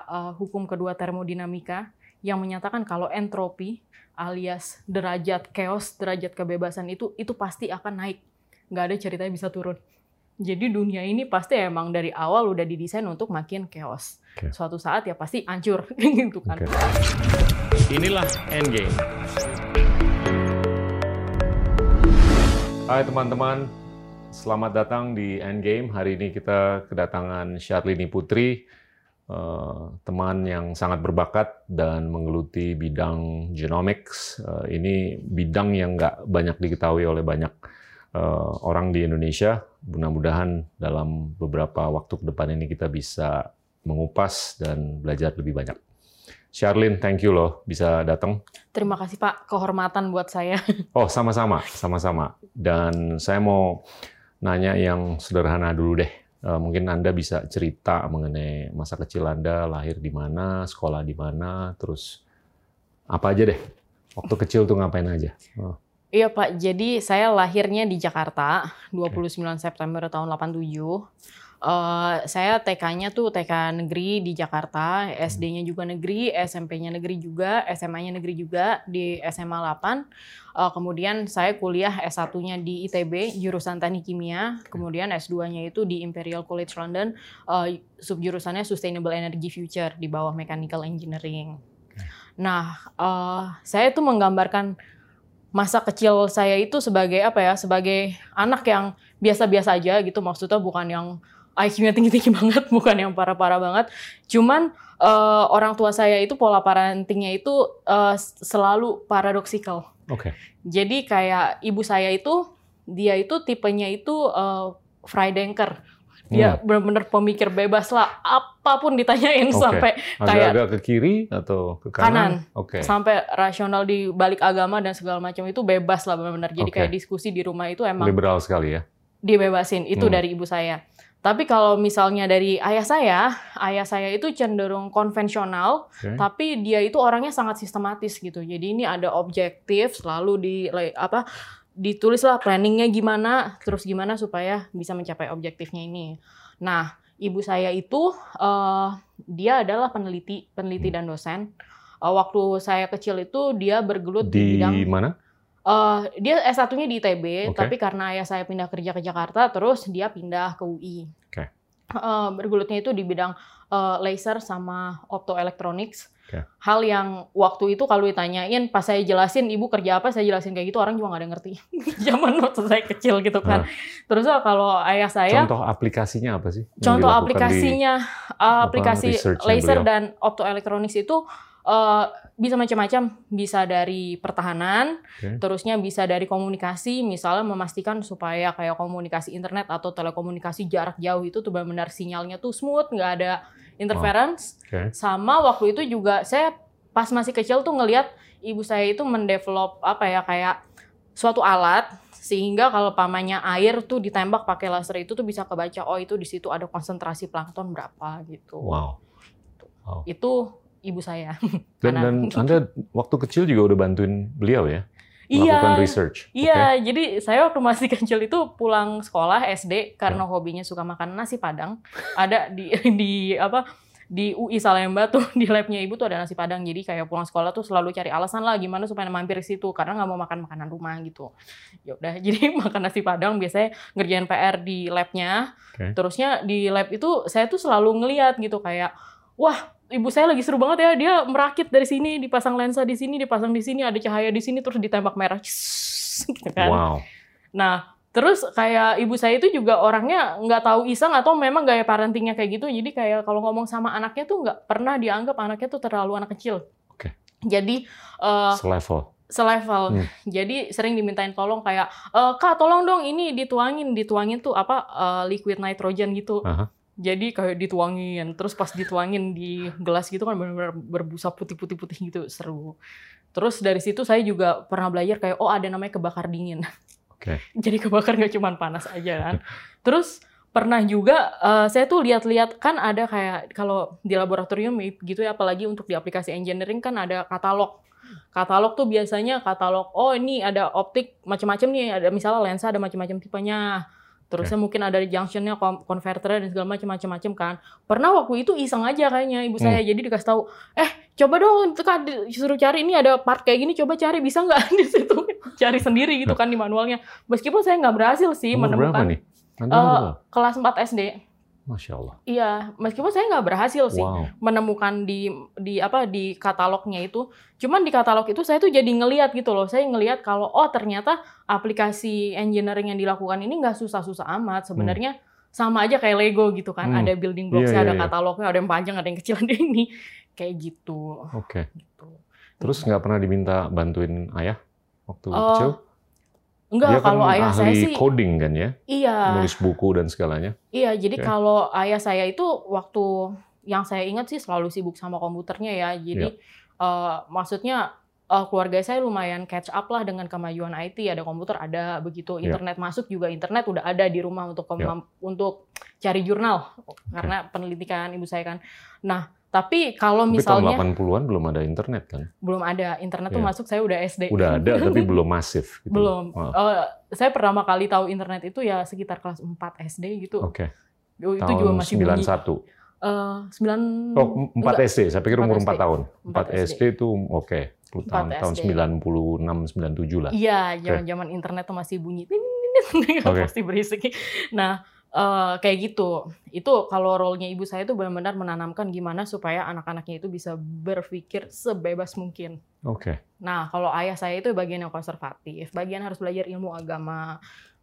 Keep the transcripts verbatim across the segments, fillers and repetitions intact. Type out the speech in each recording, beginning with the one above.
uh, hukum kedua termodinamika yang menyatakan kalau entropi alias derajat chaos, derajat kebebasan itu itu pasti akan naik. Nggak ada ceritanya bisa turun. Jadi dunia ini pasti emang dari awal udah didesain untuk makin chaos. Okay. Suatu saat ya pasti hancur gitu kan. Okay. Inilah Endgame. Hai teman-teman, selamat datang di Endgame. Hari ini kita kedatangan Syarlini Putri, uh, teman yang sangat berbakat dan menggeluti bidang genomics. Uh, ini bidang yang nggak banyak diketahui oleh banyak uh, orang di Indonesia. Mudah-mudahan dalam beberapa waktu ke depan ini kita bisa mengupas dan belajar lebih banyak. Syarlin, thank you loh bisa datang. Terima kasih Pak, kehormatan buat saya. Oh, sama-sama, sama-sama. Dan saya mau nanya yang sederhana dulu deh. Uh, mungkin Anda bisa cerita mengenai masa kecil Anda, lahir di mana, sekolah di mana, terus apa aja deh. Waktu kecil tuh ngapain aja? Oh. Iya Pak, jadi saya lahirnya di Jakarta, dua puluh sembilan September tahun delapan puluh tujuh. Uh, saya T K-nya tuh T K negeri di Jakarta, S D-nya juga negeri, S M P-nya negeri juga, S M A-nya negeri juga di S M A delapan. Uh, kemudian saya kuliah S satu-nya di I T B, jurusan Teknik Kimia. Kemudian S dua-nya itu di Imperial College London, uh, subjurusannya Sustainable Energy Future di bawah Mechanical Engineering. Nah, uh, saya tuh menggambarkan masa kecil saya itu sebagai apa ya? Sebagai anak yang biasa-biasa aja gitu, maksudnya bukan yang I Q-nya tinggi-tinggi banget, bukan yang parah-parah banget. Cuman uh, orang tua saya itu pola parentingnya itu uh, selalu paradoksikal. Oke. Okay. Jadi kayak ibu saya itu, dia itu tipenya itu uh, Freidenker. Dia hmm. benar-benar pemikir bebas lah, apapun ditanyain okay. sampai kayak agak ke kiri atau ke kanan. kanan. Oke. Okay. Sampai rasional di balik agama dan segala macam itu bebas lah benar-benar. Jadi okay. kayak diskusi di rumah itu emang liberal sekali ya. Dibebasin, itu hmm. dari ibu saya. Tapi kalau misalnya dari ayah saya, ayah saya itu cenderung konvensional, okay. tapi dia itu orangnya sangat sistematis gitu. Jadi ini ada objektif, selalu di apa ditulislah planningnya gimana, terus gimana supaya bisa mencapai objektifnya ini. Nah, ibu saya itu uh, dia adalah peneliti, peneliti hmm. dan dosen. Uh, waktu saya kecil itu dia bergelut di, di bidang mana? Uh, dia S satu-nya di I T B, okay. tapi karena ayah saya pindah kerja ke Jakarta, terus dia pindah ke U I. Okay. Uh, bergelutnya itu di bidang uh, laser sama optoelectronics. Okay. Hal yang waktu itu kalau ditanyain, pas saya jelasin ibu kerja apa, saya jelasin kayak gitu, orang juga nggak ada ngerti. Zaman waktu saya kecil gitu kan. Nah. Terus kalau ayah saya... Contoh aplikasinya apa sih? Contoh aplikasinya, di, uh, aplikasi laser beliau. Dan optoelectronics itu Uh, bisa macam-macam, bisa dari pertahanan, okay. terusnya bisa dari komunikasi, misalnya memastikan supaya kayak komunikasi internet atau telekomunikasi jarak jauh itu tuh benar-benar sinyalnya tuh smooth, nggak ada interference. Oh. Okay. Sama waktu itu juga saya pas masih kecil tuh ngelihat ibu saya itu mendevelop apa ya kayak suatu alat sehingga kalau pamannya air tuh ditembak pakai laser itu tuh bisa kebaca oh itu di situ ada konsentrasi plankton berapa gitu. Wow. Wow. Itu ibu saya. Dan, dan Anda waktu kecil juga udah bantuin beliau ya? Melakukan iya, research? Iya, okay. jadi saya waktu masih kecil itu pulang sekolah S D karena yeah. hobinya suka makan nasi Padang. Ada di di apa di U I Salemba tuh di labnya ibu tuh ada nasi Padang. Jadi kayak pulang sekolah tuh selalu cari alasan lah gimana supaya mampir ke situ karena nggak mau makan makanan rumah gitu. Ya udah, jadi makan nasi Padang biasanya ngerjain P R di labnya. Okay. Terusnya di lab itu saya tuh selalu ngeliat gitu kayak wah, ibu saya lagi seru banget ya, dia merakit dari sini, dipasang lensa di sini, dipasang di sini, ada cahaya di sini, terus ditembak merah. Gitu kan. Wow. Nah, terus kayak ibu saya itu juga orangnya nggak tahu iseng atau memang gaya parentingnya kayak gitu, jadi kayak kalau ngomong sama anaknya tuh nggak pernah dianggap anaknya tuh terlalu anak kecil. Oke. Okay. Jadi, uh, selevel. Selevel. Hmm. Jadi sering dimintain tolong kayak, e, Kak tolong dong ini dituangin, dituangin tuh apa, uh, liquid nitrogen gitu. Uh-huh. Jadi kayak dituangin, terus pas dituangin di gelas gitu kan benar-benar berbusa putih-putih-putih gitu, seru. Terus dari situ saya juga pernah belajar kayak, oh ada namanya kebakar dingin. Oke. Okay. Jadi kebakar nggak cuma panas aja kan. Terus pernah juga, uh, saya tuh lihat-lihat kan ada kayak, kalau di laboratorium gitu ya, apalagi untuk di aplikasi engineering kan ada katalog. Katalog tuh biasanya katalog, oh ini ada optik macam-macam nih, ada misalnya lensa ada macam-macam tipenya. Terusnya okay. mungkin ada junctionnya, konverternya dan segala macam macam kan. Pernah waktu itu iseng aja kayaknya ibu hmm. saya, jadi dikasih tahu, eh coba dong, kan disuruh cari ini ada part kayak gini, coba cari bisa nggak di situ, cari sendiri gitu kan di manualnya. Meskipun saya nggak berhasil sih umur menemukan. Berapa nih? Uh, kelas empat S D. Masya Allah. Iya, meskipun saya nggak berhasil sih wow. menemukan di di apa di katalognya itu. Cuman di katalog itu saya tuh jadi ngelihat gitu loh. Saya ngelihat kalau oh ternyata aplikasi engineering yang dilakukan ini nggak susah-susah amat. Sebenarnya hmm. sama aja kayak Lego gitu kan. Hmm. Ada building blocks, yeah, ada yeah, katalognya, yeah. ada yang panjang, ada yang kecil, ada yang ini. Kayak gitu. Oke. Okay. Gitu. Terus nggak pernah diminta bantuin ayah waktu uh, kecil? Enggak, dia kan kalau ayah saya sih coding kan ya? Iya. Nulis buku dan segalanya. Iya, jadi okay. kalau ayah saya itu waktu yang saya ingat sih selalu sibuk sama komputernya ya. Jadi yeah. uh, maksudnya uh, keluarga saya lumayan catch up lah dengan kemajuan I T. Ada komputer, ada begitu. Internet yeah. masuk juga internet udah ada di rumah untuk yeah. untuk cari jurnal. Okay. Karena penelitian ibu saya kan. Nah, tapi kalau tapi misalnya... tahun delapan puluhan belum ada internet kan? Belum ada. Internet yeah. tuh masuk saya udah S D. Udah ada, tapi belum masif. Gitu. Belum. Wow. Uh, saya pertama kali tahu internet itu ya sekitar kelas empat S D gitu. Oke. Okay. Itu tahun juga masih sembilan puluh satu. Uh, sembilan... Oh, empat S D. Saya pikir umur empat tahun. empat S D itu oke. Okay. Tahun, tahun sembilan puluh enam, sembilan puluh tujuh lah. Iya, zaman-zaman okay. internet tuh masih bunyi. Okay. Pasti berisik. Nah, Uh, kayak gitu. Itu kalau role-nya ibu saya itu benar-benar menanamkan gimana supaya anak-anaknya itu bisa berpikir sebebas mungkin. Oke. Okay. Nah, kalau ayah saya itu bagian yang konservatif, bagian harus belajar ilmu agama.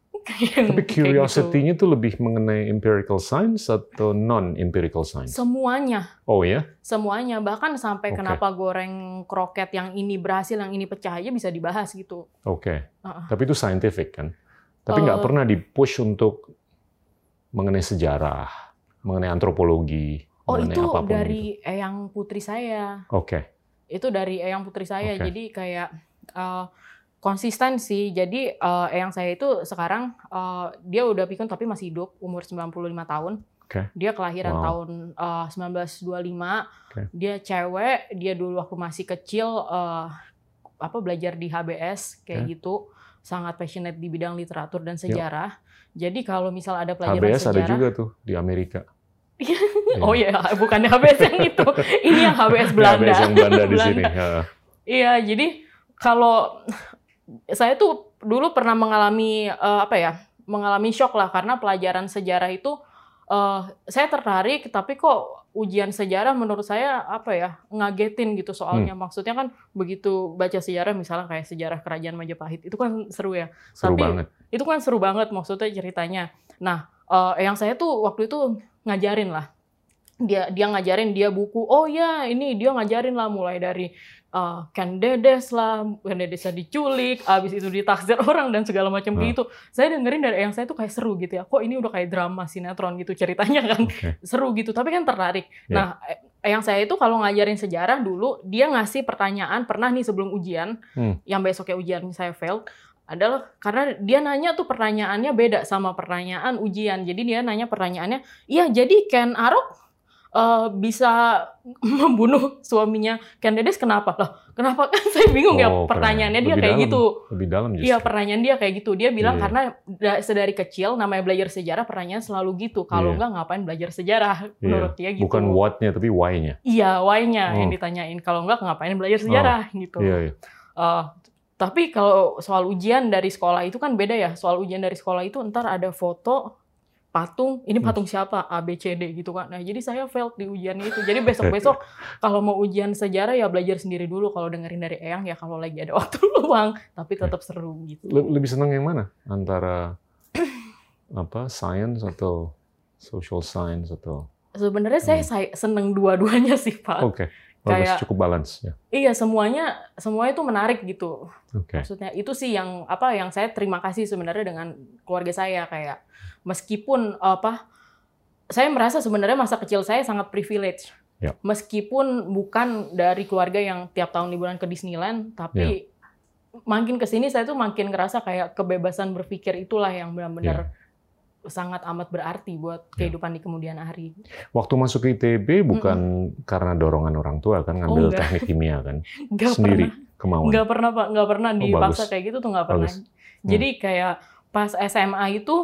Tapi curiosity-nya gitu. Tuh lebih mengenai empirical science atau non-empirical science? Semuanya. Oh ya? Semuanya. Bahkan sampai okay. kenapa goreng kroket yang ini berhasil, yang ini pecah aja bisa dibahas gitu. Oke. Okay. Uh-uh. Tapi itu scientific kan? Tapi nggak uh, pernah di-push untuk mengenai sejarah, mengenai antropologi, oh, mengenai itu apapun dari gitu. eyang putri saya. Oke. Okay. Itu dari eyang putri saya, okay. jadi kayak uh, konsisten sih. Jadi uh, eyang saya itu sekarang uh, dia udah pikun tapi masih hidup, umur sembilan puluh lima tahun. Okay. Dia kelahiran wow. tahun uh, sembilan belas dua puluh lima. Okay. Dia cewek, dia dulu waktu masih kecil uh, apa belajar di H B S kayak okay. gitu, sangat passionate di bidang literatur dan sejarah. Yep. Jadi kalau misal ada pelajaran H B S sejarah, ada juga tuh di Amerika. Oh iya, yeah. bukan H B S yang itu. Ini yang H B S Belanda. H B S yang Belanda di sini. Iya, jadi kalau saya tuh dulu pernah mengalami uh, apa ya, mengalami shock lah karena pelajaran sejarah itu uh, saya tertarik, tapi kok ujian sejarah menurut saya apa ya ngagetin gitu soalnya. Hmm. Maksudnya kan begitu baca sejarah misalnya kayak sejarah kerajaan Majapahit itu kan seru ya. Seru tapi banget. Itu kan seru banget maksudnya ceritanya. Nah, uh, yang saya tuh waktu itu ngajarin lah. Dia dia ngajarin dia buku. Oh ya, ini dia ngajarin lah mulai dari uh, Ken Dedes lah, Ken Dedesnya diculik, abis itu ditaksir orang dan segala macam kayak gitu. Saya dengerin dari yang saya tuh kayak seru gitu ya. Kok ini udah kayak drama sinetron gitu ceritanya kan. Okay. Seru gitu, tapi kan tertarik. Yeah. Nah, yang saya itu kalau ngajarin sejarah dulu, dia ngasih pertanyaan, pernah nih sebelum ujian, hmm. yang besoknya ujian saya fail, adalah karena dia nanya tuh pertanyaannya beda sama pertanyaan ujian. Jadi dia nanya pertanyaannya, iya jadi Ken Arok Uh, bisa membunuh suaminya Ken Dedes kenapa? Loh, kenapa kan saya bingung oh, ya pertanyaannya dia kayak dalam, gitu. Lebih dalam justru. Iya, pertanyaan dia kayak gitu. Dia bilang yeah. karena sedari kecil namanya belajar sejarah pertanyaan selalu gitu. Kalau yeah. enggak ngapain belajar sejarah menurut yeah. dia gitu. Bukan what-nya tapi why-nya. Iya, why-nya oh. yang ditanyain. Kalau enggak ngapain belajar sejarah oh. gitu. Yeah, yeah. Uh, tapi kalau soal ujian dari sekolah itu kan beda ya. Soal ujian dari sekolah itu ntar ada foto patung, ini patung siapa? A, B, C, D gitu kan. Nah, jadi saya failed di ujian itu. Jadi besok-besok kalau mau ujian sejarah ya belajar sendiri dulu. Kalau dengerin dari Eyang ya kalau lagi ada waktu luang. Tapi tetap seru gitu. Lebih senang yang mana? Antara apa science atau social science atau? Sebenarnya hmm. saya, saya seneng dua-duanya sih, Pak. Oke. Okay. Bagus, cukup balance ya. Iya, semuanya semuanya itu menarik gitu. Okay. Maksudnya itu sih yang apa yang saya terima kasih sebenarnya dengan keluarga saya kayak meskipun apa saya merasa sebenarnya masa kecil saya sangat privilege. Yep. Meskipun bukan dari keluarga yang tiap tahun liburan ke Disneyland, tapi yep. makin kesini saya tuh makin ngerasa kayak kebebasan berpikir itulah yang benar-benar yep. sangat amat berarti buat kehidupan yeah. di kemudian hari. Waktu masuk ke I T B bukan mm-mm. karena dorongan orang tua kan ngambil oh, teknik kimia kan Nggak sendiri pernah. kemauan. Nggak pernah Pak, nggak pernah oh, dipaksa bagus. kayak gitu tuh nggak pernah. Bagus. Jadi hmm. kayak pas S M A itu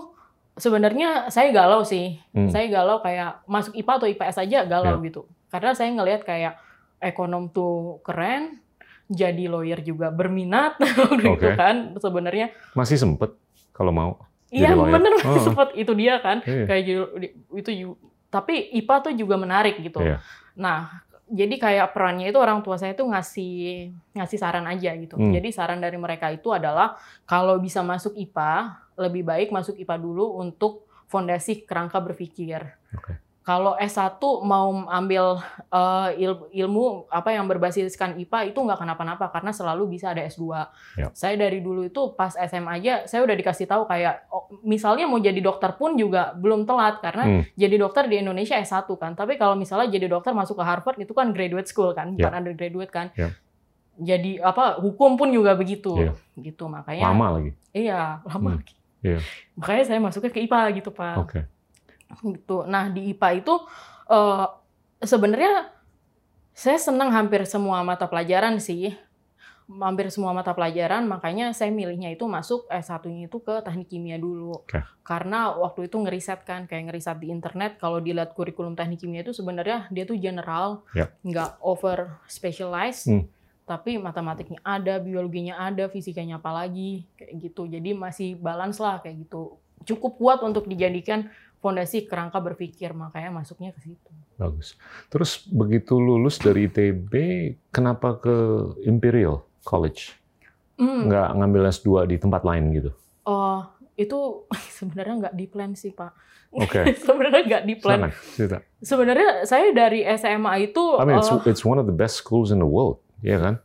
Sebenarnya saya galau sih. Hmm. Saya galau kayak masuk I P A atau I P S aja galau Yeah. gitu. Karena saya ngelihat kayak ekonom tuh keren, jadi lawyer juga berminat gitu Oke. kan sebenarnya. Masih sempet kalau mau. Iya jadi lawyer. bener Oh. sempet itu dia kan. Iya. Kayak jadi- itu ju- tapi I P A tuh juga menarik gitu. Iya. Nah, jadi kayak perannya itu orang tua saya tuh ngasih ngasih saran aja gitu. Hmm. Jadi saran dari mereka itu adalah kalau bisa masuk I P A, lebih baik masuk I P A dulu untuk fondasi kerangka berpikir. Oke. Kalau S satu mau ambil eh, il- ilmu apa yang berbasiskan I P A itu nggak kenapa-napa karena selalu bisa ada S dua. Yap. Saya dari dulu itu pas S M A aja saya udah dikasih tahu kayak oh, misalnya mau jadi dokter pun juga belum telat karena Hmm. jadi dokter di Indonesia S satu kan. Tapi kalau misalnya jadi dokter masuk ke Harvard itu kan graduate school kan, bukan Yap. undergraduate kan. Yap. Jadi apa hukum pun juga begitu. Iya. Gitu makanya Lama lagi. iya, lama Hmm. lagi. Iya. Makanya saya masuknya ke I P A gitu, Pak. Oke. Gitu. Nah, di I P A itu eh, sebenarnya saya senang hampir semua mata pelajaran sih. Hampir semua mata pelajaran, makanya saya milihnya itu masuk S satu-nya itu ke teknik kimia dulu. Oke. Karena waktu itu ngeriset kan, kayak ngeriset di internet, kalau dilihat kurikulum teknik kimia itu sebenarnya dia tuh general, Yap. nggak over specialized. Hmm. Tapi matematiknya ada, biologinya ada, fisikanya apalagi, kayak gitu. Jadi masih balance lah kayak gitu. Cukup kuat untuk dijadikan fondasi kerangka berpikir, makanya masuknya ke situ. Bagus. Terus begitu lulus dari I T B, kenapa ke Imperial College? Hmm. Nggak ngambil S dua di tempat lain gitu? Oh, itu sebenarnya nggak di plan sih, Pak. Oke. Sebenarnya nggak di plan. Silakan, cerita. Sebenarnya saya dari S M A itu, I mean, it's, eh, it's one of the best schools in the world, ya kan?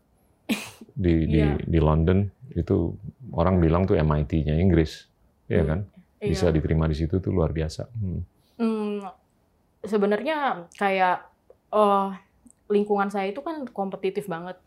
Di di Iya. di London itu orang bilang tuh M I T-nya Inggris, ya Hmm. kan? Bisa iya. diterima di situ tuh luar biasa. Hmm. Hmm, sebenarnya kayak eh, lingkungan saya itu kan kompetitif banget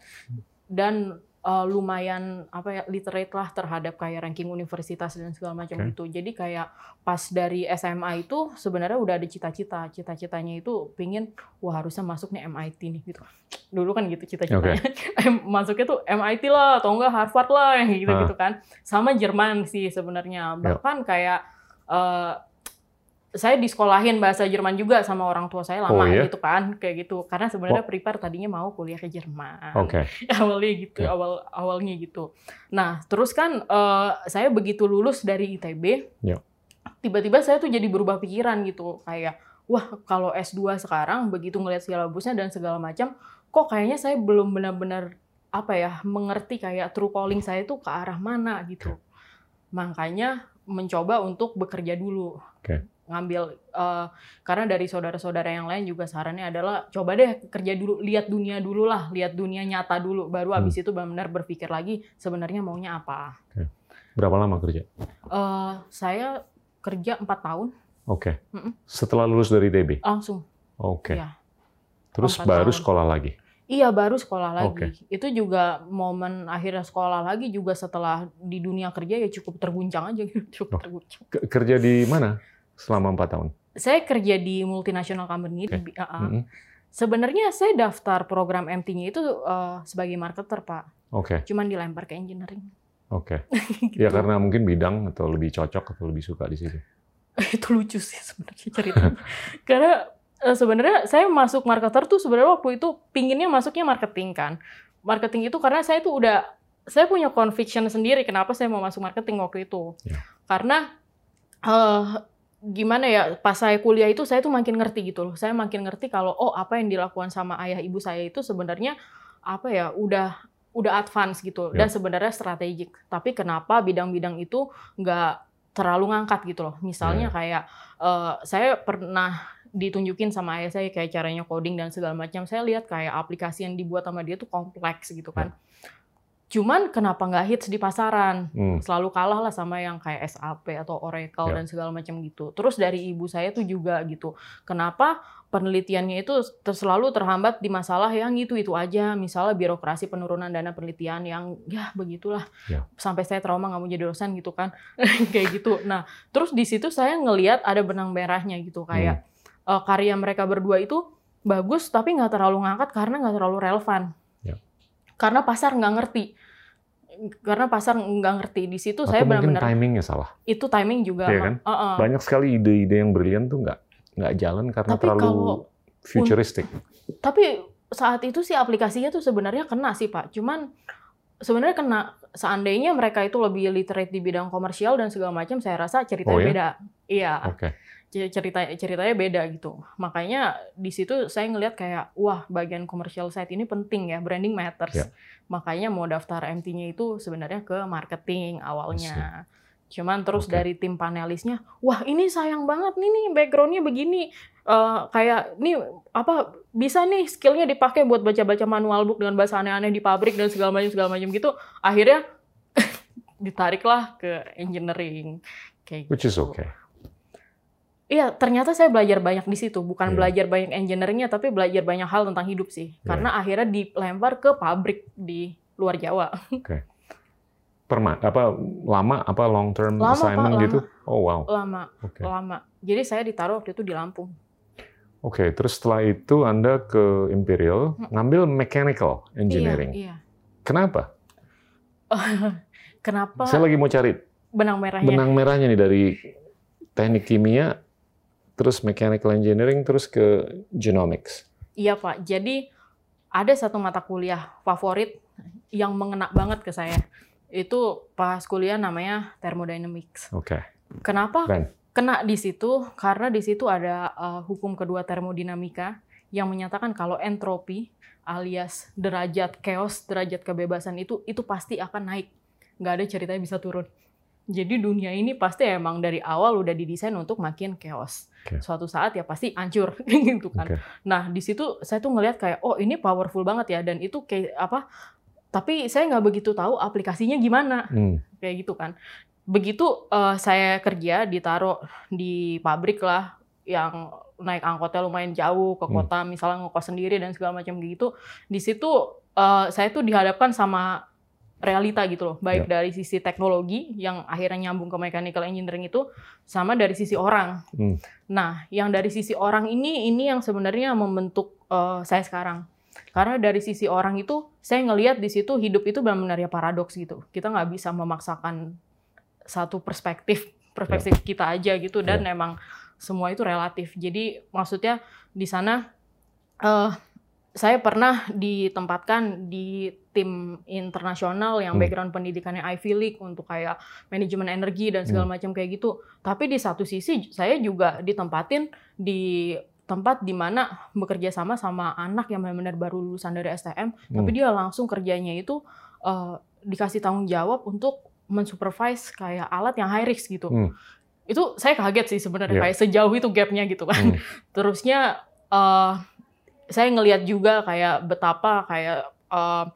dan eh, lumayan apa ya literate lah terhadap kayak ranking universitas dan segala macam Oke. gitu. Jadi kayak pas dari S M A itu sebenarnya udah ada cita-cita, cita-citanya itu pingin wah harusnya masuk nih M I T nih gitu. Dulu kan gitu cita-citanya. Masuknya tuh M I T lah atau enggak Harvard lah yang gitu-gitu kan. Sama Jerman sih sebenarnya. Bahkan kayak eh, saya disekolahin bahasa Jerman juga sama orang tua saya lama Oh, iya? gitu kan kayak gitu karena sebenarnya prepare tadinya mau kuliah ke Jerman. Oke. Awalnya gitu, Ya. awal awalnya gitu. Nah, terus kan eh, saya begitu lulus dari I T B, Ya. tiba-tiba saya tuh jadi berubah pikiran gitu, kayak wah kalau S dua sekarang begitu ngelihat silabusnya dan segala macam, kok kayaknya saya belum benar-benar apa ya mengerti kayak true calling saya tuh ke arah mana gitu. Makanya mencoba untuk bekerja dulu. Oke. Ngambil eh, karena dari saudara-saudara yang lain juga sarannya adalah coba deh kerja dulu, lihat dunia dulu lah, lihat dunia nyata dulu, baru Hmm. abis itu benar-benar berpikir lagi sebenarnya maunya apa. Berapa lama kerja? Eh, saya kerja empat tahun Oke. Mm-mm. Setelah lulus dari I T B? langsung. Oke. Iya. Terus Empat baru tahun. sekolah lagi? Iya baru sekolah lagi. Oke. Itu juga momen akhirnya sekolah lagi juga setelah di dunia kerja ya cukup terguncang aja gitu, cukup Oh. terguncang. Ke- Kerja di mana selama empat tahun? Saya kerja di multinational company. Oke. di- uh-uh. Mm-mm. Sebenarnya saya daftar program M T-nya itu uh, sebagai marketer, Pak. Oke. Cuman dilempar ke engineering. Oke. Gitu. Ya karena mungkin bidang atau lebih cocok atau lebih suka di situ. Itu lucu sih sebenarnya ceritanya. Karena uh, sebenarnya saya masuk marketer tuh sebenarnya waktu itu pinginnya masuknya marketing kan. Marketing itu karena saya tuh udah saya punya conviction sendiri kenapa saya mau masuk marketing waktu itu. Ya. Karena uh, gimana ya, pas saya kuliah itu saya tuh makin ngerti gitu loh. Saya makin ngerti kalau oh apa yang dilakukan sama ayah ibu saya itu sebenarnya apa ya, udah udah advance gitu Ya. dan sebenarnya strategik. Tapi kenapa bidang-bidang itu nggak terlalu ngangkat gitu loh. Misalnya Ya. kayak eh, saya pernah ditunjukin sama ayah saya kayak caranya coding dan segala macam. Saya lihat kayak aplikasi yang dibuat sama dia tuh kompleks gitu kan. Cuman kenapa nggak hits di pasaran? Hmm. Selalu kalah lah sama yang kayak S A P atau Oracle Ya. dan segala macam gitu. Terus dari ibu saya tuh juga gitu. Kenapa penelitiannya itu ter- selalu terhambat di masalah yang itu-itu aja. Misalnya birokrasi penurunan dana penelitian yang ya begitulah. Ya. Sampai saya trauma nggak mau jadi dosen gitu kan. Kayak gitu. Nah, terus di situ saya ngelihat ada benang merahnya gitu. Kayak eh, karya mereka berdua itu bagus tapi nggak terlalu ngangkat karena nggak terlalu relevan. Ya. Karena pasar nggak ngerti karena pasar nggak ngerti di situ. Atau Saya mungkin benar-benar timingnya salah. itu timing juga. Iya kan? Uh -uh. Banyak sekali ide-ide yang brilian tuh nggak nggak jalan karena Tapi terlalu kalau futuristik. Tapi saat itu sih aplikasinya tuh sebenarnya kena sih Pak. Cuman sebenarnya kena seandainya mereka itu lebih literate di bidang komersial dan segala macam, saya rasa ceritanya Oh, ya? beda. Iya. Oke. cerita ceritanya beda gitu. Makanya di situ saya ngelihat kayak wah bagian commercial side ini penting ya, branding matters. Ya. Makanya mau daftar M T-nya itu sebenarnya ke marketing awalnya. Cuman terus Oke. dari tim panelisnya, wah ini sayang banget nih nih background-nya begini. Eh, kayak nih apa bisa nih skillnya dipakai buat baca-baca manual book dengan bahasa aneh-aneh di pabrik dan segala macam segala macam gitu. Akhirnya ditariklah ke engineering kayak Which is gitu. okay. Iya, ternyata saya belajar banyak di situ. Bukan Iya. belajar banyak engineering-nya, tapi belajar banyak hal tentang hidup sih. Iya. Karena akhirnya dilempar ke pabrik di luar Jawa. Oke. Perma apa lama apa long term Lama, Pak, assignment lama. gitu? Oh wow. Lama, Oke. lama. Jadi saya ditaruh waktu itu di Lampung. Oke, terus setelah itu Anda ke Imperial Hmm. ngambil mechanical engineering. Iya, iya. Kenapa? Kenapa Saya lagi mau cari benang merahnya? benang merahnya nih dari teknik kimia, terus mechanical engineering, terus ke genomics. Iya, Pak. Jadi ada satu mata kuliah favorit yang mengena banget ke saya. Itu pas kuliah namanya thermodynamics. Oke. Kenapa Keren. kena di situ? Karena di situ ada uh, hukum kedua termodinamika yang menyatakan kalau entropi alias derajat chaos, derajat kebebasan itu itu pasti akan naik. Nggak ada ceritanya bisa turun. Jadi dunia ini pasti emang dari awal udah didesain untuk makin chaos. Oke. Suatu saat ya pasti hancur gitu kan. Oke. Nah, di situ saya tuh ngelihat kayak oh ini powerful banget ya dan itu kayak apa? Tapi saya nggak begitu tahu aplikasinya gimana. Hmm. Kayak gitu kan. Begitu uh, saya kerja ditaruh di pabrik lah yang naik angkotnya lumayan jauh ke kota, hmm. misalnya ngekos sendiri dan segala macam gitu. Di situ uh, saya tuh dihadapkan sama realita gitu loh, baik ya. Dari sisi teknologi yang akhirnya nyambung ke mechanical engineering itu, sama dari sisi orang. Hmm. Nah, yang dari sisi orang ini ini yang sebenarnya membentuk uh, saya sekarang. Karena dari sisi orang itu saya ngelihat di situ hidup itu benar-benar ya paradoks gitu. Kita nggak bisa memaksakan satu perspektif perspektif ya. Kita aja gitu dan ya. Memang semua itu relatif. Jadi maksudnya di sana uh, saya pernah ditempatkan di tim internasional yang background pendidikannya Ivy League untuk kayak manajemen energi dan segala macam kayak gitu. Tapi di satu sisi saya juga ditempatin di tempat di mana bekerja sama sama anak yang benar-benar baru lulusan dari S T M, hmm. tapi dia langsung kerjanya itu uh, dikasih tanggung jawab untuk mensupervise kayak alat yang high risk gitu. Hmm. Itu saya kaget sih sebenarnya yeah. kayak sejauh itu gapnya gitu kan. Hmm. Terusnya uh, saya ngelihat juga kayak betapa kayak uh,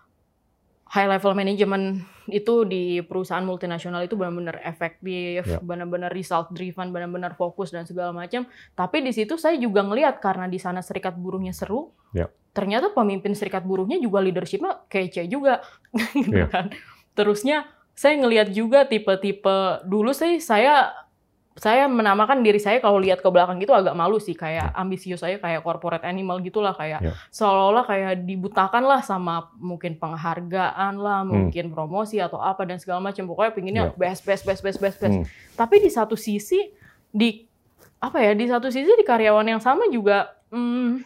high level management itu di perusahaan multinasional itu benar-benar efektif, yeah. benar-benar result driven, benar-benar fokus dan segala macam. Tapi di situ saya juga ngelihat karena di sana serikat buruhnya seru, yeah. ternyata pemimpin serikat buruhnya juga leadership-nya kece juga, gitu yeah. kan. Terusnya saya ngelihat juga tipe-tipe dulu sih saya saya menamakan diri saya kalau lihat ke belakang gitu agak malu sih, kayak ambisius saya kayak corporate animal gitulah, kayak yeah. seolah-olah kayak dibutakan lah sama mungkin penghargaan lah, mungkin hmm. promosi atau apa dan segala macam. Pokoknya pinginnya yeah. best best best best best best. Hmm. Tapi di satu sisi di apa ya? Di satu sisi di karyawan yang sama juga hmm,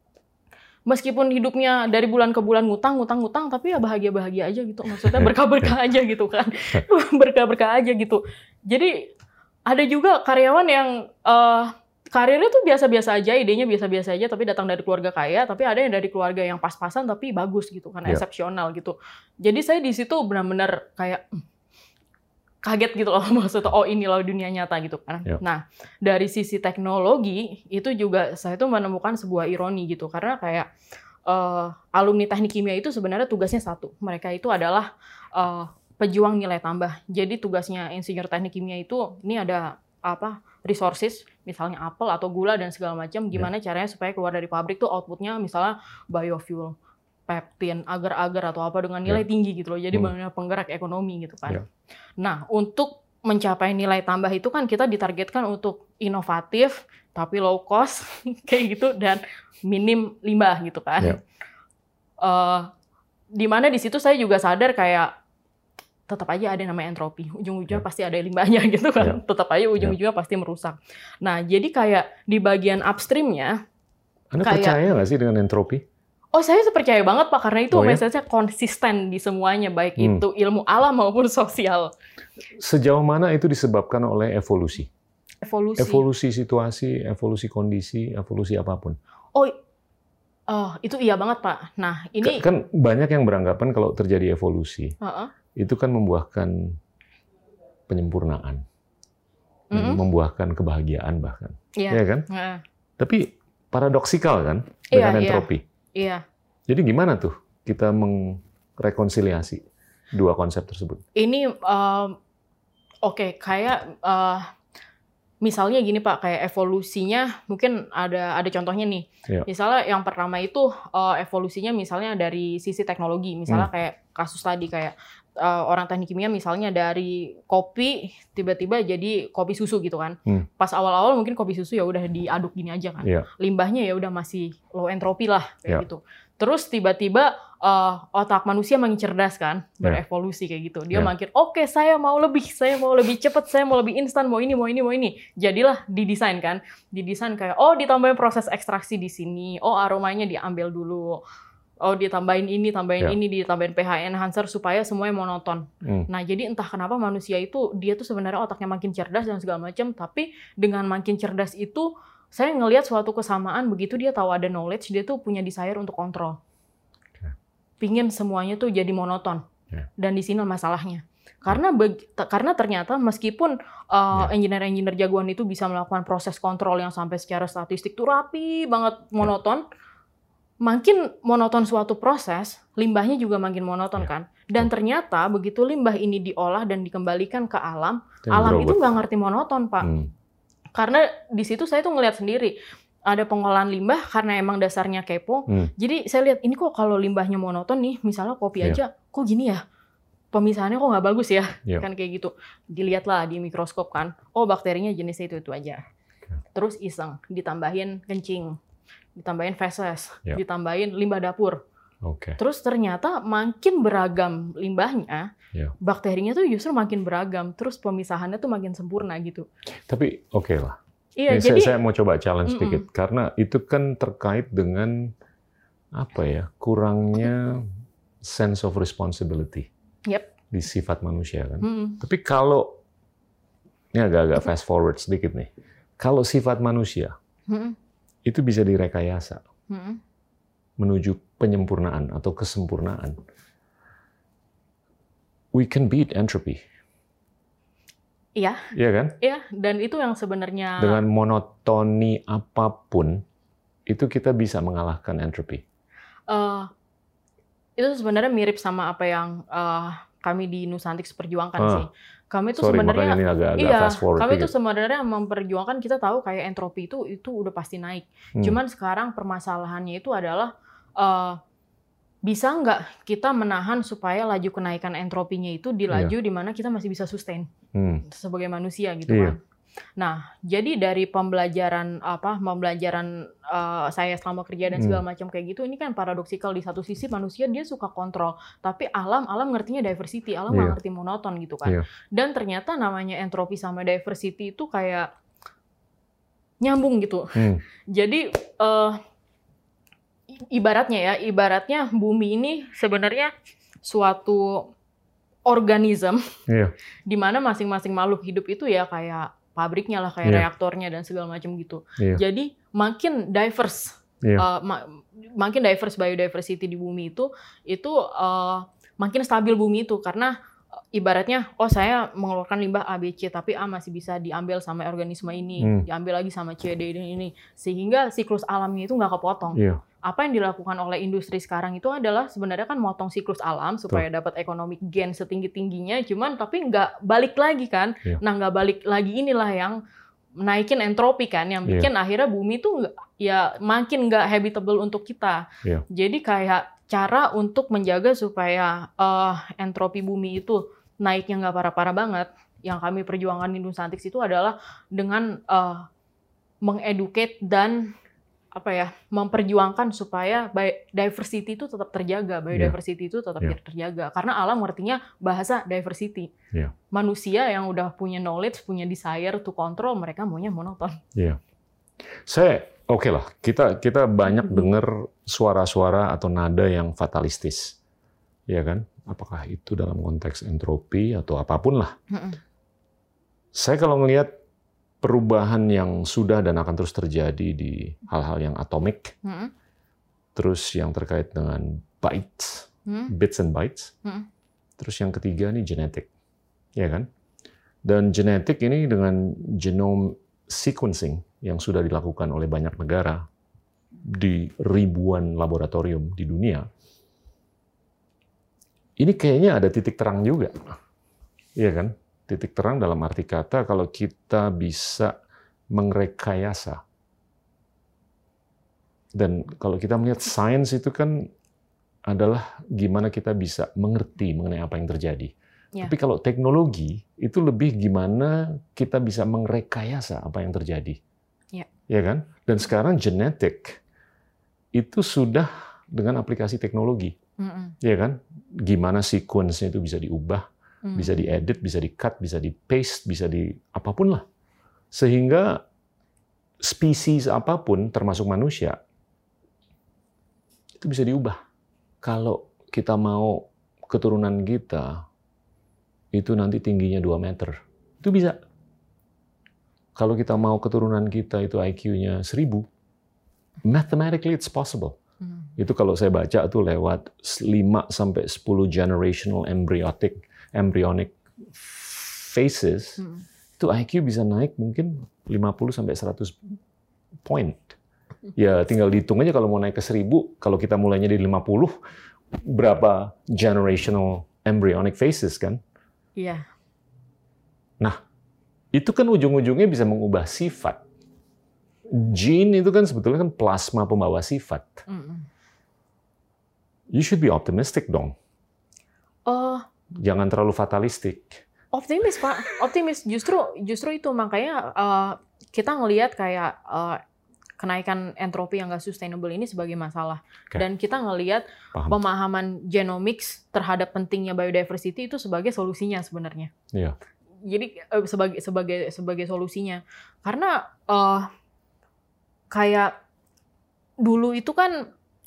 meskipun hidupnya dari bulan ke bulan ngutang ngutang ngutang tapi ya bahagia-bahagia aja gitu. Maksudnya berkah-berkah aja gitu kan. Berkah-berkah aja gitu. Jadi ada juga karyawan yang uh, karirnya tuh biasa-biasa aja, idenya biasa-biasa aja, tapi datang dari keluarga kaya, tapi ada yang dari keluarga yang pas-pasan tapi bagus gitu, kan yeah. eksepsional gitu. Jadi saya di situ benar-benar kayak kaget gitu loh, maksudnya oh inilah dunia nyata gitu kan. Yeah. Nah dari sisi teknologi itu juga saya tuh menemukan sebuah ironi gitu, karena kayak uh, alumni teknik kimia itu sebenarnya tugasnya satu, mereka itu adalah uh, pejuang nilai tambah. Jadi tugasnya insinyur teknik kimia itu ini ada apa resources, misalnya apel atau gula dan segala macam. Gimana yeah. caranya supaya keluar dari pabrik tuh outputnya misalnya biofuel, peptin, agar-agar atau apa dengan nilai yeah. tinggi gitu loh. Jadi hmm. benar penggerak ekonomi gitu kan. Yeah. Nah untuk mencapai nilai tambah itu kan kita ditargetkan untuk inovatif tapi low cost kayak gitu dan minim limbah gitu kan. Yeah. Uh, dimana di situ saya juga sadar kayak tetap aja ada yang namanya entropi. Ujung-ujungnya Ya. pasti ada limbahnya gitu kan. Ya. Tetap aja ujung-ujungnya pasti merusak. Nah, jadi kayak di bagian upstreamnya, Anda kayak, percaya nggak sih dengan entropi? oh saya percaya banget Pak, karena itu Oh, ya? message-nya konsisten di semuanya, baik Hmm. itu ilmu alam maupun sosial. Sejauh mana itu disebabkan oleh evolusi? Evolusi. Evolusi situasi, evolusi kondisi, evolusi apapun. Oh, oh, itu iya banget Pak. Nah, ini... Kan banyak yang beranggapan kalau terjadi evolusi, Uh-uh. itu kan membuahkan penyempurnaan, Mm-mm. membuahkan kebahagiaan bahkan. Iya. Ya kan? Uh, Tapi paradoksikal kan Iya, dengan iya. entropi. iya. Jadi gimana tuh kita mengrekonsiliasi dua konsep tersebut? Ini, um, oke, kayak... uh, misalnya gini Pak, kayak evolusinya mungkin ada ada contohnya nih. Ya. Misalnya yang pertama itu uh, evolusinya misalnya dari sisi teknologi. Misalnya Hmm. kayak kasus tadi kayak uh, orang teknik kimia misalnya dari kopi tiba-tiba jadi kopi susu gitu kan. Hmm. Pas awal-awal mungkin kopi susu ya udah diaduk gini aja kan. Ya. Limbahnya ya udah masih low entropi lah kayak Ya. gitu. Terus tiba-tiba uh, otak manusia makin cerdas kan, Ya. berevolusi kayak gitu. Dia Ya. makin, oke saya mau lebih, saya mau lebih cepat, saya mau lebih instan, mau ini, mau ini, mau ini. Jadilah didesain kan, didesain kayak, oh ditambahin proses ekstraksi di sini, oh aromanya diambil dulu, oh ditambahin ini, tambahin Ya. ini, ditambahin pH enhancer supaya semuanya monoton. Hmm. Nah jadi entah kenapa manusia itu, dia tuh sebenarnya otaknya makin cerdas dan segala macam, tapi dengan makin cerdas itu, saya ngelihat suatu kesamaan begitu dia tahu ada knowledge, dia tuh punya desire untuk kontrol. Okay. Pingin semuanya tuh jadi monoton. Yeah. Dan di sini masalahnya. Karena beg- karena ternyata meskipun uh, Yeah. engineer-engineer jagoan itu bisa melakukan proses kontrol yang sampai secara statistik tuh rapi banget monoton, makin monoton suatu proses, limbahnya juga makin monoton Yeah. kan. Dan ternyata begitu limbah ini diolah dan dikembalikan ke alam, Yang alam itu berobat. nggak ngerti monoton Pak. Hmm. Karena di situ saya tuh ngelihat sendiri ada pengolahan limbah karena emang dasarnya kepo. Hmm. Jadi saya lihat ini kok kalau limbahnya monoton nih, misalnya kopi Iya. aja, kok gini ya? Pemisahannya kok nggak bagus ya? Iya. Kan kayak gitu. Dilihatlah di mikroskop kan, oh bakterinya jenisnya itu itu aja. Oke. Terus iseng, ditambahin kencing, ditambahin feses, Iya. ditambahin limbah dapur. Oke. Terus ternyata makin beragam limbahnya, Iya. bakterinya tuh justru makin beragam. Terus pemisahannya tuh makin sempurna gitu. Tapi oke lah. Iya, Ini jadi saya, saya mau coba challenge Mm-mm. sedikit karena itu kan terkait dengan apa ya kurangnya sense of responsibility Yep. di sifat manusia kan. mm, Tapi kalau ini agak-agak fast forward sedikit nih, kalau sifat manusia mm, itu bisa direkayasa mm, menuju penyempurnaan atau kesempurnaan, we can beat entropy. Iya. Iya kan? Iya, dan itu yang sebenarnya Dengan monotoni apapun, itu kita bisa mengalahkan entropy. eh, itu sebenarnya mirip sama apa yang eh, kami di Nusantik perjuangkan Ah. sih. Kami itu Sorry, makanya sebenarnya ini agak-agak iya, fast forward kami itu dikit. sebenarnya memperjuangkan, kita tahu kayak entropi itu itu udah pasti naik. Hmm. Cuman sekarang permasalahannya itu adalah eh, bisa nggak kita menahan supaya laju kenaikan entropinya itu di laju di mana kita masih bisa sustain Hmm. sebagai manusia gitu Iya. kan. Nah, jadi dari pembelajaran apa pembelajaran uh, saya selama kerja dan segala Hmm. macam kayak gitu, ini kan paradoksikal. Di satu sisi manusia dia suka kontrol, tapi alam alam ngertinya diversity, alam nggak Iya. ngerti monoton gitu kan. Iya. Dan ternyata namanya entropi sama diversity itu kayak nyambung gitu. Hmm. Jadi uh, i- ibaratnya ya, ibaratnya bumi ini sebenarnya suatu organisme Iya. di mana masing-masing makhluk hidup itu ya kayak pabriknya lah, kayak Iya. reaktornya dan segala macam gitu. Iya. Jadi makin diverse, Iya. uh, ma- makin diverse biodiversity di bumi itu, itu uh, makin stabil bumi itu karena uh, ibaratnya, oh saya mengeluarkan limbah A B C, tapi A masih bisa diambil sama organisme ini, Hmm. diambil lagi sama C D dan ini, sehingga siklus alamnya itu nggak kepotong. Iya. Apa yang dilakukan oleh industri sekarang itu adalah sebenarnya kan motong siklus alam supaya dapat economic gain setinggi-tingginya, cuman tapi nggak balik lagi kan. Iya. Nah nggak balik lagi inilah yang naikin entropi kan, yang Iya. bikin akhirnya bumi tuh nggak- ya makin nggak habitable untuk kita. Iya. Jadi kayak cara untuk menjaga supaya eh, entropi bumi itu naiknya nggak parah-parah banget, yang kami perjuangkan di Nusantik itu adalah dengan eh, mengeducate dan apa ya, memperjuangkan supaya diversity itu tetap terjaga, biodiversity yeah. itu tetap yeah. terjaga. Karena alam ngertinya bahasa diversity. Yeah. Manusia yang udah punya knowledge, punya desire to control, mereka maunya monoton. Iya. Yeah. Saya oke okay lah, kita kita banyak mm-hmm. dengar suara-suara atau nada yang fatalistis, ya kan? Apakah itu dalam konteks entropi atau apapun lah. Mm-hmm. Saya kalau ngelihat perubahan yang sudah dan akan terus terjadi di hal-hal yang atomik, mm-hmm. terus yang terkait dengan bytes, mm-hmm. bits and bytes, mm-hmm. terus yang ketiga nih genetik, ya kan? Dan genetik ini dengan genome sequencing yang sudah dilakukan oleh banyak negara di ribuan laboratorium di dunia, ini kayaknya ada titik terang juga, ya kan? Titik terang dalam arti kata kalau kita bisa mengrekayasa. Dan kalau kita melihat sains itu kan adalah gimana kita bisa mengerti mengenai apa yang terjadi. Ya. Tapi kalau teknologi itu lebih gimana kita bisa mengrekayasa apa yang terjadi. Ya. Ya kan? Dan sekarang genetik itu sudah dengan aplikasi teknologi. Mm-mm. Ya kan? Gimana sequence-nya itu bisa diubah. Bisa diedit, bisa di-cut, bisa di-paste, bisa di apapun lah. Sehingga spesies apapun, termasuk manusia, itu bisa diubah. Kalau kita mau keturunan kita, itu nanti tingginya dua meter. Itu bisa. Kalau kita mau keturunan kita itu I Q-nya seribu, mathematically it's possible. Hmm. Itu kalau saya baca tuh lewat lima sampai sepuluh generational embryonic embryonic phases, hmm. itu I Q bisa naik mungkin lima puluh sampai seratus point. Ya tinggal dihitung aja kalau mau naik ke seribu, kalau kita mulainya di lima puluh, berapa generational embryonic phases kan? Iya. Nah, itu kan ujung-ujungnya bisa mengubah sifat. Gene itu kan sebetulnya kan plasma pembawa sifat. Mm-mm. You should be optimistic dong. Oh. Jangan terlalu fatalistik. Optimis, Pak. Optimis. Justru justru itu makanya uh, kita ngelihat kayak uh, kenaikan entropi yang nggak sustainable ini sebagai masalah. Okay. Dan kita ngelihat pemahaman genomics terhadap pentingnya biodiversity itu sebagai solusinya sebenarnya. Iya. Jadi uh, sebagai sebagai sebagai solusinya. Karena uh, kayak dulu itu kan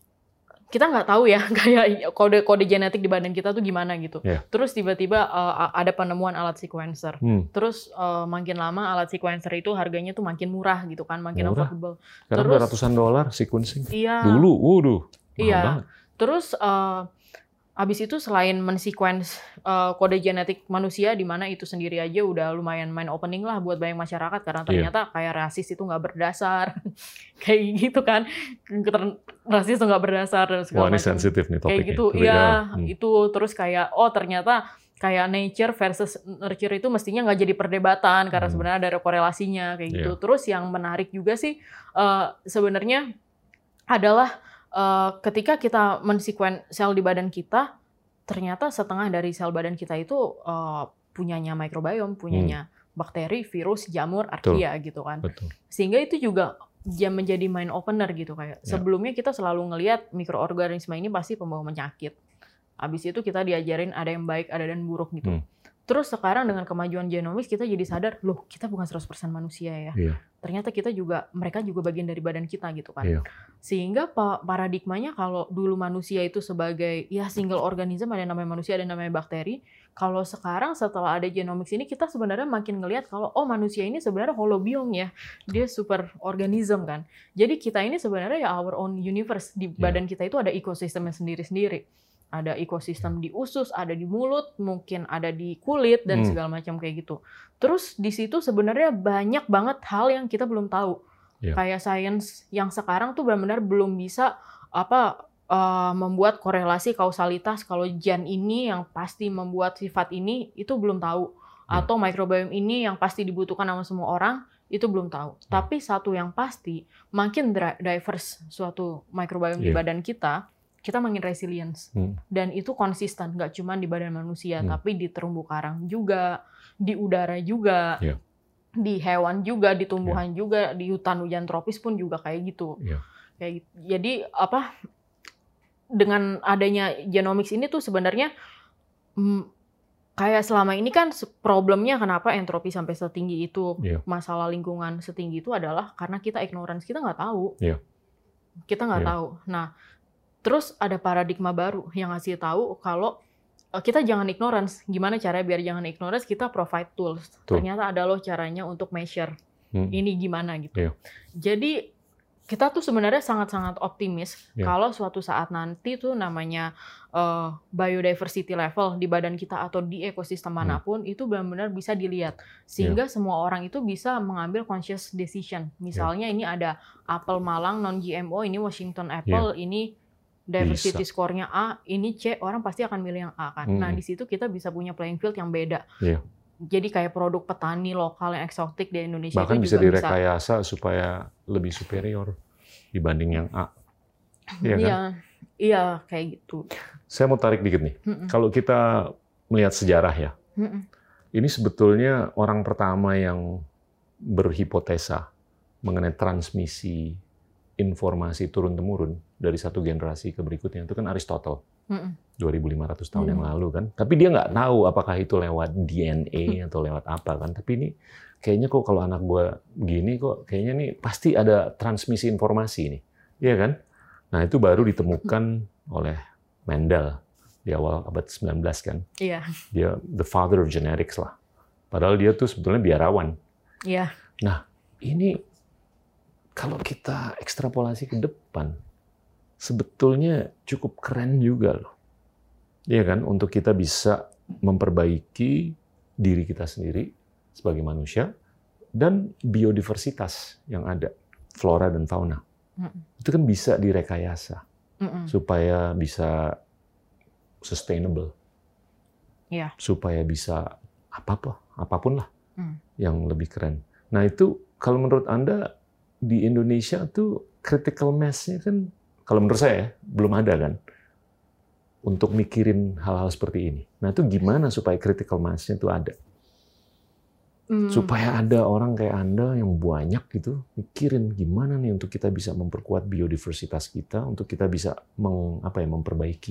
kita nggak tahu ya kayak kode-kode genetik di badan kita tuh gimana gitu. Yeah. Terus tiba-tiba uh, ada penemuan alat sequencer. Hmm. Terus uh, makin lama alat sequencer itu harganya tuh makin murah gitu kan, makin murah. Affordable. Sekarang Terus ratusan dolar sequencing. Iya. Dulu, waduh. Iya. Banget. Terus uh, abis itu selain men-sequence uh, kode genetik manusia, di mana itu sendiri aja udah lumayan mind opening lah buat banyak masyarakat, karena ternyata yeah. kayak rasis itu nggak berdasar, kayak gitu kan, rasis itu nggak berdasar dan segala macam. Wah, ini sensitif nih topiknya. Kayak gitu, iya hmm. itu terus kayak oh ternyata kayak nature versus nurture itu mestinya nggak jadi perdebatan karena hmm. sebenarnya ada korelasinya kayak gitu. Yeah. Terus yang menarik juga sih uh, sebenarnya adalah Uh, ketika kita mensekuen sel di badan kita, ternyata setengah dari sel badan kita itu uh, punyanya microbiome, punyanya hmm. bakteri, virus, jamur, archaea gitu kan. Betul. Sehingga itu juga yang menjadi mind opener gitu kayak. Ya. Sebelumnya kita selalu ngelihat mikroorganisme ini pasti pembawa penyakit. Habis itu kita diajarin ada yang baik, ada yang buruk gitu. Hmm. Terus sekarang dengan kemajuan genomics kita jadi sadar, loh kita bukan seratus persen manusia ya. Iya. Ternyata kita juga, mereka juga bagian dari badan kita gitu kan. Iya. Sehingga paradigmanya kalau dulu manusia itu sebagai ya single organism, ada yang namanya manusia, ada yang namanya bakteri. Kalau sekarang setelah ada genomics ini kita sebenarnya makin ngelihat kalau oh manusia ini sebenarnya holobiom ya. Dia super organism kan. Jadi kita ini sebenarnya ya our own universe. Di badan kita itu ada ekosistemnya sendiri-sendiri. Ada ekosistem di usus, ada di mulut, mungkin ada di kulit dan hmm. segala macam kayak gitu. Terus di situ sebenarnya banyak banget hal yang kita belum tahu. Yeah. Kayak sains yang sekarang tuh benar-benar belum bisa apa uh, membuat korelasi kausalitas kalau gen ini yang pasti membuat sifat ini itu belum tahu. Yeah. Atau microbiome ini yang pasti dibutuhkan sama semua orang itu belum tahu. Yeah. Tapi satu yang pasti, makin diverse suatu microbiome yeah. di badan kita, kita makin resilience. Hmm. Dan itu konsisten, nggak cuma di badan manusia, hmm. tapi di terumbu karang juga, di udara juga, yeah. di hewan juga, di tumbuhan yeah. juga, di hutan hujan tropis pun juga kayak gitu. Yeah. kayak gitu. Jadi apa dengan adanya genomics ini tuh sebenarnya hmm, kayak selama ini kan problemnya kenapa entropi sampai setinggi itu, yeah. masalah lingkungan setinggi itu adalah karena kita ignorance, kita nggak tahu, yeah. kita nggak yeah. tahu. Nah, terus ada paradigma baru yang ngasih tahu kalau uh, kita jangan ignorance. Gimana caranya biar jangan ignorance? Kita provide tools. Tuh. Ternyata ada loh caranya untuk measure hmm. ini gimana gitu. Yeah. Jadi kita tuh sebenarnya sangat-sangat optimis yeah. kalau suatu saat nanti tuh namanya uh, biodiversity level di badan kita atau di ekosistem manapun hmm. itu benar-benar bisa dilihat sehingga yeah. semua orang itu bisa mengambil conscious decision. Misalnya yeah. ini ada apel Malang non G M O, ini Washington apple, yeah. ini diversity bisa. Score-nya A, ini C, orang pasti akan milih yang A kan. Hmm. Nah di situ kita bisa punya playing field yang beda. Yeah. Jadi kayak produk petani lokal yang eksotik di Indonesia bahkan itu bisa juga direkayasa bisa. supaya lebih superior dibanding yang A. Iya kan? Iya, iya kayak gitu. Saya mau tarik dikit nih. Mm-mm. Kalau kita melihat sejarah ya, Mm-mm. ini sebetulnya orang pertama yang berhipotesa mengenai transmisi informasi turun-temurun dari satu generasi ke berikutnya itu kan Aristotle. Mm-mm. dua ribu lima ratus tahun mm. yang lalu kan. Tapi dia nggak tahu apakah itu lewat D N A mm. atau lewat apa kan. Tapi ini kayaknya kok kalau anak gue gini kok kayaknya nih pasti ada transmisi informasi nih. Iya kan? Nah, itu baru ditemukan oleh Mendel di awal abad sembilan belas kan. Iya. Dia the father of genetics lah. Padahal dia tuh sebetulnya biarawan. Iya. Nah, ini kalau kita ekstrapolasi ke depan sebetulnya cukup keren juga loh. Iya kan? Untuk kita bisa memperbaiki diri kita sendiri sebagai manusia dan biodiversitas yang ada, flora dan fauna. Mm. Itu kan bisa direkayasa Mm-mm. supaya bisa sustainable. Yeah. Supaya bisa apa-apa, apapun lah mm. yang lebih keren. Nah, itu kalau menurut Anda di Indonesia tuh critical mass-nya kan kalau menurut saya belum ada kan untuk mikirin hal-hal seperti ini. Nah, itu gimana supaya critical mass-nya itu ada? Hmm. Supaya ada orang kayak Anda yang banyak gitu, mikirin gimana nih untuk kita bisa memperkuat biodiversitas kita, untuk kita bisa meng, apa ya, memperbaiki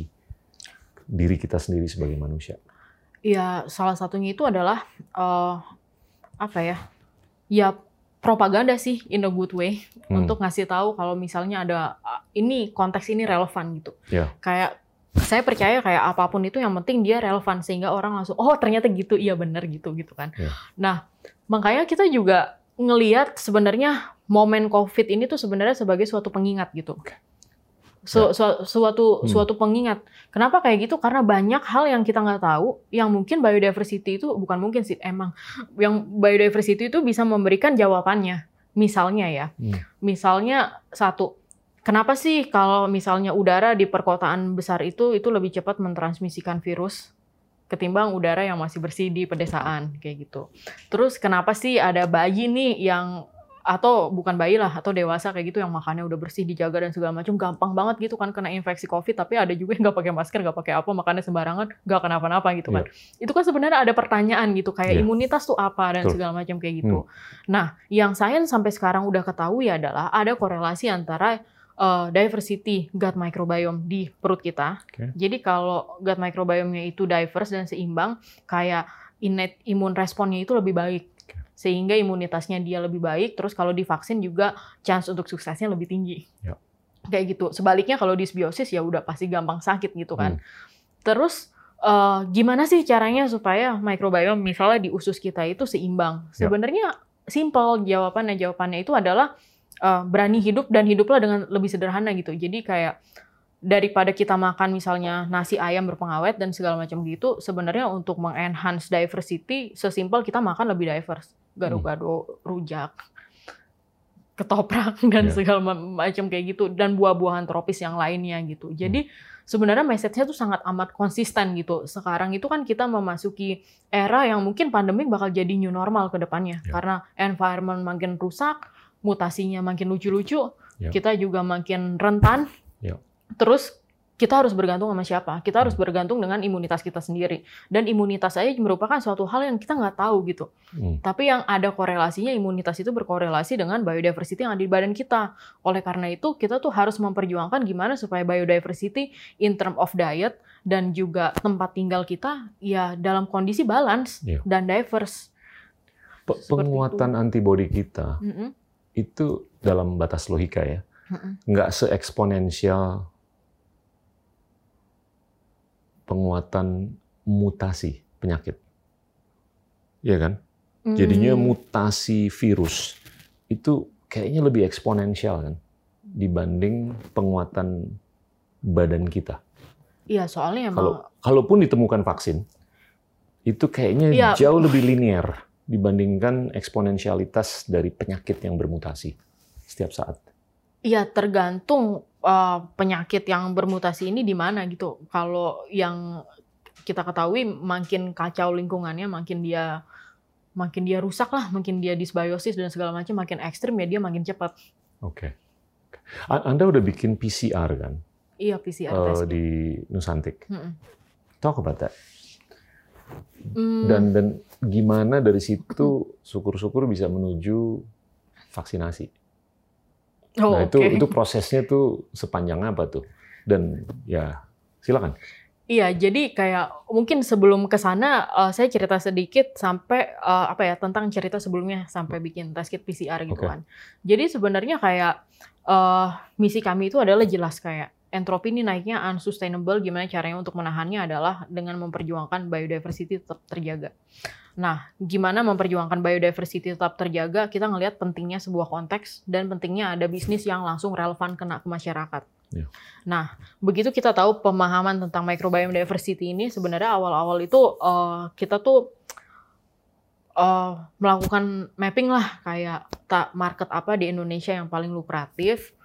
diri kita sendiri sebagai manusia. Ya, salah satunya itu adalah uh, apa ya? Ya propaganda sih in a good way hmm. untuk ngasih tahu kalau misalnya ada ini konteks ini relevan gitu. Yeah. Kayak saya percaya kayak apapun itu yang penting dia relevan sehingga orang langsung oh ternyata gitu, iya benar gitu gitu kan. Yeah. Nah, makanya kita juga ngelihat sebenarnya momen COVID ini tuh sebenarnya sebagai suatu pengingat gitu. Su su suatu hmm. suatu pengingat. Kenapa kayak gitu? Karena banyak hal yang kita nggak tahu yang mungkin biodiversity itu bukan mungkin sih emang yang biodiversity itu bisa memberikan jawabannya. Misalnya ya. Hmm. Misalnya satu kenapa sih kalau misalnya udara di perkotaan besar itu itu lebih cepat mentransmisikan virus ketimbang udara yang masih bersih di pedesaan kayak gitu. Terus kenapa sih ada bayi nih yang atau bukan bayi lah atau dewasa kayak gitu yang makannya udah bersih dijaga dan segala macam gampang banget gitu kan kena infeksi COVID tapi ada juga yang nggak pakai masker nggak pakai apa makannya sembarangan nggak kenapa-napa gitu kan. Yeah. Itu kan sebenarnya ada pertanyaan gitu kayak yeah. imunitas tuh apa dan Betul. segala macam kayak gitu. Hmm. Nah yang sains sampai sekarang udah ketahui adalah ada korelasi antara Uh, diversity gut microbiome di perut kita. Okay. Jadi kalau gut microbiome-nya itu diverse dan seimbang, kayak innate imun responnya itu lebih baik. Okay. Sehingga imunitasnya dia lebih baik, terus kalau divaksin juga chance untuk suksesnya lebih tinggi. Yep. Kayak gitu. Sebaliknya kalau dysbiosis ya udah pasti gampang sakit gitu kan. Hmm. Terus uh, gimana sih caranya supaya microbiome misalnya di usus kita itu seimbang? Sebenarnya yep. simple jawabannya. Jawabannya itu adalah Uh, berani hidup dan hiduplah dengan lebih sederhana gitu. Jadi kayak daripada kita makan misalnya nasi ayam berpengawet dan segala macam gitu, sebenarnya untuk mengenhance diversity, sesimpel kita makan lebih diverse. Gado-gado, rujak, ketoprak, dan yeah. segala macam kayak gitu. Dan buah-buahan tropis yang lainnya gitu. Jadi hmm. sebenarnya message-nya tuh sangat amat konsisten gitu. Sekarang itu kan kita memasuki era yang mungkin pandemik bakal jadi new normal ke depannya. Yeah. Karena environment makin rusak, mutasinya makin lucu-lucu, yep. kita juga makin rentan. Yep. Terus kita harus bergantung sama siapa? Kita harus bergantung dengan imunitas kita sendiri. Dan imunitas aja merupakan suatu hal yang kita nggak tahu gitu. Hmm. Tapi yang ada korelasinya, imunitas itu berkorelasi dengan biodiversity yang ada di badan kita. Oleh karena itu, kita tuh harus memperjuangkan gimana supaya biodiversity in term of diet dan juga tempat tinggal kita ya dalam kondisi balance yeah. dan diverse. P- penguatan antibodi kita mm-hmm. itu dalam batas logika ya, mm-hmm. nggak se-eksponensial penguatan mutasi penyakit, ya kan? Mm. Jadinya mutasi virus itu kayaknya lebih eksponensial kan dibanding penguatan badan kita. Iya, soalnya emang. Kalau kalaupun ditemukan vaksin, itu kayaknya ya. jauh lebih linear dibandingkan eksponensialitas dari penyakit yang bermutasi setiap saat. Iya, tergantung uh, penyakit yang bermutasi ini di mana gitu. Kalau yang kita ketahui makin kacau lingkungannya, makin dia makin dia rusak lah, makin dia disbiosis dan segala macam, makin ekstrim ya dia makin cepat. Oke. Okay. Anda udah bikin P C R kan? Iya, P C R uh, test di Nusantik. Mm-mm. Talk about that. Mm. Dan dan gimana dari situ syukur-syukur bisa menuju vaksinasi. Oh, nah itu okay. itu prosesnya tuh sepanjang apa tuh? Dan ya silakan. Iya, jadi kayak mungkin sebelum ke sana uh, saya cerita sedikit sampai uh, apa ya tentang cerita sebelumnya sampai bikin test kit P C R gitu okay. kan. Jadi sebenarnya kayak uh, misi kami itu adalah jelas kayak entropi ini naiknya unsustainable, gimana caranya untuk menahannya adalah dengan memperjuangkan biodiversity tetap terjaga. Nah, gimana memperjuangkan biodiversity tetap terjaga, kita ngelihat pentingnya sebuah konteks dan pentingnya ada bisnis yang langsung relevan kena ke masyarakat. Yeah. Nah, begitu kita tahu pemahaman tentang microbiome diversity ini, sebenarnya awal-awal itu uh, kita tuh uh, melakukan mapping lah, kayak tak market apa di Indonesia yang paling lukratif,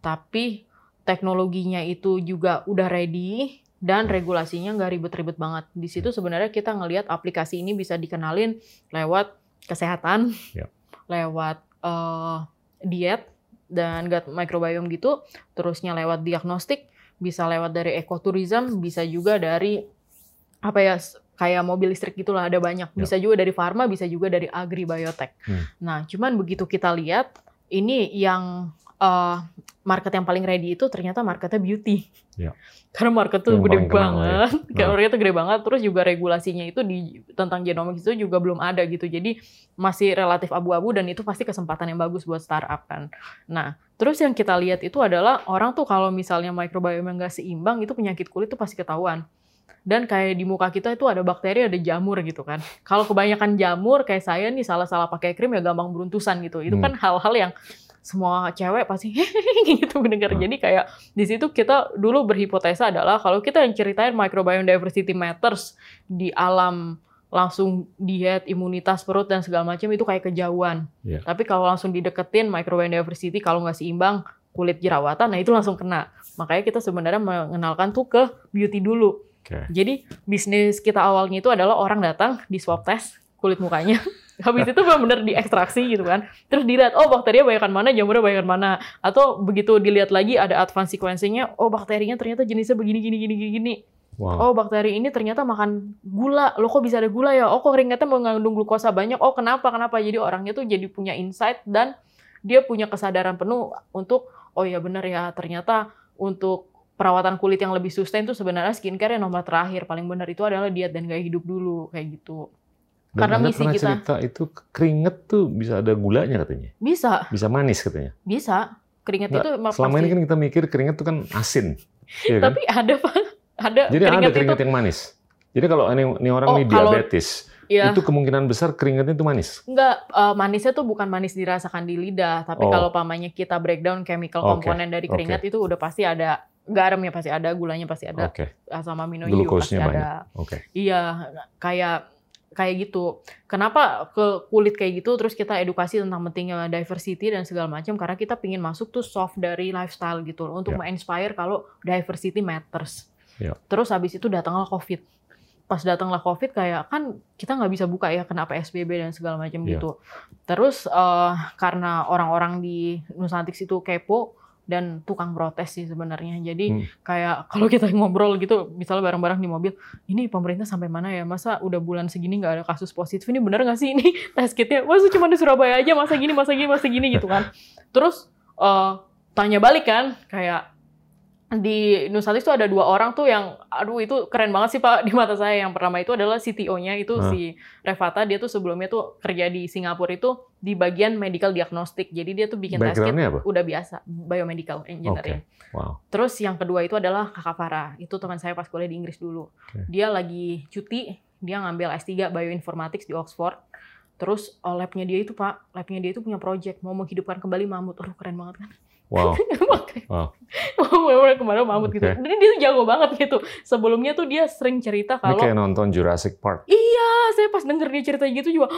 tapi teknologinya itu juga udah ready, dan regulasinya nggak ribet-ribet banget. Di situ sebenarnya kita ngelihat aplikasi ini bisa dikenalin lewat kesehatan, yeah. lewat uh, diet, dan gut microbiome gitu, terusnya lewat diagnostik, bisa lewat dari ekoturism, bisa juga dari apa ya kayak mobil listrik gitulah, ada banyak. Bisa yeah. juga dari farma, bisa juga dari agri-biotech. Hmm. Nah, cuman begitu kita lihat, ini yang uh, market yang paling ready itu ternyata marketnya beauty. Ya. Karena market tuh gede banget, ya. Karena market tuh gede banget, terus juga regulasinya itu di tentang genomics itu juga belum ada gitu. Jadi masih relatif abu-abu dan itu pasti kesempatan yang bagus buat startup kan. Nah, terus yang kita lihat itu adalah orang tuh kalau misalnya microbiome nggak seimbang itu penyakit kulit tuh pasti ketahuan. Dan kayak di muka kita itu ada bakteri, ada jamur gitu kan. Kalau kebanyakan jamur kayak saya nih salah-salah pakai krim ya gampang beruntusan gitu. Itu hmm. kan hal-hal yang semua cewek pasti gitu mendengar. Hmm. Jadi kayak di situ kita dulu berhipotesa adalah kalau kita yang ceritain microbiome diversity matters di alam langsung diet, imunitas perut dan segala macam itu kayak kejauhan. Yeah. Tapi kalau langsung dideketin microbiome diversity kalau nggak seimbang kulit jerawatan, nah itu langsung kena. Makanya kita sebenarnya mengenalkan tuh ke beauty dulu. Okay. Jadi bisnis kita awalnya itu adalah orang datang di swab test kulit mukanya. Habis itu benar-benar diekstraksi gitu kan. Terus dilihat, oh bakterinya banyakan mana, jamurnya banyakan mana. Atau begitu dilihat lagi ada advance sequencing-nya, oh bakterinya ternyata jenisnya begini, gini, gini, gini. Wow. Oh bakteri ini ternyata makan gula. Loh kok bisa ada gula ya? Oh kok keringatnya mengandung glukosa banyak. Oh kenapa, kenapa? Jadi orangnya tuh jadi punya insight dan dia punya kesadaran penuh untuk, oh ya benar ya ternyata untuk perawatan kulit yang lebih sustain tuh sebenarnya skincare yang nomor terakhir. Paling benar itu adalah diet dan gaya hidup dulu, kayak gitu. Dan karena Anda misi pernah kita cerita itu keringet tuh bisa ada gulanya katanya. Bisa. Bisa manis katanya. Bisa. Keringet Nggak, itu selama pasti. ini kan kita mikir keringet itu kan asin. Ya kan? Tapi ada Pak. Ada Jadi keringet ada keringet itu... yang manis. Jadi kalau ini, ini orang oh, nih kalau, diabetes, ya. itu kemungkinan besar keringetnya itu manis. Enggak, uh, manisnya tuh bukan manis dirasakan di lidah, tapi oh. kalau pamannya kita breakdown chemical okay. komponen dari keringat okay. itu udah pasti ada garamnya pasti ada, gulanya pasti ada, okay. asam amino juga pasti ada. Okay. Iya, kayak kayak gitu. Kenapa ke kulit kayak gitu? Terus kita edukasi tentang pentingnya diversity dan segala macam karena kita pingin masuk tuh soft dari lifestyle gitu untuk yeah. menginspire kalau diversity matters. Yeah. Terus habis itu datanglah COVID. Pas datanglah COVID kayak kan kita nggak bisa buka ya kena P S B B dan segala macam yeah. gitu. Terus uh, karena orang-orang di Nusantik itu kepo, dan tukang protes sih sebenarnya. Jadi Hmm. kayak kalau kita ngobrol gitu, misalnya bareng-bareng di mobil, ini pemerintah sampai mana ya? Masa udah bulan segini nggak ada kasus positif? Ini bener nggak sih ini tes kitnya? Masa cuma di Surabaya aja? Masa gini, masa gini, masa gini gitu kan? Terus uh, tanya balik kan, kayak di Nusantis tuh ada dua orang tuh yang, aduh itu keren banget sih Pak di mata saya. Yang pertama itu adalah C T O-nya itu Hah? si Revata, dia tuh sebelumnya tuh kerja di Singapura itu di bagian medical diagnostic. Jadi dia tuh bikin test kit Background-nya apa? udah biasa, biomedical engineering. Oke, wow. Terus yang kedua itu adalah Kakak Farah, itu teman saya pas kuliah di Inggris dulu. Oke. Dia lagi cuti, dia ngambil S tiga Bioinformatics di Oxford. Terus oh, lab-nya dia itu Pak, lab-nya dia itu punya project mau menghidupkan kembali mamut. Aduh keren banget kan. Wow. Makanya, Wow. mau kemana mamut gitu. Oke. Jadi dia tuh jago banget gitu. Sebelumnya tuh dia sering cerita Ini kalau kayak nonton Jurassic Park. iya, saya pas denger dia cerita gitu juga.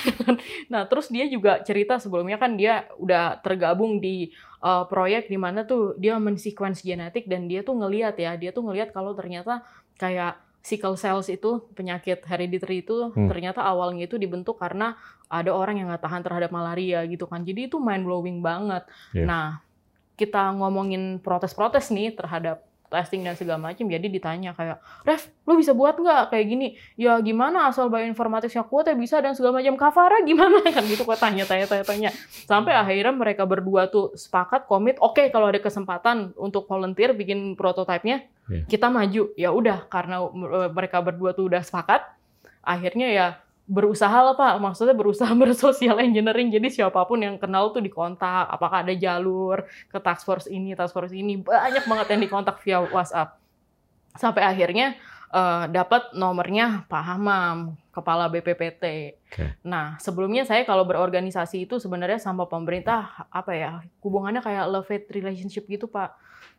Nah, terus dia juga cerita sebelumnya kan dia udah tergabung di uh, proyek di mana tuh dia men-sequence genetik dan dia tuh ngelihat ya, dia tuh ngelihat kalau ternyata kayak sickle cells itu, penyakit hereditary itu Hmm. ternyata awalnya itu dibentuk karena ada orang yang nggak tahan terhadap malaria gitu kan. Jadi itu mind blowing banget. Iya. Nah, kita ngomongin protes-protes nih terhadap testing dan segala macam, jadi ditanya kayak, Rev, lu bisa buat nggak kayak gini? Ya gimana asal bioinformaticsnya kuat ya bisa dan segala macam. Kak Farah gimana kan gitu kok tanya tanya tanya tanya sampai akhirnya mereka berdua tuh sepakat komit, oke okay, kalau ada kesempatan untuk volunteer bikin prototipenya Yeah. kita maju. Ya udah karena mereka berdua tuh udah sepakat, akhirnya ya berusaha lah Pak, maksudnya berusaha bersosial engineering, jadi siapapun yang kenal tuh dikontak, apakah ada jalur ke task force ini, task force ini, banyak banget yang dikontak via WhatsApp. Sampai akhirnya uh, dapat nomornya Pak Hamam, Kepala B P P T. Okay. Nah, sebelumnya saya kalau berorganisasi itu sebenarnya sama pemerintah, apa ya, hubungannya kayak love-hate relationship gitu Pak.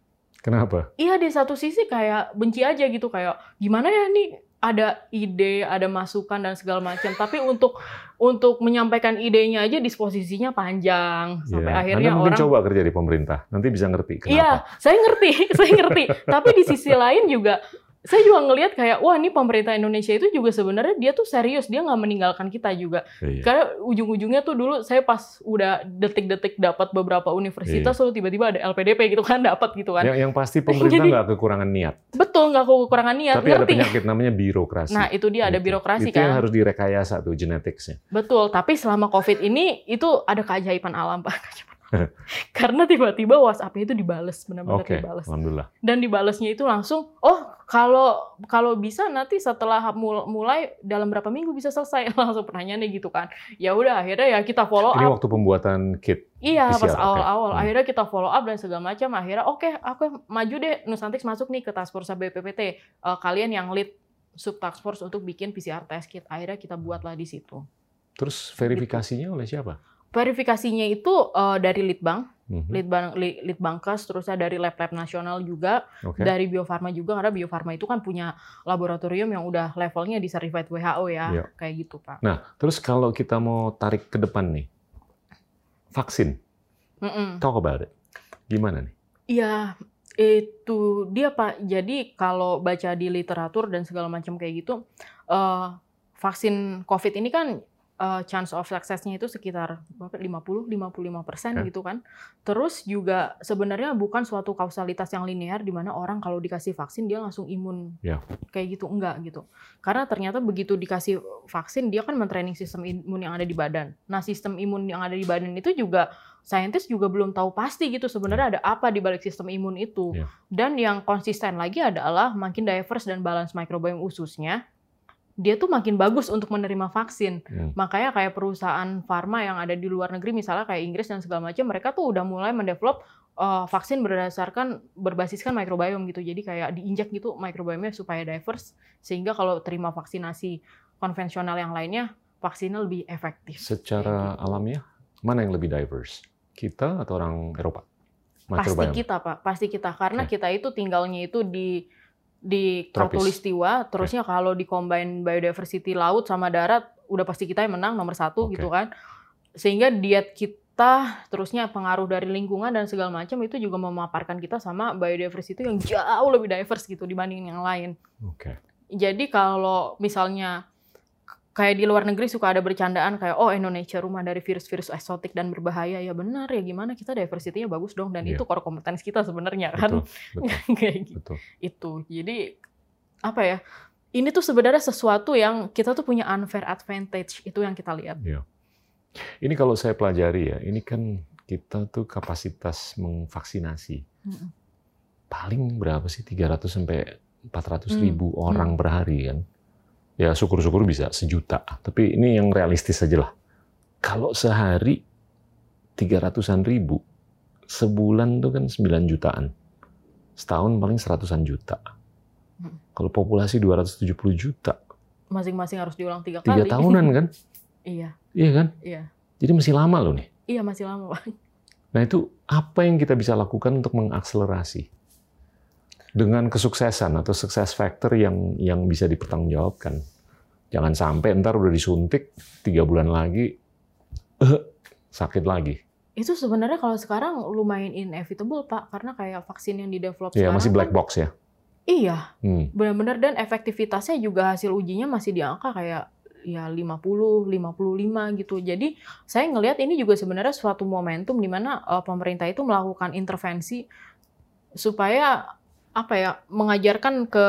Kenapa? Iya, di satu sisi kayak benci aja gitu, kayak gimana ya nih, ada ide, ada masukan dan segala macam. Tapi untuk untuk menyampaikan idenya aja disposisinya panjang sampai Yeah. akhirnya Anda mungkin orang. coba kerja di pemerintah, nanti bisa ngerti kenapa. Iya, saya ngerti, saya ngerti. Tapi di sisi lain juga saya juga ngelihat kayak wah ini pemerintah Indonesia itu juga sebenarnya dia tuh serius, dia nggak meninggalkan kita juga. Iya. Karena ujung-ujungnya tuh dulu saya pas udah detik-detik dapat beberapa universitas, Iya. lalu tiba-tiba ada L P D P gitu kan, dapat gitu kan. Yang, yang pasti pemerintah Jadi- nggak kekurangan niat, Betul, nggak kekurangan niat, tapi ada ngerti. penyakit namanya birokrasi. Nah itu dia ada Gitu. birokrasi Itu yang kan. harus direkayasa tuh geneticsnya. Betul, tapi selama COVID ini itu ada keajaiban alam Pak. Karena tiba-tiba WhatsApp-nya itu dibales, benar-benar Oke, dibales. alhamdulillah. Dan dibalesnya itu langsung, oh kalau kalau bisa nanti setelah mul- mulai dalam berapa minggu bisa selesai. Langsung pertanyaannya gitu kan. Ya udah akhirnya ya kita follow Ini up. waktu pembuatan kit. Iya, P C R, pas oke. awal-awal. Hmm. Akhirnya kita follow up dan segala macam. Akhirnya oke, aku maju deh Nusantics masuk nih ke task force B P P T. Eh, kalian yang lead sub task force untuk bikin P C R test kit. Akhirnya kita buatlah di situ. Terus verifikasinya oleh siapa? Verifikasinya itu eh, dari Litbang, Mhm. Litbang, Li- Litbangkes, terusnya dari lab-lab nasional juga, Oke. dari Bio Farma juga, karena Bio Farma itu kan punya laboratorium yang udah levelnya di certified W H O ya, Iya. kayak gitu Pak. Nah, terus kalau kita mau tarik ke depan nih, vaksin, Mm-mm. talk about it. Gimana nih? Iya, itu dia Pak. Jadi kalau baca di literatur dan segala macam kayak gitu, eh, vaksin COVID ini kan eh, chance of success-nya itu sekitar berapa? lima puluh sampai lima puluh lima persen Oke. gitu kan. Terus juga sebenarnya bukan suatu kausalitas yang linear di mana orang kalau dikasih vaksin dia langsung imun. Ya. Kayak gitu, enggak gitu. Karena ternyata begitu dikasih vaksin dia kan mentraining sistem imun yang ada di badan. Nah, sistem imun yang ada di badan itu juga saintis juga belum tahu pasti gitu sebenarnya ada apa di balik sistem imun itu. Ya. Dan yang konsisten lagi adalah makin diverse dan balance microbiome ususnya, dia tuh makin bagus untuk menerima vaksin. Hmm. Makanya kayak perusahaan farma yang ada di luar negeri, misalnya kayak Inggris dan segala macam, mereka tuh udah mulai mendevelop uh, vaksin berdasarkan berbasiskan microbiome gitu. Jadi kayak diinjak gitu microbiome-nya supaya diverse, sehingga kalau terima vaksinasi konvensional yang lainnya, vaksinnya lebih efektif. Secara Kayak gitu. alamiah, mana yang lebih diverse? Kita atau orang Eropa? Pasti Microbiome. kita Pak, pasti kita. Karena Oke. kita itu tinggalnya itu di di Tropis. Khatulistiwa, terusnya kalau di combine biodiversity laut sama darat, udah pasti kita yang menang nomor satu Oke. gitu kan. Sehingga diet kita, terusnya pengaruh dari lingkungan dan segala macam itu juga memaparkan kita sama biodiversity yang jauh lebih diverse gitu dibanding yang lain. Oke. Jadi kalau misalnya kayak di luar negeri suka ada bercandaan kayak oh Indonesia rumah dari virus-virus eksotik dan berbahaya. Ya benar ya, gimana kita diversity-nya bagus dong, dan Iya. itu core competence kita sebenarnya kan. Betul, betul, Kayak gitu. betul. Itu. Jadi apa ya? Ini tuh sebenarnya sesuatu yang kita tuh punya unfair advantage, itu yang kita lihat. Iya. Ini kalau saya pelajari ya, ini kan kita tuh kapasitas mengvaksinasi. Mm-mm. Paling berapa sih? tiga ratus sampai empat ratus Hmm. ribu orang per hari kan. Ya syukur-syukur bisa sejuta. Tapi ini yang realistis aja lah. Kalau sehari tiga ratusan ribu, sebulan tuh kan sembilan jutaan. Setahun paling seratusan juta. Hmm. Kalau populasi dua ratus tujuh puluh juta, Masing-masing harus diulang tiga tiga kali. tahunan kan? Iya, Iya kan? iya. Jadi masih lama loh nih. Iya masih lama, Pak. Nah itu apa yang kita bisa lakukan untuk mengakselerasi dengan kesuksesan atau success factor yang yang bisa dipertanggungjawabkan. Jangan sampai ntar udah disuntik tiga bulan lagi eh, sakit lagi. Itu sebenarnya kalau sekarang lumayan inevitable, Pak, karena kayak vaksin yang di-develop Ya sekarang masih black kan, box ya. iya, Hmm. benar-benar, dan efektivitasnya juga hasil ujinya masih di angka kayak ya lima puluh, lima puluh lima gitu. Jadi saya ngelihat ini juga sebenarnya suatu momentum di mana uh, pemerintah itu melakukan intervensi supaya apa ya, mengajarkan ke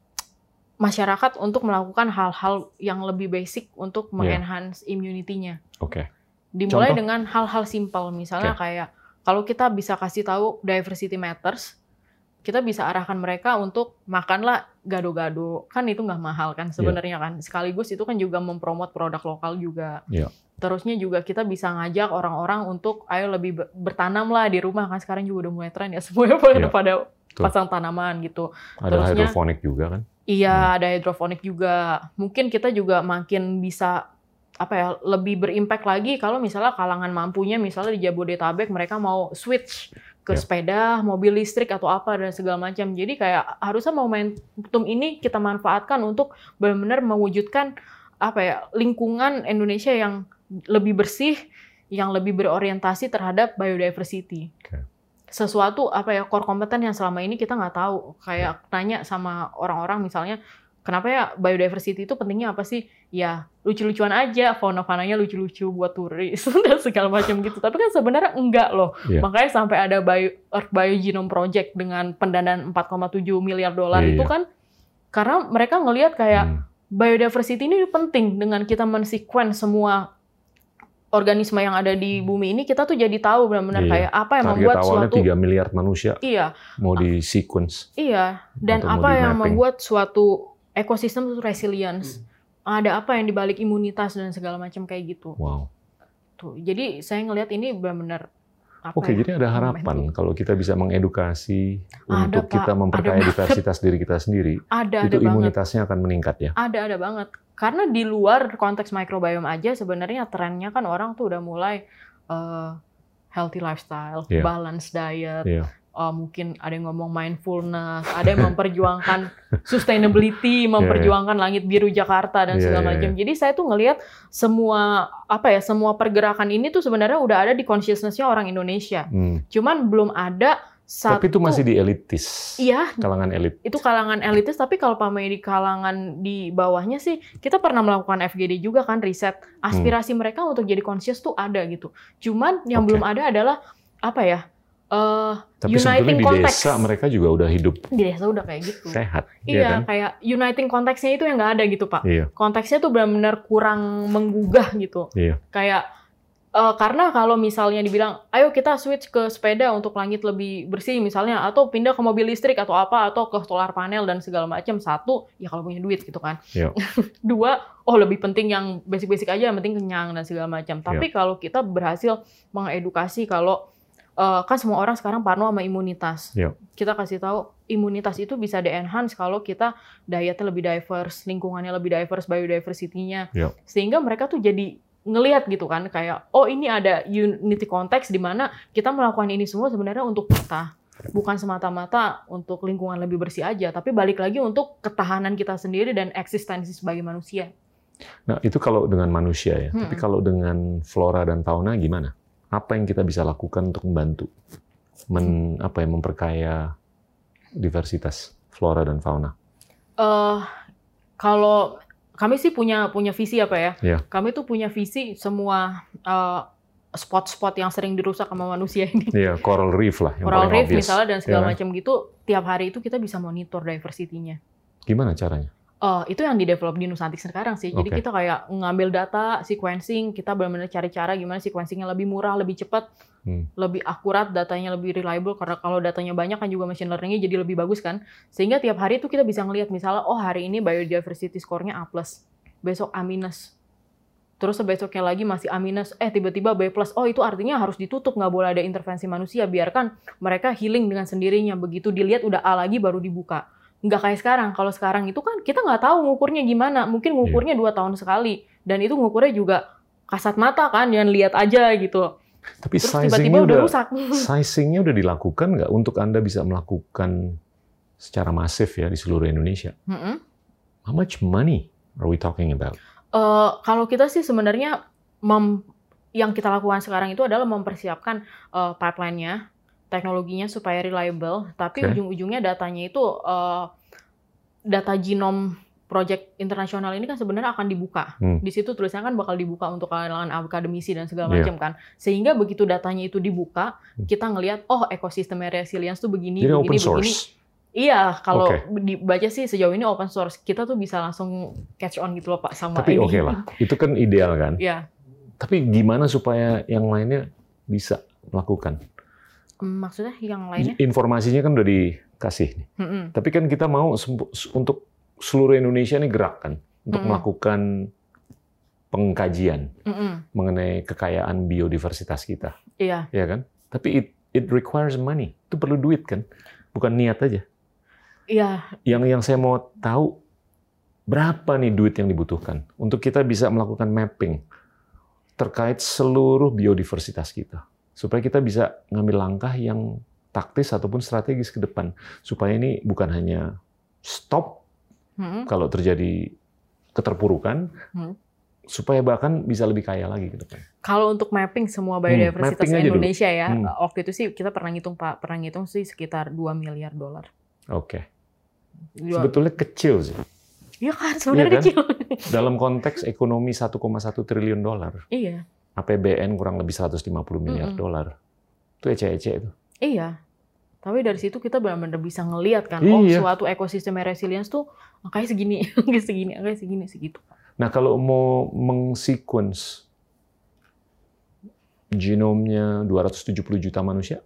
masyarakat untuk melakukan hal-hal yang lebih basic untuk Iya. mengenhance immunity-nya. Oke. Dimulai Contoh? dengan hal-hal simpel, misalnya Oke. kayak kalau kita bisa kasih tahu diversity matters, kita bisa arahkan mereka untuk makanlah gado-gado, kan itu nggak mahal kan sebenarnya kan. Sekaligus itu kan juga mempromot produk lokal juga. Iya. Terusnya juga kita bisa ngajak orang-orang untuk ayo lebih be- bertanam lah di rumah, kan sekarang juga udah mulai tren ya semuanya pada Iya. pada Betul. pasang tanaman gitu. Ada Terusnya- hidroponik juga kan? Iya, Hmm. ada hidroponik juga. Mungkin kita juga makin bisa apa ya, lebih berimpact lagi kalau misalnya kalangan mampunya misalnya di Jabodetabek mereka mau switch ke Ya. sepeda, mobil listrik atau apa dan segala macam. Jadi kayak harusnya momentum ini kita manfaatkan untuk benar-benar mewujudkan apa ya, lingkungan Indonesia yang lebih bersih, yang lebih berorientasi terhadap biodiversity. Oke. Sesuatu apa ya, core competence yang selama ini kita nggak tahu. Kayak nanya sama orang-orang misalnya, kenapa ya biodiversity itu pentingnya apa sih? Ya lucu-lucuan aja, fauna-faunanya lucu-lucu buat turis dan segala macam gitu. Tapi kan sebenarnya enggak loh. Iya. Makanya sampai ada Bio, Earth Biogenome Project dengan pendanaan empat koma tujuh miliar dolar Iya, itu iya. kan karena mereka ngelihat kayak Hmm. biodiversity ini penting. Dengan kita men-sequence semua organisme yang ada di bumi ini, kita tuh jadi tahu benar-benar Iya. kayak apa yang Target membuat awalnya suatu tiga miliar manusia iya mau di sequence. Iya, dan Atau mau apa di yang mapping. membuat suatu ekosistem itu resilience. Ada apa yang dibalik imunitas dan segala macam kayak gitu. Wow. Tuh, jadi saya ngelihat ini benar-benar apa Oke, ya, jadi ada harapan momentum. kalau kita bisa mengedukasi Ada, untuk Pak. kita memperkaya Ada banget. diversitas diri kita sendiri. Ada, itu ada banget. imunitasnya akan meningkat ya. Ada, ada banget. Karena di luar konteks microbiome aja sebenarnya trennya kan orang tuh udah mulai uh, healthy lifestyle, Iya. balanced diet, Iya. uh, mungkin ada yang ngomong mindfulness, ada yang memperjuangkan sustainability, memperjuangkan langit biru Jakarta dan Iya, segala iya, macam. Jadi saya tuh ngelihat semua apa ya, semua pergerakan ini tuh sebenarnya udah ada di consciousness-nya orang Indonesia. Hmm. Cuman belum ada satu. Tapi itu masih di elitis. Iya, Kalangan elit. itu kalangan elitis, tapi kalau pamai di kalangan di bawahnya sih, kita pernah melakukan F G D juga kan, riset. Aspirasi mereka untuk jadi conscious tuh ada gitu. Cuman yang Oke. belum ada adalah, apa ya, eh, Tapi sebetulnya uniting di context. desa mereka juga udah hidup Di desa udah kayak gitu. sehat. Iya, ya kan? kayak uniting konteksnya itu yang nggak ada gitu, Pak. Iya. Konteksnya tuh benar-benar kurang menggugah gitu. Iya. Kayak, eh, karena kalau misalnya dibilang, ayo kita switch ke sepeda untuk langit lebih bersih misalnya, atau pindah ke mobil listrik atau apa, atau ke solar panel dan segala macam. Satu, ya kalau punya duit gitu kan. Iya. Dua, oh lebih penting yang basic-basic aja, yang penting kenyang dan segala macam. Tapi kalau kita berhasil mengedukasi kalau eh, kan semua orang sekarang parno sama imunitas. Iya. Kita kasih tahu imunitas itu bisa di-enhance kalau kita dietnya lebih diverse, lingkungannya lebih diverse, biodiversity-nya. Iya. Sehingga mereka tuh jadi ngelihat gitu kan, kayak oh ini ada unity konteks di mana kita melakukan ini semua sebenarnya untuk kita. Bukan semata-mata untuk lingkungan lebih bersih aja, tapi balik lagi untuk ketahanan kita sendiri dan eksistensi sebagai manusia. Nah, itu kalau dengan manusia ya. Hmm. Tapi kalau dengan flora dan fauna gimana? Apa yang kita bisa lakukan untuk membantu men, apa ya, memperkaya diversitas flora dan fauna? Eh kalau kami sih punya punya visi apa ya? Yeah. Kami tuh punya visi semua uh, spot-spot yang sering dirusak sama manusia ini. Iya, yeah, coral reef lah yang coral paling reef obvious. misalnya dan segala Yeah. macam gitu, tiap hari itu kita bisa monitor diversity-nya. Gimana caranya? Uh, itu yang di-develop di Nusantik sekarang sih. Jadi Okay. kita kayak ngambil data, sequencing, kita benar-benar cari cara gimana sequencing-nya lebih murah, lebih cepat, Hmm. lebih akurat, datanya lebih reliable, karena kalau datanya banyak kan juga machine learning-nya jadi lebih bagus kan. Sehingga tiap hari itu kita bisa ngelihat misalnya, oh hari ini biodiversity score-nya A plus, besok A minus. Terus besoknya lagi masih A minus, eh tiba-tiba B plus. Oh itu artinya harus ditutup, nggak boleh ada intervensi manusia. Biarkan mereka healing dengan sendirinya. Begitu dilihat udah A lagi baru dibuka. Nggak kayak sekarang. Kalau sekarang itu kan kita nggak tahu ngukurnya gimana. Mungkin ngukurnya dua tahun sekali. Dan itu ngukurnya juga kasat mata kan, yang lihat aja gitu. Tapi Terus sizingnya tiba-tiba udah udah, rusak. sizingnya udah dilakukan nggak untuk Anda bisa melakukan secara masif ya di seluruh Indonesia? Mm-mm. How much money are we talking about? Uh, kalau kita sih sebenarnya mem- yang kita lakukan sekarang itu adalah mempersiapkan uh, pipeline-nya, teknologinya supaya reliable, tapi Okay. ujung-ujungnya datanya itu uh, data genom project internasional ini kan sebenarnya akan dibuka. Hmm. Di situ tulisannya kan bakal dibuka untuk kalangan akademisi dan segala Iya. macam kan. Sehingga begitu datanya itu dibuka, Hmm. kita ngelihat oh ekosistemnya resilience tuh begini, Jadi begini, open begini. source. Iya, kalau Oke. dibaca sih sejauh ini open source. Kita tuh bisa langsung catch on gitu loh Pak sama Tapi ini. oke lah, itu kan ideal kan. Iya. Tapi gimana supaya yang lainnya bisa melakukan? Hmm, Maksudnya yang lainnya? Informasinya kan udah dikasih nih. Mm-mm. Tapi kan kita mau sempu- untuk seluruh Indonesia nih gerak kan untuk Mm-mm. melakukan pengkajian Mm-mm. mengenai kekayaan biodiversitas kita, Iya. ya kan? Tapi it it requires money. Itu perlu duit kan, bukan niat aja. Iya. Yang yang saya mau tahu berapa nih duit yang dibutuhkan untuk kita bisa melakukan mapping terkait seluruh biodiversitas kita, supaya kita bisa ngambil langkah yang taktis ataupun strategis ke depan, supaya ini bukan hanya stop Mm-mm. kalau terjadi keterpurukan, Hmm. supaya bahkan bisa lebih kaya lagi ke depan. Kalau untuk mapping semua biodiversitas mapping aja dulu. Indonesia ya, Hmm. waktu itu sih kita pernah ngitung Pak, pernah ngitung sih sekitar dua miliar dolar. Oke, Dua- sebetulnya kecil sih. Iya kan, sebenarnya Iya kan? kecil. Dalam konteks ekonomi satu koma satu triliun dolar, Iya. A P B N kurang lebih seratus lima puluh miliar Mm-mm. dolar. Itu ece-ece itu. Iya. Tapi dari situ kita benar-benar bisa ngelihat kan, oh Iya. suatu ekosistem resilience tuh angkanya segini, angkanya segini, angkanya segini, segitu. Nah, kalau mau mengsequence genomnya dua ratus tujuh puluh juta manusia,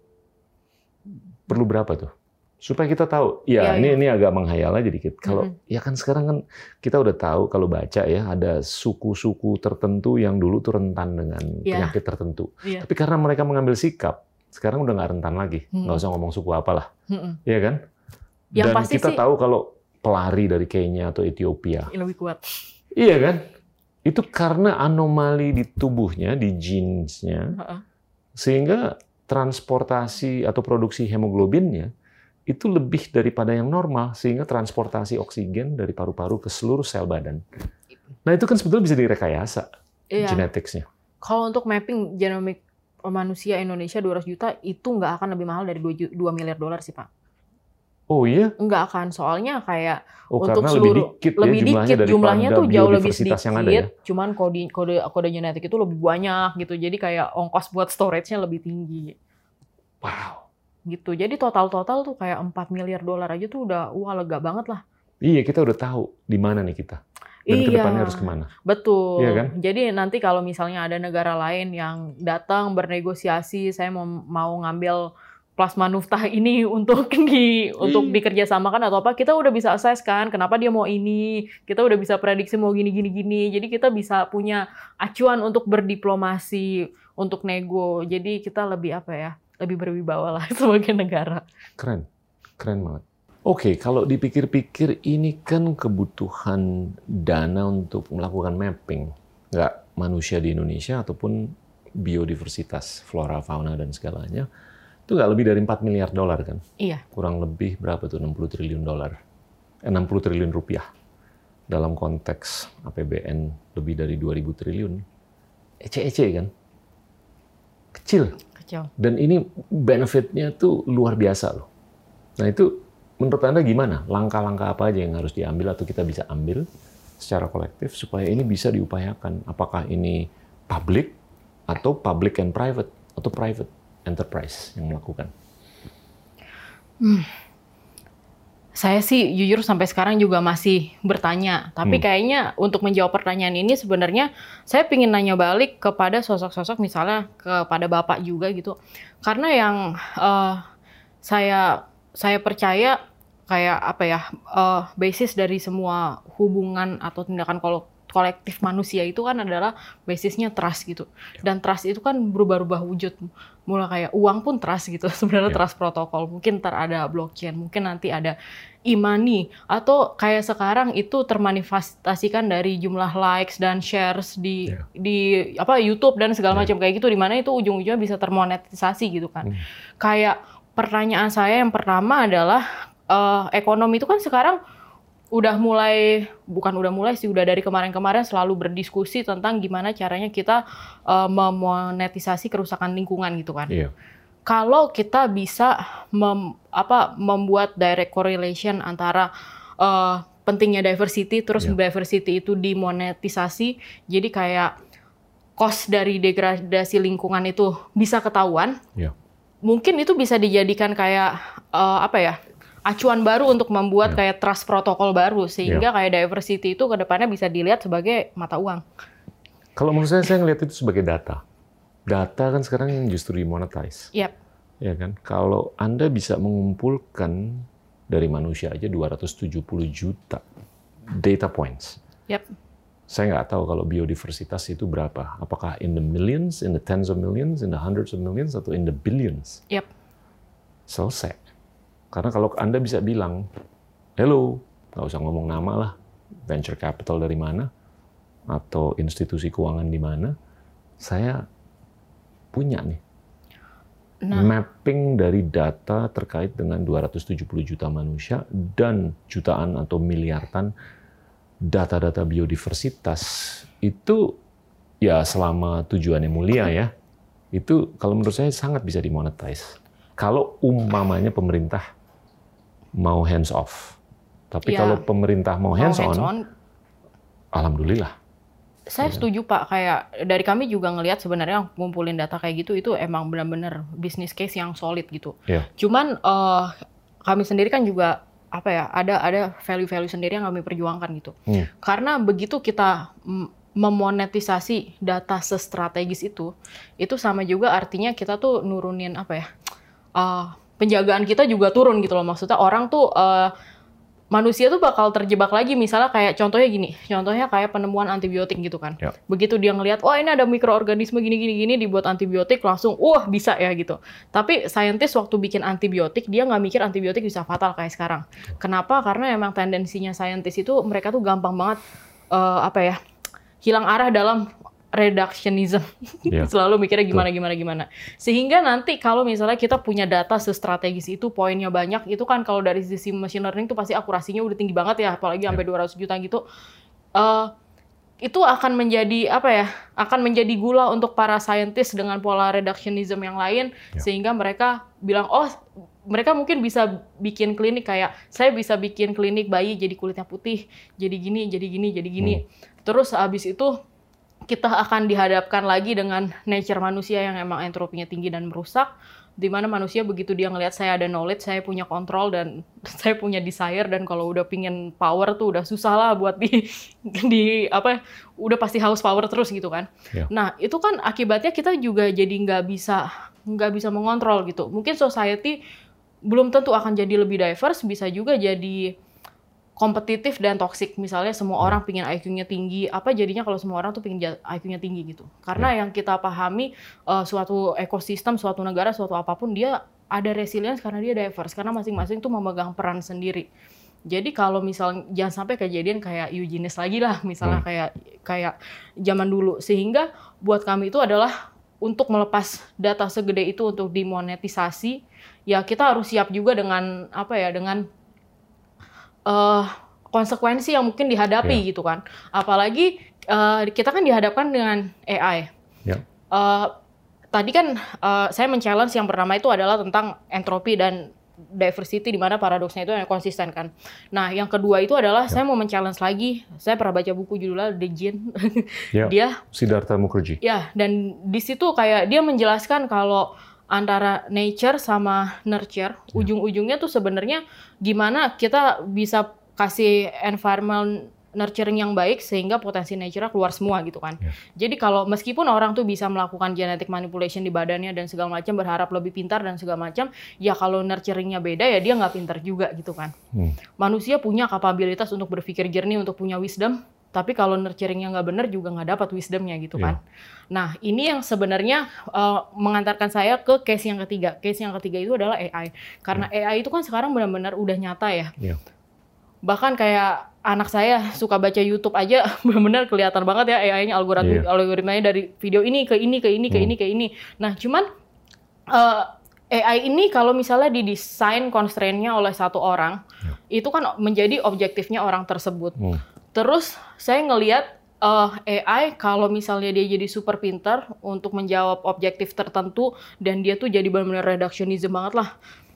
perlu berapa tuh? Supaya kita tahu. Ya, Iya, ini iya. ini agak menghayal aja dikit. Kalau Mm-mm. ya kan sekarang kan kita udah tahu kalau baca ya ada suku-suku tertentu yang dulu tuh rentan dengan Iya. penyakit tertentu. Iya. Tapi karena mereka mengambil sikap, sekarang udah nggak rentan lagi. Mm-mm. Nggak usah ngomong suku apalah, Mm-mm. ya kan? Yang Dan pasti kita sih- tahu kalau pelari dari Kenya atau Ethiopia, Lebih kuat. iya kan? Itu karena anomali di tubuhnya, di genes-nya, Heeh. sehingga transportasi atau produksi hemoglobinnya itu lebih daripada yang normal, sehingga transportasi oksigen dari paru-paru ke seluruh sel badan. Nah itu kan sebetulnya bisa direkayasa Iya. geneticsnya. Kalau untuk mapping genomik manusia Indonesia dua ratus juta itu nggak akan lebih mahal dari dua miliar dolar sih Pak. Oh iya? Nggak akan, soalnya kayak Oh untuk karena seluruh lebih dikit ya lebih jumlahnya dikit daripada jumlahnya tuh jauh lebih biodiversitas sedikit, yang ada ya. cuman kode kode kode genetik itu lebih banyak gitu. Jadi kayak ongkos buat storage-nya lebih tinggi Wow. gitu. Jadi total-total tuh kayak empat miliar dolar aja tuh udah wah lega banget lah. Iya kita udah tahu di mana nih kita dan Iya. ke depannya harus kemana. Betul. Iya kan? Jadi nanti kalau misalnya ada negara lain yang datang bernegosiasi, saya mau mau ngambil plasma nuftah ini untuk di untuk Iya. dikerjasamakan atau apa, kita udah bisa assess kan kenapa dia mau ini, kita udah bisa prediksi mau gini gini gini. Jadi kita bisa punya acuan untuk berdiplomasi, untuk nego. Jadi kita lebih apa ya? Lebih berwibawa lah sebagai negara. Keren, keren banget. Oke, kalau dipikir-pikir ini kan kebutuhan dana untuk melakukan mapping, nggak manusia di Indonesia ataupun biodiversitas, flora, fauna dan segalanya, itu nggak lebih dari empat miliar dolar kan? Iya. Kurang lebih berapa tuh? enam puluh triliun dolar, eh, enam puluh triliun rupiah dalam konteks A P B N lebih dari dua ribu triliun. Ece-ece kan? Kecil. Kacau. Dan ini benefitnya tuh luar biasa loh. Nah itu menurut Anda gimana? Langkah-langkah apa aja yang harus diambil atau kita bisa ambil secara kolektif supaya ini bisa diupayakan. Apakah ini public atau public and private atau private enterprise yang melakukan? Hmm. Saya sih jujur sampai sekarang juga masih bertanya. Tapi hmm. kayaknya untuk menjawab pertanyaan ini sebenarnya saya ingin nanya balik kepada sosok-sosok misalnya kepada Bapak juga gitu. Karena yang uh, saya saya percaya kayak apa ya, uh, basis dari semua hubungan atau tindakan kolektif manusia itu kan adalah basisnya trust gitu. Dan trust itu kan berubah-ubah wujud. Mulai kayak uang pun trust gitu, sebenarnya yeah. trust protokol. Mungkin ntar ada blockchain, mungkin nanti ada e-money. Atau kayak sekarang itu termanifestasikan dari jumlah likes dan shares di yeah. di apa YouTube dan segala yeah. macam kayak gitu. Dimana itu ujung-ujungnya bisa termonetisasi gitu kan. Mm. Kayak pertanyaan saya yang pertama adalah, Uh, ekonomi itu kan sekarang udah mulai, bukan udah mulai sih, udah dari kemarin-kemarin selalu berdiskusi tentang gimana caranya kita uh, memonetisasi kerusakan lingkungan gitu kan. Iya. Kalau kita bisa mem, apa, membuat direct correlation antara uh, pentingnya diversity, terus iya. diversity itu dimonetisasi, jadi kayak cost dari degradasi lingkungan itu bisa ketahuan, iya. mungkin itu bisa dijadikan kayak uh, apa ya, acuan baru untuk membuat yeah. kayak trust protokol baru sehingga yeah. kayak diversity itu ke depannya bisa dilihat sebagai mata uang. Kalau menurut saya, saya ngelihat itu sebagai data. Data kan sekarang justru dimonetize. Yep. Ya kan? Kalau Anda bisa mengumpulkan dari manusia aja dua ratus tujuh puluh juta data points. Yep. Saya nggak tahu kalau biodiversitas itu berapa. Apakah in the millions, in the tens of millions, in the hundreds of millions, atau in the billions? Yep. Selesai. Karena kalau Anda bisa bilang, hello, nggak usah ngomong nama lah, venture capital dari mana, atau institusi keuangan di mana, saya punya nih. Nah. Mapping dari data terkait dengan dua ratus tujuh puluh juta manusia dan jutaan atau miliaran data-data biodiversitas itu ya selama tujuannya mulia ya, itu kalau menurut saya sangat bisa dimonetize. Kalau umpamanya pemerintah mau hands off. Tapi ya, kalau pemerintah mau hands, hands on, on, alhamdulillah. Saya ya. setuju Pak, kayak dari kami juga ngelihat sebenarnya ngumpulin data kayak gitu itu emang benar-benar business case yang solid gitu. Ya. Cuman uh, kami sendiri kan juga apa ya, ada ada value-value sendiri yang kami perjuangkan gitu. Hmm. Karena begitu kita memonetisasi data sestrategis itu, itu sama juga artinya kita tuh nurunin apa ya? Uh, penjagaan kita juga turun gitu loh. Maksudnya orang tuh uh, manusia tuh bakal terjebak lagi, misalnya kayak contohnya gini, contohnya kayak penemuan antibiotik gitu kan. Yep. Begitu dia ngelihat, wah ini ada mikroorganisme gini-gini-gini dibuat antibiotik, langsung wah bisa ya gitu. Tapi saintis waktu bikin antibiotik dia nggak mikir antibiotik bisa fatal kayak sekarang. Kenapa? Karena emang tendensinya saintis itu mereka tuh gampang banget uh, apa ya, hilang arah dalam reductionism. Yeah. Selalu mikirnya gimana, gimana, gimana. Sehingga nanti kalau misalnya kita punya data sestrategis itu, poinnya banyak, itu kan kalau dari sisi machine learning itu pasti akurasinya udah tinggi banget ya, apalagi yeah. sampai dua ratus juta gitu. Uh, itu akan menjadi, apa ya, akan menjadi gula untuk para scientist dengan pola reductionism yang lain, yeah. sehingga mereka bilang, oh, mereka mungkin bisa bikin klinik kayak, saya bisa bikin klinik bayi jadi kulitnya putih, jadi gini, jadi gini, jadi gini. Hmm. Terus habis itu, kita akan dihadapkan lagi dengan nature manusia yang emang entropinya tinggi dan merusak, di mana manusia begitu dia ngelihat saya ada knowledge, saya punya kontrol dan saya punya desire, dan kalau udah pingin power tuh udah susah lah buat di di apa udah pasti haus power terus gitu kan. Yeah. Nah itu kan akibatnya kita juga jadi nggak bisa nggak bisa mengontrol gitu. Mungkin society belum tentu akan jadi lebih diverse, bisa juga jadi kompetitif dan toksik. Misalnya semua orang pingin I Q-nya tinggi, apa jadinya kalau semua orang tuh pingin I Q-nya tinggi gitu. Karena yeah. yang kita pahami, uh, suatu ekosistem, suatu negara, suatu apapun, dia ada resilience karena dia diverse, karena masing-masing tuh memegang peran sendiri. Jadi kalau misal jangan sampai kejadian kayak eugenis lagi lah, misalnya hmm. kayak kayak zaman dulu. Sehingga buat kami itu adalah untuk melepas data segede itu untuk dimonetisasi, ya kita harus siap juga dengan apa ya, dengan Uh, konsekuensi yang mungkin dihadapi yeah. gitu kan. Apalagi uh, kita kan dihadapkan dengan A I. Yeah. Uh, tadi kan uh, saya men-challenge yang pertama itu adalah tentang entropi dan diversity di mana paradoksnya itu yang konsisten kan. Nah, yang kedua itu adalah Ya. saya mau men-challenge lagi. Saya pernah baca buku judulnya The Gene. Ya. Dia Siddhartha Mukherjee. ya, dan di situ kayak dia menjelaskan kalau antara nature sama nurture, Ya. ujung-ujungnya tuh sebenarnya gimana kita bisa kasih environment nurturing yang baik sehingga potensi nature keluar semua gitu kan. Ya. Jadi kalau meskipun orang tuh bisa melakukan genetic manipulation di badannya dan segala macam, berharap lebih pintar dan segala macam, ya kalau nurturingnya beda ya dia nggak pintar juga gitu kan. Hmm. Manusia punya kapabilitas untuk berpikir jernih, untuk punya wisdom, tapi kalau nurturingnya nggak benar juga nggak dapat wisdomnya gitu kan. Nah ini yang sebenarnya uh, mengantarkan saya ke case yang ketiga. Case yang ketiga itu adalah A I. Karena A I itu kan sekarang benar-benar udah nyata ya. Ya. Bahkan kayak anak saya suka baca YouTube aja benar-benar kelihatan banget ya A I-nya, algoritma Iya. algoritmanya dari video ini ke ini ke ini ke Hmm. ini ke ini. Nah cuman uh, A I ini kalau misalnya didesain constraint-nya oleh satu orang, Ya. itu kan menjadi objektifnya orang tersebut. Hmm. Terus saya ngelihat uh, A I kalau misalnya dia jadi super pintar untuk menjawab objektif tertentu dan dia tuh jadi benar-benar reductionism banget lah.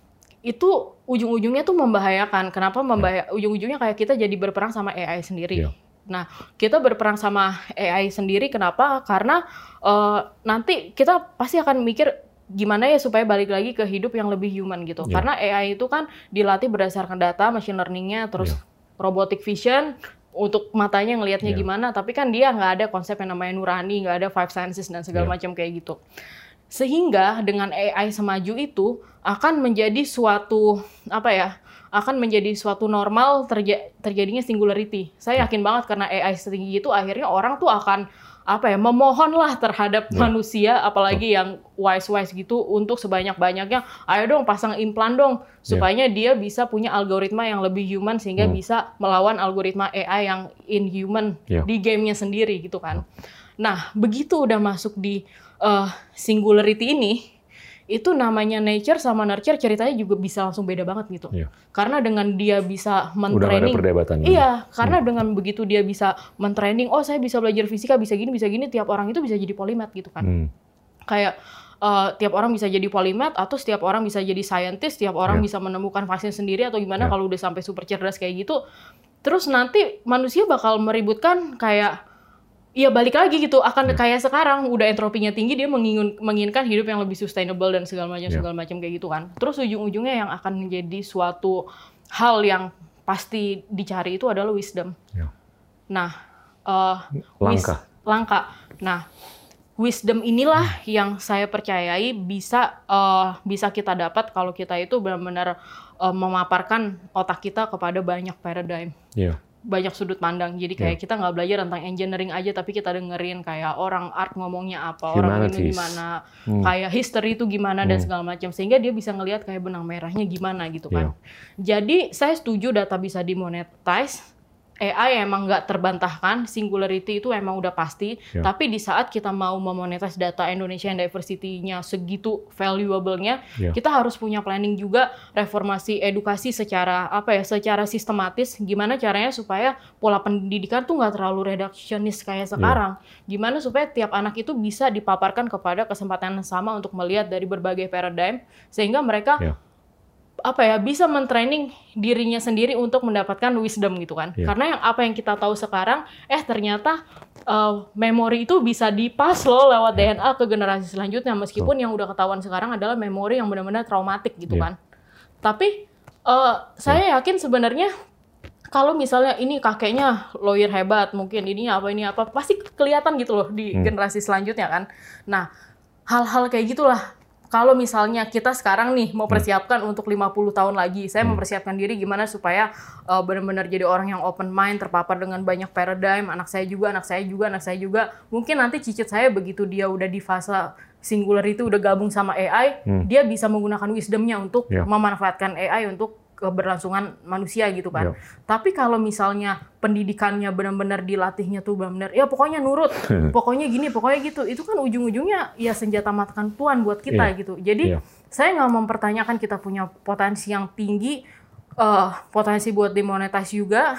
Itu ujung-ujungnya tuh membahayakan. Kenapa membahayakan? Ujung-ujungnya kayak kita jadi berperang sama A I sendiri. Ya. Nah, kita berperang sama A I sendiri kenapa? Karena uh, nanti kita pasti akan mikir gimana ya supaya balik lagi ke hidup yang lebih human gitu. Ya. Karena A I itu kan dilatih berdasarkan data, machine learning-nya, terus Ya. robotic vision, untuk matanya ngelihatnya Ya. gimana. Tapi kan dia nggak ada konsep yang namanya nurani, nggak ada five senses dan segala Ya. macam kayak gitu. Sehingga dengan A I semaju itu akan menjadi suatu apa ya? Akan menjadi suatu normal terja- terjadinya singularity. Saya yakin banget karena A I setinggi itu akhirnya orang tuh akan apa ya? Memohonlah terhadap Ya. manusia apalagi yang wise-wise gitu untuk sebanyak-banyaknya ayo dong pasang implan dong supaya dia bisa punya algoritma yang lebih human sehingga Hmm. bisa melawan algoritma A I yang inhuman Ya. di gamenya sendiri gitu kan. Nah, begitu udah masuk di uh, singularity ini, itu namanya nature sama nurture ceritanya juga bisa langsung beda banget gitu. Iya. Karena dengan dia bisa Udah nggak ada men-training, perdebatan. iya, karena dengan begitu dia bisa men-training, oh saya bisa belajar fisika, bisa gini, bisa gini, tiap orang itu bisa jadi polymath gitu kan. Hmm. Kayak uh, tiap orang bisa jadi polymath atau setiap orang bisa jadi scientist, tiap orang Ya. bisa menemukan vaksin sendiri atau gimana Ya. kalau udah sampai super cerdas kayak gitu. Terus nanti manusia bakal meributkan kayak ya balik lagi gitu akan Ya. kayak sekarang udah entropinya tinggi dia mengingun, menginginkan hidup yang lebih sustainable dan segala macam Ya. segala macam kayak gitu kan. Terus ujung-ujungnya yang akan menjadi suatu hal yang pasti dicari itu adalah wisdom. Ya. Nah, uh, wis- Langka. langka. Nah, wisdom inilah yang saya percayai bisa uh, bisa kita dapat kalau kita itu benar-benar uh, memaparkan otak kita kepada banyak paradigm, Ya. banyak sudut pandang. Jadi kayak kita nggak belajar tentang engineering aja, tapi kita dengerin kayak orang art ngomongnya apa, orang ini Humanities. gimana, Hmm. kayak history itu gimana dan Hmm. segala macam, sehingga dia bisa ngelihat kayak benang merahnya gimana gitu kan. Jadi saya setuju data bisa dimonetize. A I emang nggak terbantahkan, singularity itu emang udah pasti. Ya. Tapi di saat kita mau memonetize data Indonesia yang diversity-nya segitu valuable-nya, Ya. kita harus punya planning juga reformasi edukasi secara apa ya, secara sistematis. Gimana caranya supaya pola pendidikan tuh nggak terlalu reductionist kayak sekarang. Gimana supaya tiap anak itu bisa dipaparkan kepada kesempatan yang sama untuk melihat dari berbagai paradigm, sehingga mereka Ya. apa ya bisa mentraining dirinya sendiri untuk mendapatkan wisdom gitu kan. Iya. Karena yang apa yang kita tahu sekarang, eh ternyata uh, memori itu bisa dipas loh lewat D N A ke generasi selanjutnya. Meskipun yang udah ketahuan sekarang adalah memori yang benar-benar traumatik gitu Iya. kan. Tapi uh, saya yakin sebenarnya kalau misalnya ini kakeknya lawyer hebat, mungkin ini apa ini apa, pasti kelihatan gitu loh di Hmm. generasi selanjutnya kan. Nah, hal-hal kayak gitulah. Kalau misalnya kita sekarang nih mau persiapkan untuk lima puluh tahun lagi, saya Hmm. mempersiapkan diri gimana supaya uh, benar-benar jadi orang yang open mind, terpapar dengan banyak paradigm, anak saya juga, anak saya juga, anak saya juga. Mungkin nanti cicit saya begitu dia udah di fase singular itu udah gabung sama A I, Hmm. dia bisa menggunakan wisdomnya untuk Ya. memanfaatkan A I untuk keberlangsungan manusia gitu kan. Ya. Tapi kalau misalnya pendidikannya benar-benar dilatihnya tuh benar-benar ya pokoknya nurut, pokoknya gini, pokoknya gitu, itu kan ujung-ujungnya ya senjata matakan tuan buat kita Iya. gitu. Jadi Iya. saya nggak mempertanyakan kita punya potensi yang tinggi, eh, potensi buat dimonetize juga.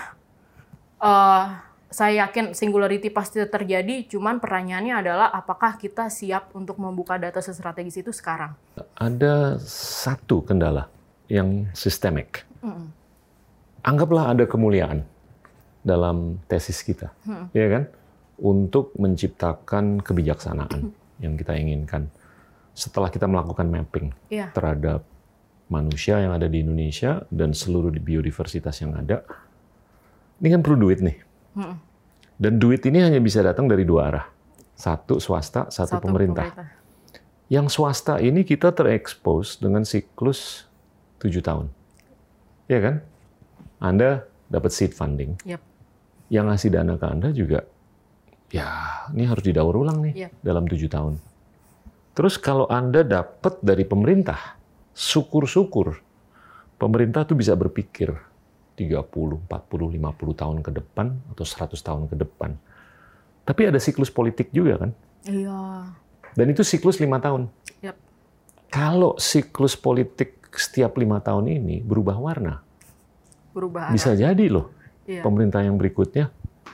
Eh, saya yakin singularity pasti terjadi, cuman pertanyaannya adalah apakah kita siap untuk membuka data sestrategis itu sekarang? Ada satu kendala yang sistemik. Mm. Anggaplah ada kemuliaan dalam tesis kita, mm. ya kan? Untuk menciptakan kebijaksanaan yang kita inginkan. Setelah kita melakukan mapping yeah. terhadap manusia yang ada di Indonesia dan seluruh biodiversitas yang ada, ini kan perlu duit nih. Mm. Dan duit ini hanya bisa datang dari dua arah. Satu swasta, satu, satu pemerintah. pemerintah. Yang swasta ini kita terekspos dengan siklus tujuh tahun. Ya kan? Anda dapat seed funding. Yep. Yang ngasih dana ke Anda juga, ya ini harus didaur ulang nih yep. dalam tujuh tahun. Terus kalau Anda dapat dari pemerintah, syukur-syukur pemerintah tuh bisa berpikir tiga puluh, empat puluh, lima puluh tahun ke depan atau seratus tahun ke depan. Tapi ada siklus politik juga kan? Iya. Dan itu siklus lima tahun. Yep. Kalau siklus politik setiap lima tahun ini berubah warna, berubah bisa arah. jadi loh iya. pemerintah yang berikutnya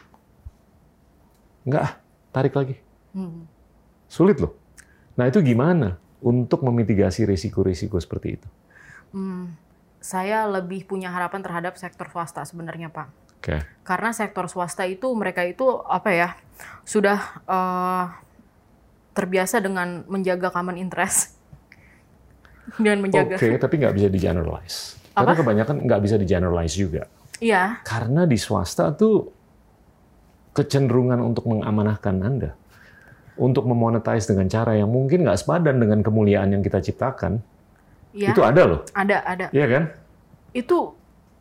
nggak tarik lagi. Hmm. Sulit loh. Nah itu gimana untuk memitigasi risiko-risiko seperti itu? Hmm. Saya lebih punya harapan terhadap sektor swasta sebenarnya, Pak. Okay. Karena sektor swasta itu mereka itu apa ya sudah uh, terbiasa dengan menjaga common interest dan menjaga. Oke, okay, tapi nggak bisa di generalize. Karena kebanyakan nggak bisa di generalize juga. Iya. Karena di swasta tuh kecenderungan untuk mengamanahkan Anda, untuk memonetize dengan cara yang mungkin nggak sepadan dengan kemuliaan yang kita ciptakan. Ya, itu ada loh. Ada, ada. Iya kan? Itu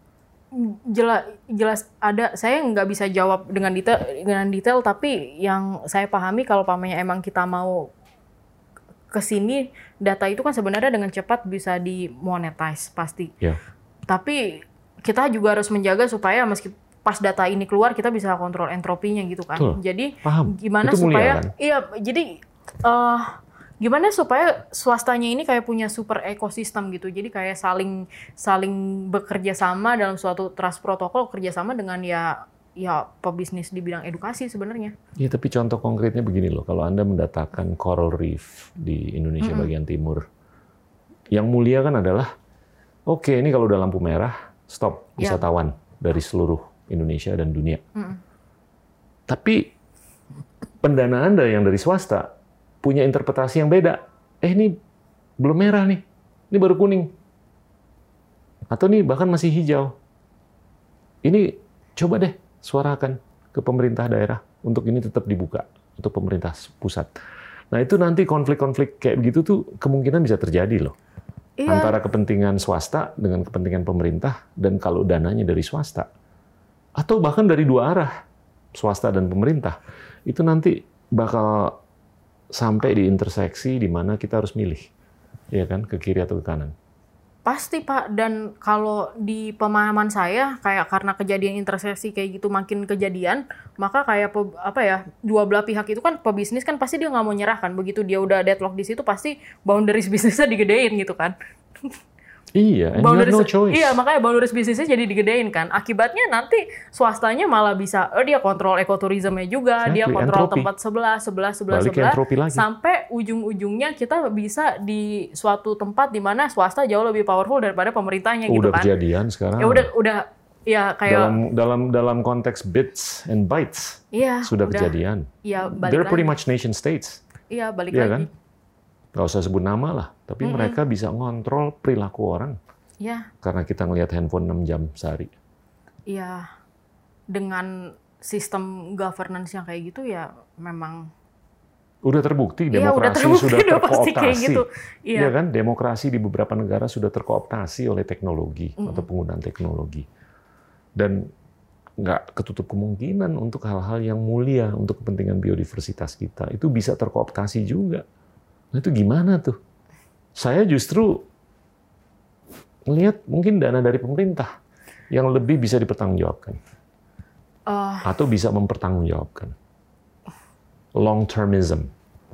jelas, jelas ada. Saya nggak bisa jawab dengan detail, dengan detail. Tapi yang saya pahami kalau pamannya emang kita mau ke sini, data itu kan sebenarnya dengan cepat bisa dimonetize pasti. Ya. Tapi kita juga harus menjaga supaya meski pas data ini keluar kita bisa kontrol entropinya gitu kan. Betul. Jadi paham. gimana itu supaya? Mulia, kan? Iya. Jadi uh, gimana supaya swastanya ini kayak punya super ekosistem gitu. Jadi kayak saling saling bekerja sama dalam suatu trust protokol, kerjasama dengan ya ya pebisnis di bidang edukasi sebenarnya. Ya, tapi contoh konkretnya begini loh. Kalau Anda mendatangkan coral reef di Indonesia mm-hmm. bagian timur, yang mulia kan adalah, oke okay, ini kalau udah lampu merah, stop wisatawan yeah. dari seluruh Indonesia dan dunia. Mm-hmm. Tapi pendanaan Anda yang dari swasta punya interpretasi yang beda. Eh ini belum merah nih, ini baru kuning. Atau nih bahkan masih hijau. Ini coba deh suarakan ke pemerintah daerah untuk ini tetap dibuka untuk pemerintah pusat. Nah itu nanti konflik-konflik kayak begitu tuh kemungkinan bisa terjadi loh. Iya. Antara kepentingan swasta dengan kepentingan pemerintah dan kalau dananya dari swasta. Atau bahkan dari dua arah, swasta dan pemerintah. Itu nanti bakal sampai di interseksi di mana kita harus milih. Ya kan, ke kiri atau ke kanan. Pasti Pak, dan kalau di pemahaman saya kayak karena kejadian interseksi kayak gitu makin kejadian, maka kayak pe, apa ya dua belah pihak itu kan pebisnis kan pasti dia nggak mau nyerah kan, begitu dia udah deadlock di situ pasti boundaries bisnisnya digedein gitu kan. Iya, and you have no choice. Iya, makanya boundaries bisnisnya jadi digedein kan. Akibatnya nanti swastanya malah bisa, oh dia kontrol ekoturismenya juga, exactly. dia kontrol entropi. Tempat sebelah, sebelah, sebelah, Balik sebelah, sampai ujung-ujungnya kita bisa di suatu tempat di mana swasta jauh lebih powerful daripada pemerintahnya udah gitu kan. Udah kejadian sekarang. Ya udah, udah, ya kayak dalam dalam dalam konteks bits and bytes iya, sudah udah, kejadian. Iya, balik They're lagi. pretty much nation states. Iya, balik iya lagi. Kan? Gak usah sebut nama lah, tapi mm-hmm. mereka bisa ngontrol perilaku orang. Ya. Karena kita ngelihat handphone enam jam sehari. Iya. Dengan sistem governance yang kayak gitu ya memang udah terbukti ya, demokrasi udah terbukti, sudah terkooptasi. Kayak gitu. Iya. Ya kan? Demokrasi di beberapa negara sudah terkooptasi oleh teknologi mm-hmm. atau penggunaan teknologi. Dan nggak ketutup kemungkinan untuk hal-hal yang mulia untuk kepentingan biodiversitas kita itu bisa terkooptasi juga. Nah itu gimana tuh? Saya justru melihat mungkin dana dari pemerintah yang lebih bisa dipertanggungjawabkan. Uh, Atau bisa mempertanggungjawabkan. Long-termism.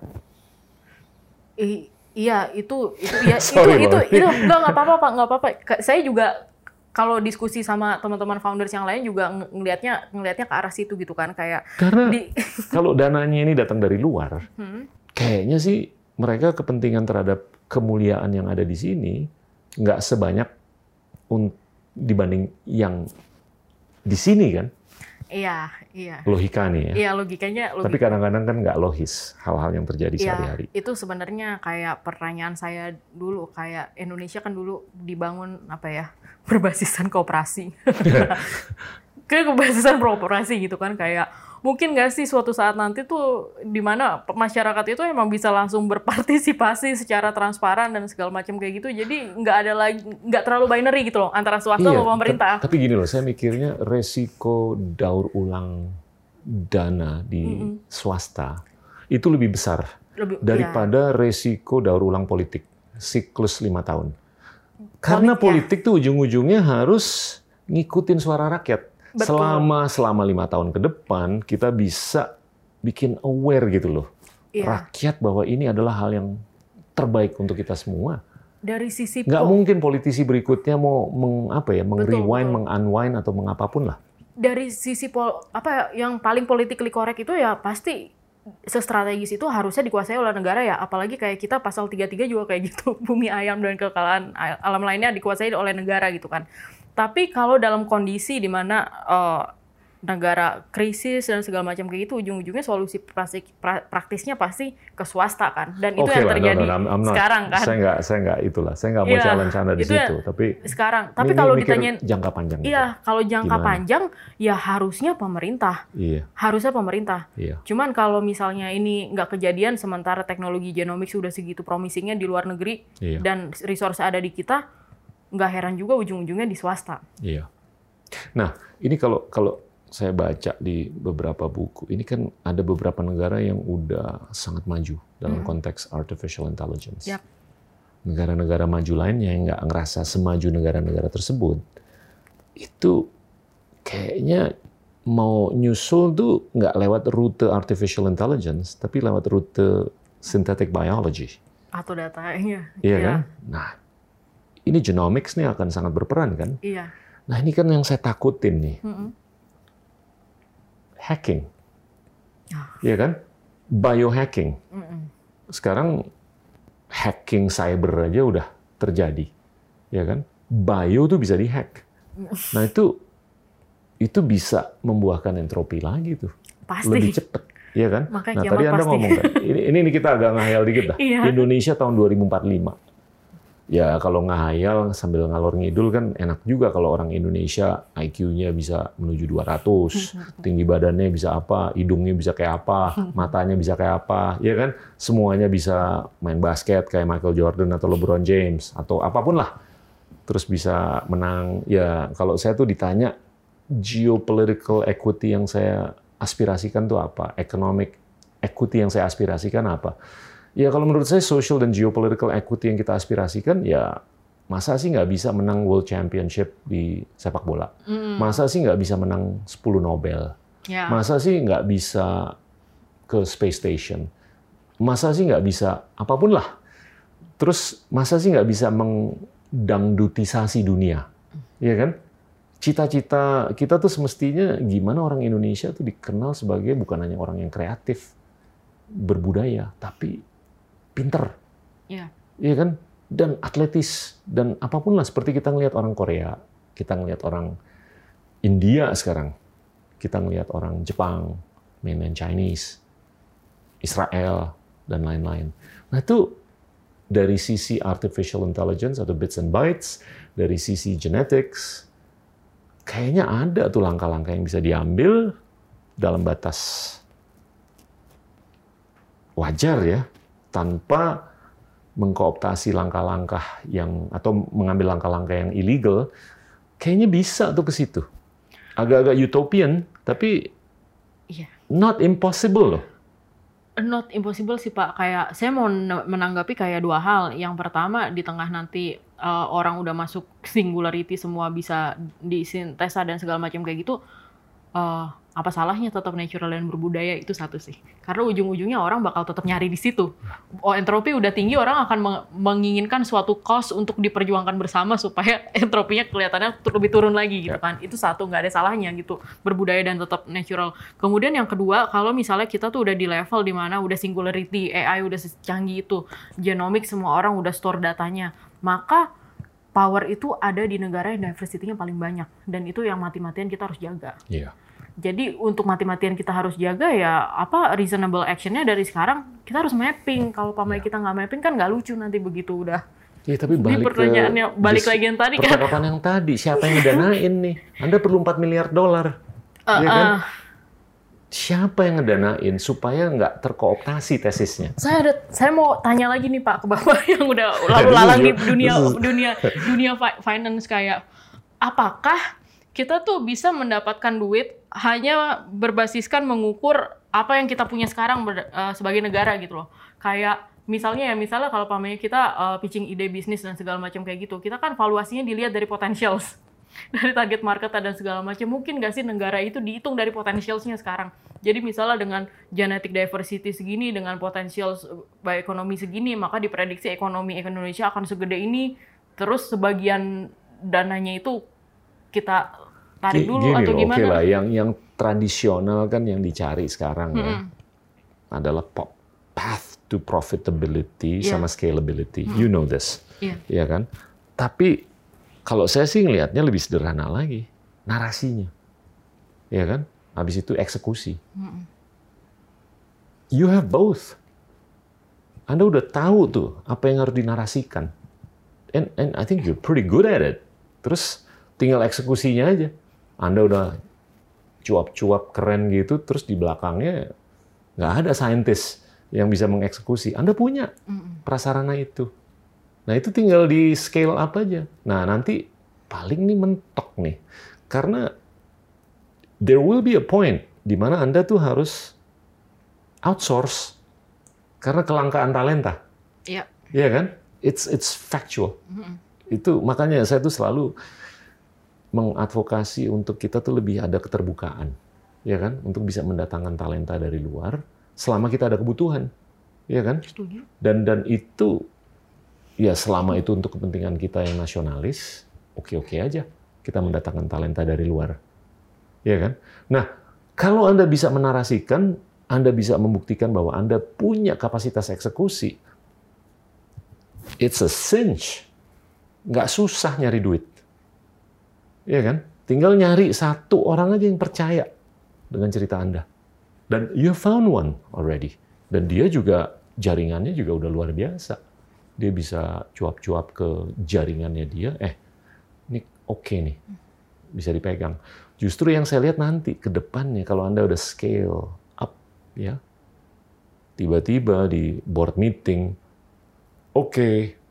I, iya, itu itu ya itu itu itu enggak enggak apa-apa Pak, enggak apa-apa. Saya juga kalau diskusi sama teman-teman founders yang lain juga ngelihatnya ngelihatnya ke arah situ gitu kan, kayak karena di... kalau dananya ini datang dari luar, hmm? kayaknya sih mereka kepentingan terhadap kemuliaan yang ada di sini nggak sebanyak un- dibanding yang di sini kan. Iya, iya. Logika nih ya. Iya, logikanya logika. Tapi kadang-kadang kan nggak logis hal-hal yang terjadi Iya, sehari-hari. itu sebenarnya kayak pertanyaan saya dulu, kayak Indonesia kan dulu dibangun apa ya, berbasiskan kooperasi. Kayak kebebasan beroperasi gitu kan, kayak mungkin nggak sih suatu saat nanti tuh di mana masyarakat itu emang bisa langsung berpartisipasi secara transparan dan segala macam kayak gitu, jadi nggak ada lagi, nggak terlalu binary gitu loh antara swasta Iya, sama pemerintah. Tapi gini loh, saya mikirnya resiko daur ulang dana di mm-hmm. swasta itu lebih besar lebih, daripada ya. resiko daur ulang politik siklus lima tahun. Karena politik ya. tuh ujung-ujungnya harus ngikutin suara rakyat. Betul. Selama selama lima tahun ke depan kita bisa bikin aware gitu loh, iya. rakyat bahwa ini adalah hal yang terbaik untuk kita semua. Dari sisi nggak po- mungkin politisi berikutnya mau meng, apa ya, meng-rewind, meng-unwind atau mengapapun lah. Dari sisi pol, apa yang paling politically correct itu ya pasti sestrategis itu harusnya dikuasai oleh negara ya, apalagi kayak kita pasal tiga puluh tiga juga kayak gitu, bumi ayam dan kekayaan alam lainnya dikuasai oleh negara gitu kan. Tapi kalau dalam kondisi di mana uh, negara krisis dan segala macam kayak gitu, ujung-ujungnya solusi praktis, praktisnya pasti ke swasta kan, dan itu okay yang lah, terjadi no, no, no, sekarang kan. Saya nggak, saya nggak itulah, saya nggak mau yeah, challenge-anda di situ. Ya, tapi sekarang, tapi kalau ditanyain jangka panjang, iya, itu. kalau jangka Gimana? panjang, ya harusnya pemerintah, iya. harusnya pemerintah. Iya. Cuman kalau misalnya ini nggak kejadian, sementara teknologi genomik sudah segitu promisingnya di luar negeri iya. dan resource ada di kita, nggak heran juga ujung-ujungnya di swasta. Iya. Nah, ini kalau kalau saya baca di beberapa buku, ini kan ada beberapa negara yang udah sangat maju dalam hmm. konteks artificial intelligence. Yep. Negara-negara maju lainnya yang nggak ngerasa semaju negara-negara tersebut, itu kayaknya mau nyusul tuh nggak lewat rute artificial intelligence, tapi lewat rute synthetic biology. Atau datanya. Iya ya. kan? Nah, ini genomics nih akan sangat berperan kan? Iya. Nah, ini kan yang saya takutin nih. Mm-mm. Hacking, oh. ya kan? Biohacking. Mm-mm. Sekarang hacking cyber aja udah terjadi, ya kan? Bio tuh bisa dihack. Nah itu itu bisa membuahkan entropi lagi tuh, pasti. Lebih cepat, ya kan? Makanya nah tadi Anda pasti. ngomong kan, ini, ini kita agak ngahayal dikit dah. Iya. Indonesia tahun dua ribu empat puluh lima. Ya kalau ngahayal sambil ngalor ngidul kan enak juga kalau orang Indonesia I Q-nya bisa menuju dua ratus, tinggi badannya bisa apa, hidungnya bisa kayak apa, matanya bisa kayak apa, ya kan? Semuanya bisa main basket kayak Michael Jordan atau LeBron James atau apapun lah. Terus bisa menang. Ya kalau saya tuh ditanya geopolitical equity yang saya aspirasikan tuh apa? Economic equity yang saya aspirasikan apa? Ya kalau menurut saya social dan geopolitical equity yang kita aspirasikan ya masa sih nggak bisa menang World Championship di sepak bola? Mm. Masa sih nggak bisa menang sepuluh Nobel? Yeah. Masa sih nggak bisa ke Space Station? Masa sih nggak bisa apapun lah? Terus masa sih nggak bisa mendangdutisasi dunia? Ya kan? Cita-cita kita tuh semestinya gimana orang Indonesia tuh dikenal sebagai bukan hanya orang yang kreatif, berbudaya, tapi pinter, yeah. iya kan, dan atletis dan apapun lah seperti kita ngelihat orang Korea, kita ngelihat orang India sekarang, kita ngelihat orang Jepang, mainland Chinese, Israel dan lain-lain. Nah itu dari sisi artificial intelligence atau bits and bytes, dari sisi genetics, kayaknya ada tuh langkah-langkah yang bisa diambil dalam batas wajar ya. Tanpa mengkooptasi langkah-langkah yang atau mengambil langkah-langkah yang illegal, kayaknya bisa tuh ke situ. Agak-agak utopian, tapi yeah. not impossible loh. Not impossible sih Pak. Kayak saya mau menanggapi kayak dua hal. Yang pertama di tengah nanti uh, orang udah masuk singularity, semua bisa disintesa dan segala macam kayak gitu. Uh, apa salahnya tetap natural dan berbudaya, itu satu sih. Karena ujung-ujungnya orang bakal tetap nyari di situ. Oh, entropi udah tinggi, orang akan menginginkan suatu cause untuk diperjuangkan bersama supaya entropinya kelihatannya lebih turun lagi gitu kan. Itu satu, nggak ada salahnya gitu. Berbudaya dan tetap natural. Kemudian yang kedua, kalau misalnya kita tuh udah di level di mana udah singularity, A I udah secanggih itu, genomic semua orang udah store datanya, maka power itu ada di negara yang diversity-nya paling banyak, dan itu yang mati-matian kita harus jaga. Iya. Jadi untuk mati-matian kita harus jaga ya apa reasonable action-nya dari sekarang kita harus mapping. Kalau pamai kita nggak mapping kan nggak lucu nanti begitu udah. Iya, tapi balik Ini pertanyaannya ke balik lagi yang tadi kan. percakapan yang tadi, siapa yang ngedanain nih? Anda perlu empat miliar dolar, Uh, ya kan? uh, Siapa yang ngedanain supaya nggak terkooptasi tesisnya? saya ada, saya mau tanya lagi nih Pak ke Bapak yang udah lalu lalang di dunia dunia dunia fi- finance kayak apakah kita tuh bisa mendapatkan duit hanya berbasiskan mengukur apa yang kita punya sekarang ber- uh, sebagai negara gitu loh. Kayak misalnya ya, misalnya kalau pamannya kita uh, pitching ide bisnis dan segala macam kayak gitu, kita kan valuasinya dilihat dari potentials, dari target market dan segala macam. Mungkin nggak sih negara itu dihitung dari potentialsnya sekarang? Jadi misalnya dengan genetic diversity segini, dengan potensial bioekonomi segini, maka diprediksi ekonomi Indonesia akan segede ini, terus sebagian dananya itu kita tarik dulu Gini atau loh, gimana? Oke lah, yang yang tradisional kan yang dicari sekarang ya Mm-mm. adalah po- path to profitability Yeah. sama scalability. You know this, Iya. ya kan? Tapi kalau saya sih ngelihatnya lebih sederhana lagi, narasinya, ya kan? Habis itu eksekusi. Mm-mm. You have both. Anda udah tahu tuh apa yang harus dinarasikan, and and I think you're pretty good at it. Terus tinggal eksekusinya aja. Anda udah cuap-cuap keren gitu, terus di belakangnya nggak ada saintis yang bisa mengeksekusi. Anda punya Mm-mm. prasarana itu. Nah itu tinggal di scale up aja. Nah nanti paling nih mentok nih, karena there will be a point di mana Anda tuh harus outsource karena kelangkaan talenta. Iya. Iya kan? It's it's factual. Mm-mm. Itu makanya saya tuh selalu mengadvokasi untuk kita tuh lebih ada keterbukaan, ya kan? Untuk bisa mendatangkan talenta dari luar selama kita ada kebutuhan, ya kan? Setuju. Dan dan itu ya selama itu untuk kepentingan kita yang nasionalis, oke-oke aja kita mendatangkan talenta dari luar. Ya kan? Nah, kalau Anda bisa menarasikan, Anda bisa membuktikan bahwa Anda punya kapasitas eksekusi, it's a cinch. Nggak susah nyari duit. Ya kan? Tinggal nyari satu orang aja yang percaya dengan cerita Anda. Dan you found one already. Dan dia juga, jaringannya juga udah luar biasa. Dia bisa cuap-cuap ke jaringannya dia, eh, ini oke nih, bisa dipegang. Justru yang saya lihat nanti ke depannya kalau Anda udah scale up, ya, tiba-tiba di board meeting, oke,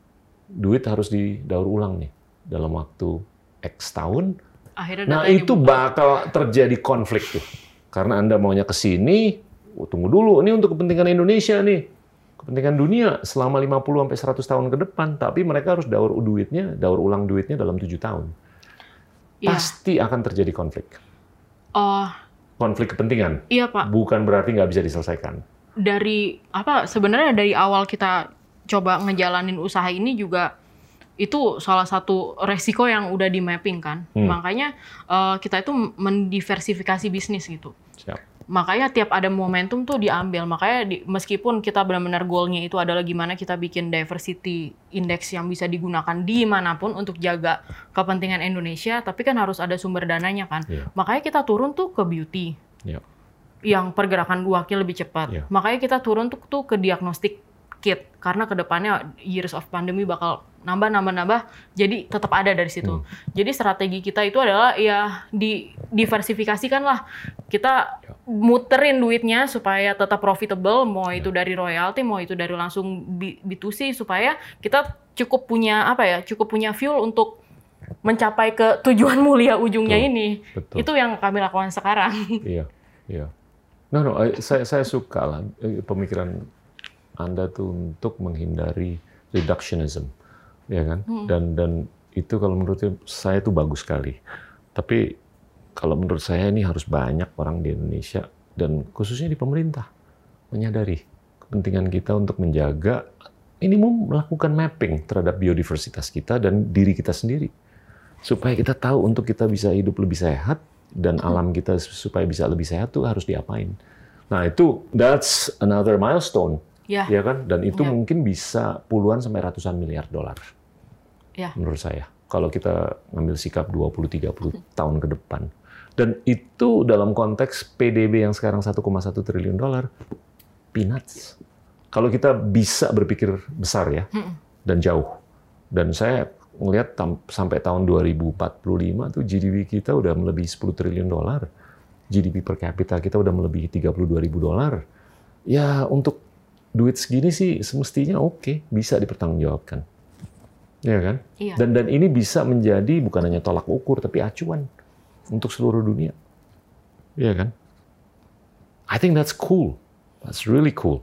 duit harus didaur ulang nih dalam waktu X tahun. Akhirnya Nah datanya itu dibuka. bakal terjadi konflik tuh, karena Anda maunya ke sini, oh, tunggu dulu, ini untuk kepentingan Indonesia nih, kepentingan dunia selama lima puluh sampai seratus tahun ke depan, tapi mereka harus daur duitnya, daur ulang duitnya dalam tujuh tahun. Iya. Pasti akan terjadi konflik. Oh, Konflik kepentingan. iya Pak. Bukan berarti nggak bisa diselesaikan. Dari apa sebenarnya dari awal kita coba ngejalanin usaha ini juga itu salah satu resiko yang udah di mapping kan. Hmm. Makanya eh, kita itu mendiversifikasi bisnis gitu. Siap. Makanya tiap ada momentum tuh diambil. Makanya di- meskipun kita benar-benar goalnya itu adalah gimana kita bikin diversity index yang bisa digunakan dimanapun untuk jaga kepentingan Indonesia, tapi kan harus ada sumber dananya kan. Iya. Makanya kita turun tuh ke beauty Iya. yang pergerakan duaknya lebih cepat. Iya. Makanya kita turun tuh, tuh ke diagnostik kit karena kedepannya years of pandemi bakal nambah nambah nambah, jadi tetap ada dari situ. Hmm. Jadi strategi kita itu adalah ya di diversifikasikan lah, kita Ya. muterin duitnya supaya tetap profitable, mau Ya. itu dari royalti, mau itu dari langsung B- B2C, supaya kita cukup punya apa ya, cukup punya fuel untuk mencapai ke tujuan mulia ujungnya Betul. ini. Betul. Itu yang kami lakukan sekarang. Iya, iya. No, no, eh, saya saya suka lah eh, pemikiran Anda tuh untuk menghindari reductionism, ya kan? Hmm. Dan dan itu kalau menurut saya tuh bagus sekali. Tapi kalau menurut saya ini harus banyak orang di Indonesia dan khususnya di pemerintah menyadari kepentingan kita untuk menjaga minimum melakukan mapping terhadap biodiversitas kita dan diri kita sendiri. Supaya kita tahu untuk kita bisa hidup lebih sehat dan alam kita supaya bisa lebih sehat tuh harus diapain. Nah itu, that's another milestone, Ya, ya kan? Dan itu Ya. mungkin bisa puluhan sampai ratusan miliar dolar, ya. menurut saya. kalau kita ngambil sikap dua puluh tiga puluh tahun ke depan. Dan itu dalam konteks P D B yang sekarang satu koma satu triliun dolar, peanuts. Kalau kita bisa berpikir besar ya, dan jauh. Dan saya ngelihat sampai tahun dua ribu empat puluh lima tuh G D P kita udah melebihi sepuluh triliun dolar. G D P per kapita kita udah melebihi tiga puluh dua ribu dolar. Ya untuk duit segini sih semestinya oke, bisa dipertanggungjawabkan. Ya kan? Iya. Dan dan ini bisa menjadi bukan hanya tolak ukur tapi acuan untuk seluruh dunia. Iya kan? I think that's cool. That's really cool.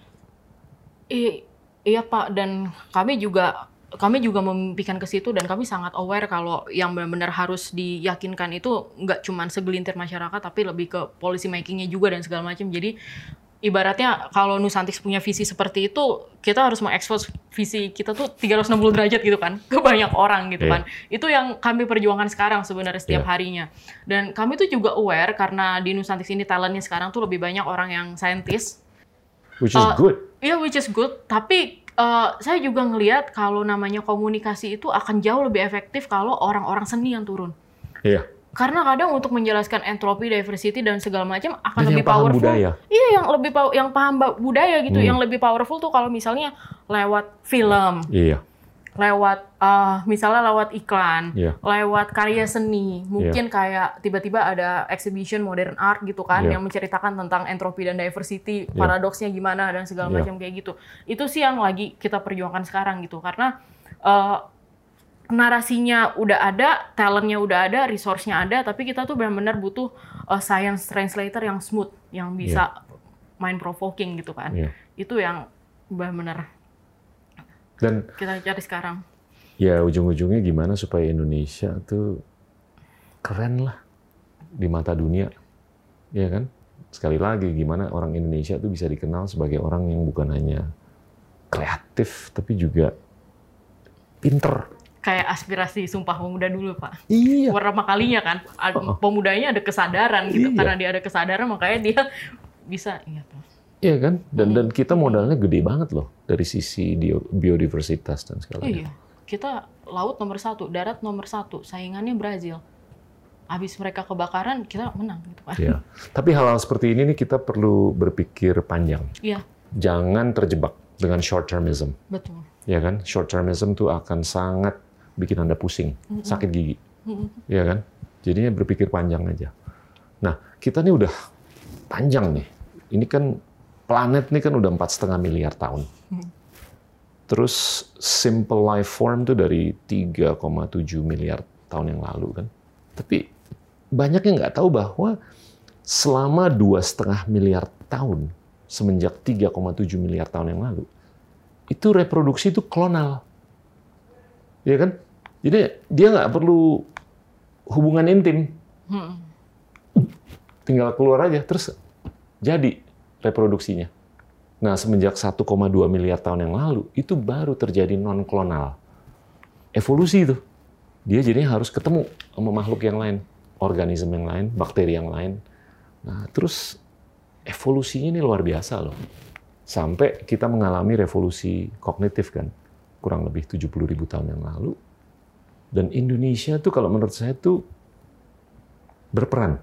I, iya Pak, dan kami juga kami juga memimpikan ke situ dan kami sangat aware kalau yang benar-benar harus diyakinkan itu nggak cuma segelintir masyarakat tapi lebih ke policy makingnya juga dan segala macam. Jadi ibaratnya kalau Nusantics punya visi seperti itu, kita harus mengekspos visi kita tuh tiga ratus enam puluh derajat gitu kan, ke banyak orang gitu yeah. kan. Itu yang kami perjuangkan sekarang sebenarnya setiap yeah. harinya. Dan kami tuh juga aware karena di Nusantics ini talentnya sekarang tuh lebih banyak orang yang saintis. Which is uh, good. Iya, yeah, which is good. Tapi uh, saya juga ngelihat kalau namanya komunikasi itu akan jauh lebih efektif kalau orang-orang seni yang turun. Iya. Yeah. Karena kadang untuk menjelaskan entropi, diversity dan segala macam akan dan lebih yang paham powerful. Budaya. Iya, yang lebih yang paham budaya gitu, hmm. yang lebih powerful tuh kalau misalnya lewat film. Iya. Lewat uh, misalnya lewat iklan, iya. lewat karya seni. Mungkin iya. kayak tiba-tiba ada exhibition modern art gitu kan iya. yang menceritakan tentang entropi dan diversity, iya. paradoksnya gimana dan segala iya. macam kayak gitu. Itu sih yang lagi kita perjuangkan sekarang gitu. Karena uh, narasinya udah ada, talentnya udah ada, resource-nya ada, tapi kita tuh benar-benar butuh uh, science translator yang smooth, yang bisa yeah. mind provoking gitu kan. Yeah. Itu yang benar-benar dan kita cari sekarang. Ya ujung-ujungnya gimana supaya Indonesia tuh keren lah di mata dunia, ya kan? Sekali lagi gimana orang Indonesia tuh bisa dikenal sebagai orang yang bukan hanya kreatif, tapi juga pinter. Kayak aspirasi Sumpah Pemuda dulu, Pak. Iya. Pertama kalinya kan, uh-uh. pemudanya ada kesadaran gitu. Iya. Karena dia ada kesadaran, makanya dia bisa. Iya, Pak. Iya kan? Dan hmm. dan kita modalnya gede banget loh dari sisi biodiversitas dan segala macam. Iya. Kita laut nomor satu, darat nomor satu, saingannya Brazil. Habis mereka kebakaran, kita menang gitu, Pak. Iya. Tapi hal-hal seperti ini nih kita perlu berpikir panjang. Iya. Jangan terjebak dengan short termism. Betul. Ya kan? Short termism tuh akan sangat bikin Anda pusing, mm-hmm. sakit gigi. Mm-hmm. Ya kan? Jadinya berpikir panjang aja. Nah, kita nih udah panjang nih. Ini kan planet nih kan udah empat setengah miliar tahun. Mm-hmm. Terus simple life form tuh dari tiga koma tujuh miliar tahun yang lalu kan. Tapi banyak yang nggak tahu bahwa selama dua setengah miliar tahun semenjak tiga koma tujuh miliar tahun yang lalu, itu reproduksi itu klonal. Ya kan? Jadi dia nggak perlu hubungan intim. Hmm. Tinggal keluar aja, terus jadi reproduksinya. Nah, semenjak satu koma dua miliar tahun yang lalu, itu baru terjadi non-klonal. Evolusi itu. Dia jadinya harus ketemu sama makhluk yang lain, organisme yang lain, bakteri yang lain. Nah, terus evolusinya ini luar biasa loh. Sampai kita mengalami revolusi kognitif kan, kurang lebih tujuh puluh ribu tahun yang lalu. Dan Indonesia tuh kalau menurut saya tuh berperan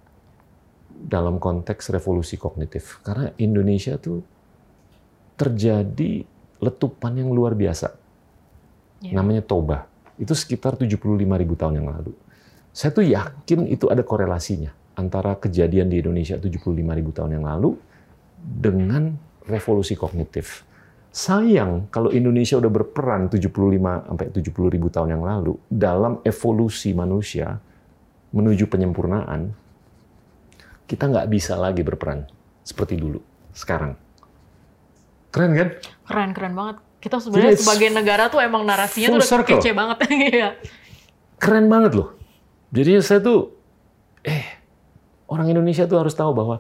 dalam konteks revolusi kognitif. Karena Indonesia tuh terjadi letupan yang luar biasa. Yeah. Namanya Toba. Itu sekitar tujuh puluh lima ribu tahun yang lalu. Saya tuh yakin itu ada korelasinya antara kejadian di Indonesia tujuh puluh lima ribu tahun yang lalu dengan revolusi kognitif. Sayang kalau Indonesia udah berperan tujuh puluh lima sampai tujuh puluh ribu tahun yang lalu dalam evolusi manusia menuju penyempurnaan, kita nggak bisa lagi berperan seperti dulu sekarang. Keren kan? Keren, keren banget. Kita sebenarnya sebagai negara tuh emang narasinya tuh udah circle. Kece banget. Keren banget loh. Jadi saya tuh, eh orang Indonesia tuh harus tahu bahwa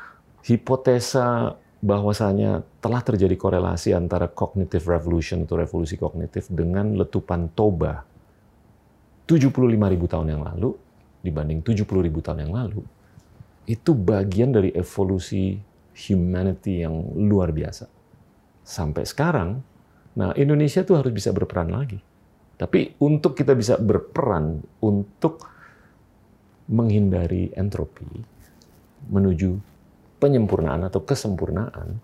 hipotesa bahwasanya telah terjadi korelasi antara cognitive revolution atau revolusi kognitif dengan letupan Toba tujuh puluh lima ribu tahun yang lalu dibanding tujuh puluh ribu tahun yang lalu, itu bagian dari evolusi humanity yang luar biasa. Sampai sekarang, nah Indonesia tuh harus bisa berperan lagi. Tapi untuk kita bisa berperan untuk menghindari entropi menuju penyempurnaan atau kesempurnaan,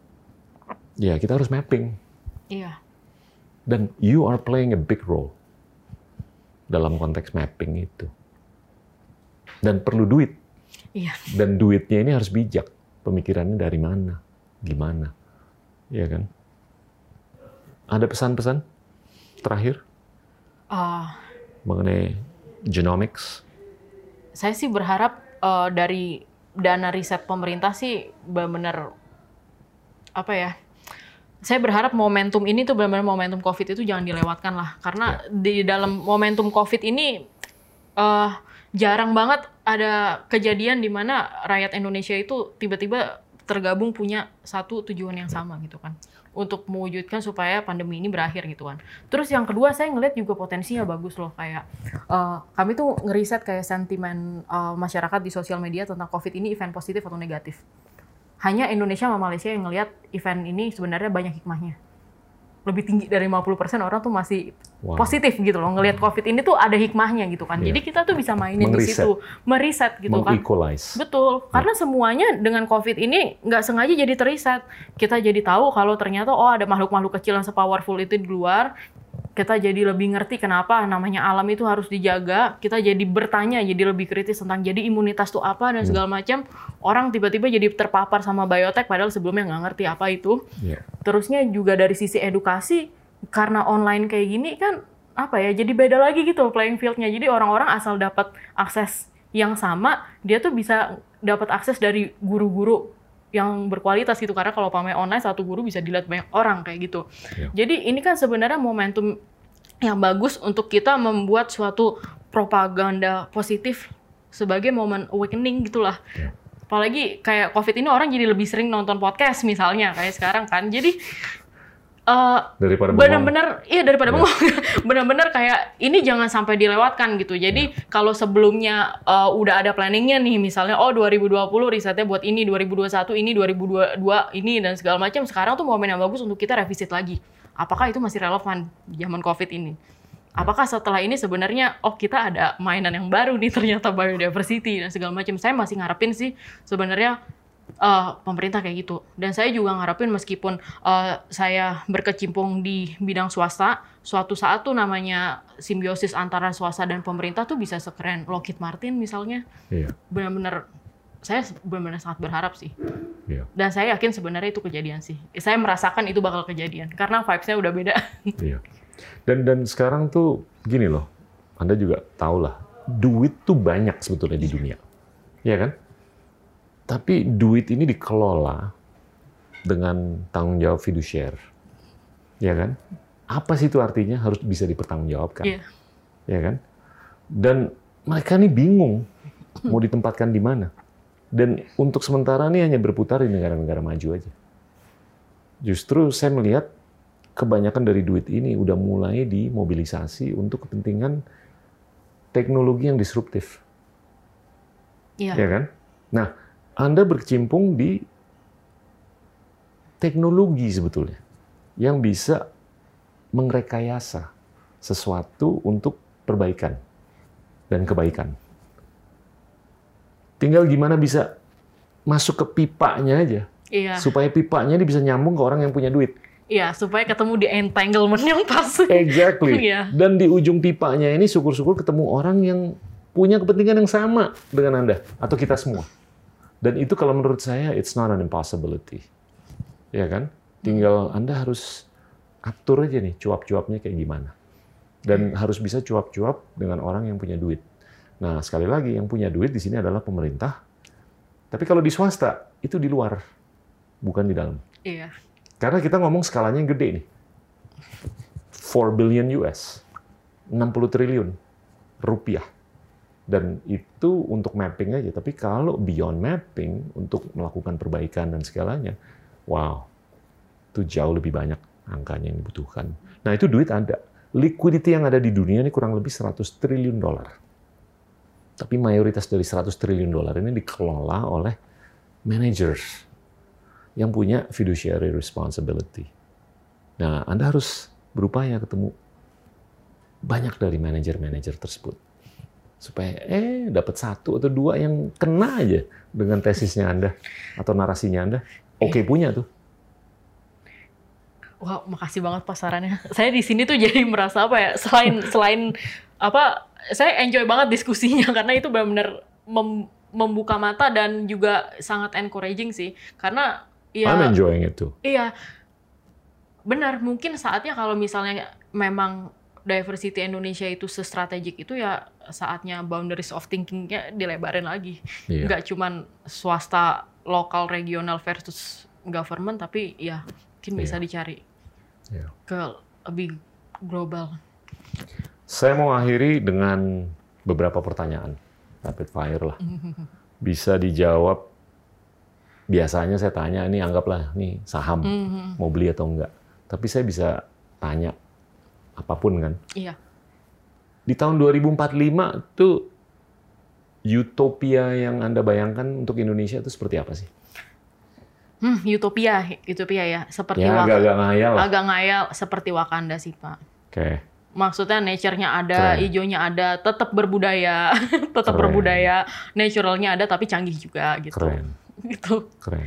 ya kita harus mapping. Iya. Dan you are playing a big role dalam konteks mapping itu. Dan perlu duit. Iya. Dan duitnya ini harus bijak. Pemikirannya dari mana, gimana, ya kan? Ada pesan-pesan terakhir Uh, mengenai genomics? saya sih berharap uh, dari dana riset pemerintah sih benar-benar apa ya? Saya berharap momentum ini tuh benar-benar momentum COVID itu jangan dilewatkan lah, karena Ya. di dalam momentum COVID ini uh, jarang banget ada kejadian di mana rakyat Indonesia itu tiba-tiba tergabung punya satu tujuan yang sama gitu kan, untuk mewujudkan supaya pandemi ini berakhir gitu kan. Terus yang kedua, saya ngeliat juga potensinya bagus loh, kayak uh, kami tuh ngeriset kayak sentimen uh, masyarakat di sosial media tentang COVID ini event positif atau negatif. Hanya Indonesia sama Malaysia yang ngelihat event ini sebenarnya banyak hikmahnya. Lebih tinggi dari lima puluh persen orang tuh masih Wow. positif gitu loh, ngelihat COVID ini tuh ada hikmahnya gitu kan. Iya. Jadi kita tuh bisa mainin di Mengriset. situ, meriset gitu kan. Meng-equalize. Betul, karena semuanya dengan COVID ini nggak sengaja jadi teriset. Kita jadi tahu kalau ternyata oh ada makhluk-makhluk kecil yang se-powerful itu di luar. Kita jadi lebih ngerti kenapa namanya alam itu harus dijaga. Kita jadi bertanya, jadi lebih kritis tentang jadi imunitas itu apa dan segala macam. Orang tiba-tiba jadi terpapar sama biotek padahal sebelumnya nggak ngerti apa itu. Yeah. Terusnya juga dari sisi edukasi, karena online kayak gini kan apa ya, jadi beda lagi gitu playing field-nya. Jadi orang-orang asal dapat akses yang sama, dia tuh bisa dapat akses dari guru-guru yang berkualitas gitu, karena kalau pamer online satu guru bisa dilihat banyak orang kayak gitu. Ya. Jadi ini kan sebenarnya momentum yang bagus untuk kita membuat suatu propaganda positif sebagai momen awakening gitulah. Ya. Apalagi kayak COVID ini orang jadi lebih sering nonton podcast misalnya kayak sekarang kan. Jadi uh, Daripada bengong. benar-benar iya daripada Ya. bengong. Benar-benar kayak ini jangan sampai dilewatkan gitu. Jadi kalau sebelumnya uh, udah ada planningnya nih, misalnya oh dua ribu dua puluh risetnya buat ini, dua ribu dua puluh satu ini, dua ribu dua puluh dua ini dan segala macam. Sekarang tuh momen yang bagus untuk kita revisit lagi. Apakah itu masih relevan di zaman COVID ini? Apakah setelah ini sebenarnya oh kita ada mainan yang baru nih ternyata biodiversity dan segala macam. Saya masih ngarepin sih sebenarnya uh, pemerintah kayak gitu. Dan saya juga ngarepin meskipun uh, saya berkecimpung di bidang swasta, suatu saat tuh namanya simbiosis antara swasta dan pemerintah tuh bisa sekeren Lockheed Martin misalnya. Iya. Benar-benar saya benar-benar sangat berharap sih. Iya. Dan saya yakin sebenarnya itu kejadian sih. Saya merasakan itu bakal kejadian karena vibes-nya udah beda. Iya. Dan dan sekarang tuh gini loh, Anda juga tahu lah, duit tuh banyak sebetulnya di dunia, ya kan? Tapi duit ini dikelola dengan tanggung jawab fiduciar, ya kan? Apa sih itu artinya? Harus bisa dipertanggungjawabkan, Iya. ya kan? Dan mereka ini bingung mau ditempatkan di mana. Dan untuk sementara ini hanya berputar di negara-negara maju aja. Justru saya melihat kebanyakan dari duit ini udah mulai dimobilisasi untuk kepentingan teknologi yang disruptif. Iya. Ya kan? Nah, Anda berkecimpung di teknologi sebetulnya yang bisa mengrekayasa sesuatu untuk perbaikan dan kebaikan. Tinggal gimana bisa masuk ke pipanya aja. Iya. Supaya pipanya ini bisa nyambung ke orang yang punya duit. Iya, supaya ketemu di entanglement yang pas. Exactly. Iya. Dan di ujung pipanya ini syukur-syukur ketemu orang yang punya kepentingan yang sama dengan Anda atau kita semua. Dan itu kalau menurut saya it's not an impossibility. Ya kan? Tinggal Anda harus atur aja nih cuap-cuapnya kayak gimana. Dan harus bisa cuap-cuap dengan orang yang punya duit. Nah, sekali lagi yang punya duit di sini adalah pemerintah. Tapi kalau di swasta itu di luar, bukan di dalam. Iya. Karena kita ngomong skalanya yang gede nih. four billion U S. enam puluh triliun rupiah. Dan itu untuk mapping aja. Tapi kalau beyond mapping, untuk melakukan perbaikan dan segalanya, wow, itu jauh lebih banyak angkanya yang dibutuhkan. Nah, itu duit ada. Liquidity yang ada di dunia ini kurang lebih seratus triliun dolar. Tapi mayoritas dari seratus triliun dolar ini dikelola oleh managers yang punya fiduciary responsibility. Nah, Anda harus berupaya ketemu banyak dari manajer-manajer tersebut. Supaya eh dapat satu atau dua yang kena aja dengan tesisnya Anda atau narasinya Anda. Oke, punya tuh. Wah, makasih banget Pak sarannya. Saya di sini tuh jadi merasa apa ya, selain selain apa, saya enjoy banget diskusinya karena itu benar-benar mem, membuka mata dan juga sangat encouraging sih. Karena ya I'm enjoying it too. Iya. Benar, mungkin saatnya kalau misalnya memang diversity Indonesia itu se-strategik itu ya saatnya boundaries of thinking-nya dilebarin lagi. Iya. Nggak cuman swasta, lokal, regional versus government, tapi ya mungkin bisa Iya. dicari Iya. ke lebih global. Saya mau akhiri dengan beberapa pertanyaan, rapid fire lah. Bisa dijawab. Biasanya saya tanya, ini anggaplah nih saham, Mhm. mau beli atau enggak. Tapi saya bisa tanya apapun kan. Iya. Di tahun dua ribu empat puluh lima tuh utopia yang Anda bayangkan untuk Indonesia itu seperti apa sih? Hmm, utopia, utopia ya, seperti Ya, Wak- agak-agak ngayal lah. agak ngayal seperti Wakanda sih Pak. Oke. Maksudnya nature-nya ada, Keren. hijaunya ada, tetap berbudaya, tetap Keren. berbudaya, naturalnya ada tapi canggih juga gitu. Keren. Gitu. Keren.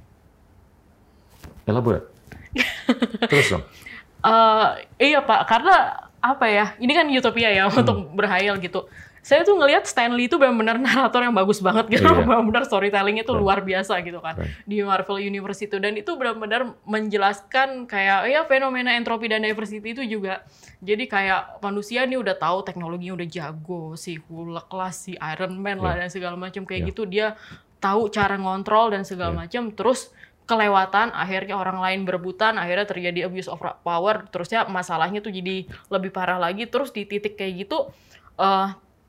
Elaborate. Terus dong. Eh, iya Pak, karena apa ya? Ini kan utopia ya Hmm. untuk berhayal gitu. Saya tuh ngelihat Stanley itu benar-benar narator yang bagus banget gitu, Iya. benar-benar storytelling itu Keren. luar biasa gitu kan Keren. di Marvel Universe itu, dan itu benar-benar menjelaskan kayak ya fenomena entropi dan diversity itu juga. Jadi kayak manusia nih udah tahu teknologinya udah jago, si Hulk lah, si Iron Man lah Iya. dan segala macam kayak Iya. gitu, dia tahu cara ngontrol dan segala Iya. macam, terus kelewatan, akhirnya orang lain berebutan, akhirnya terjadi abuse of power, terusnya masalahnya tuh jadi lebih parah lagi, terus di titik kayak gitu eh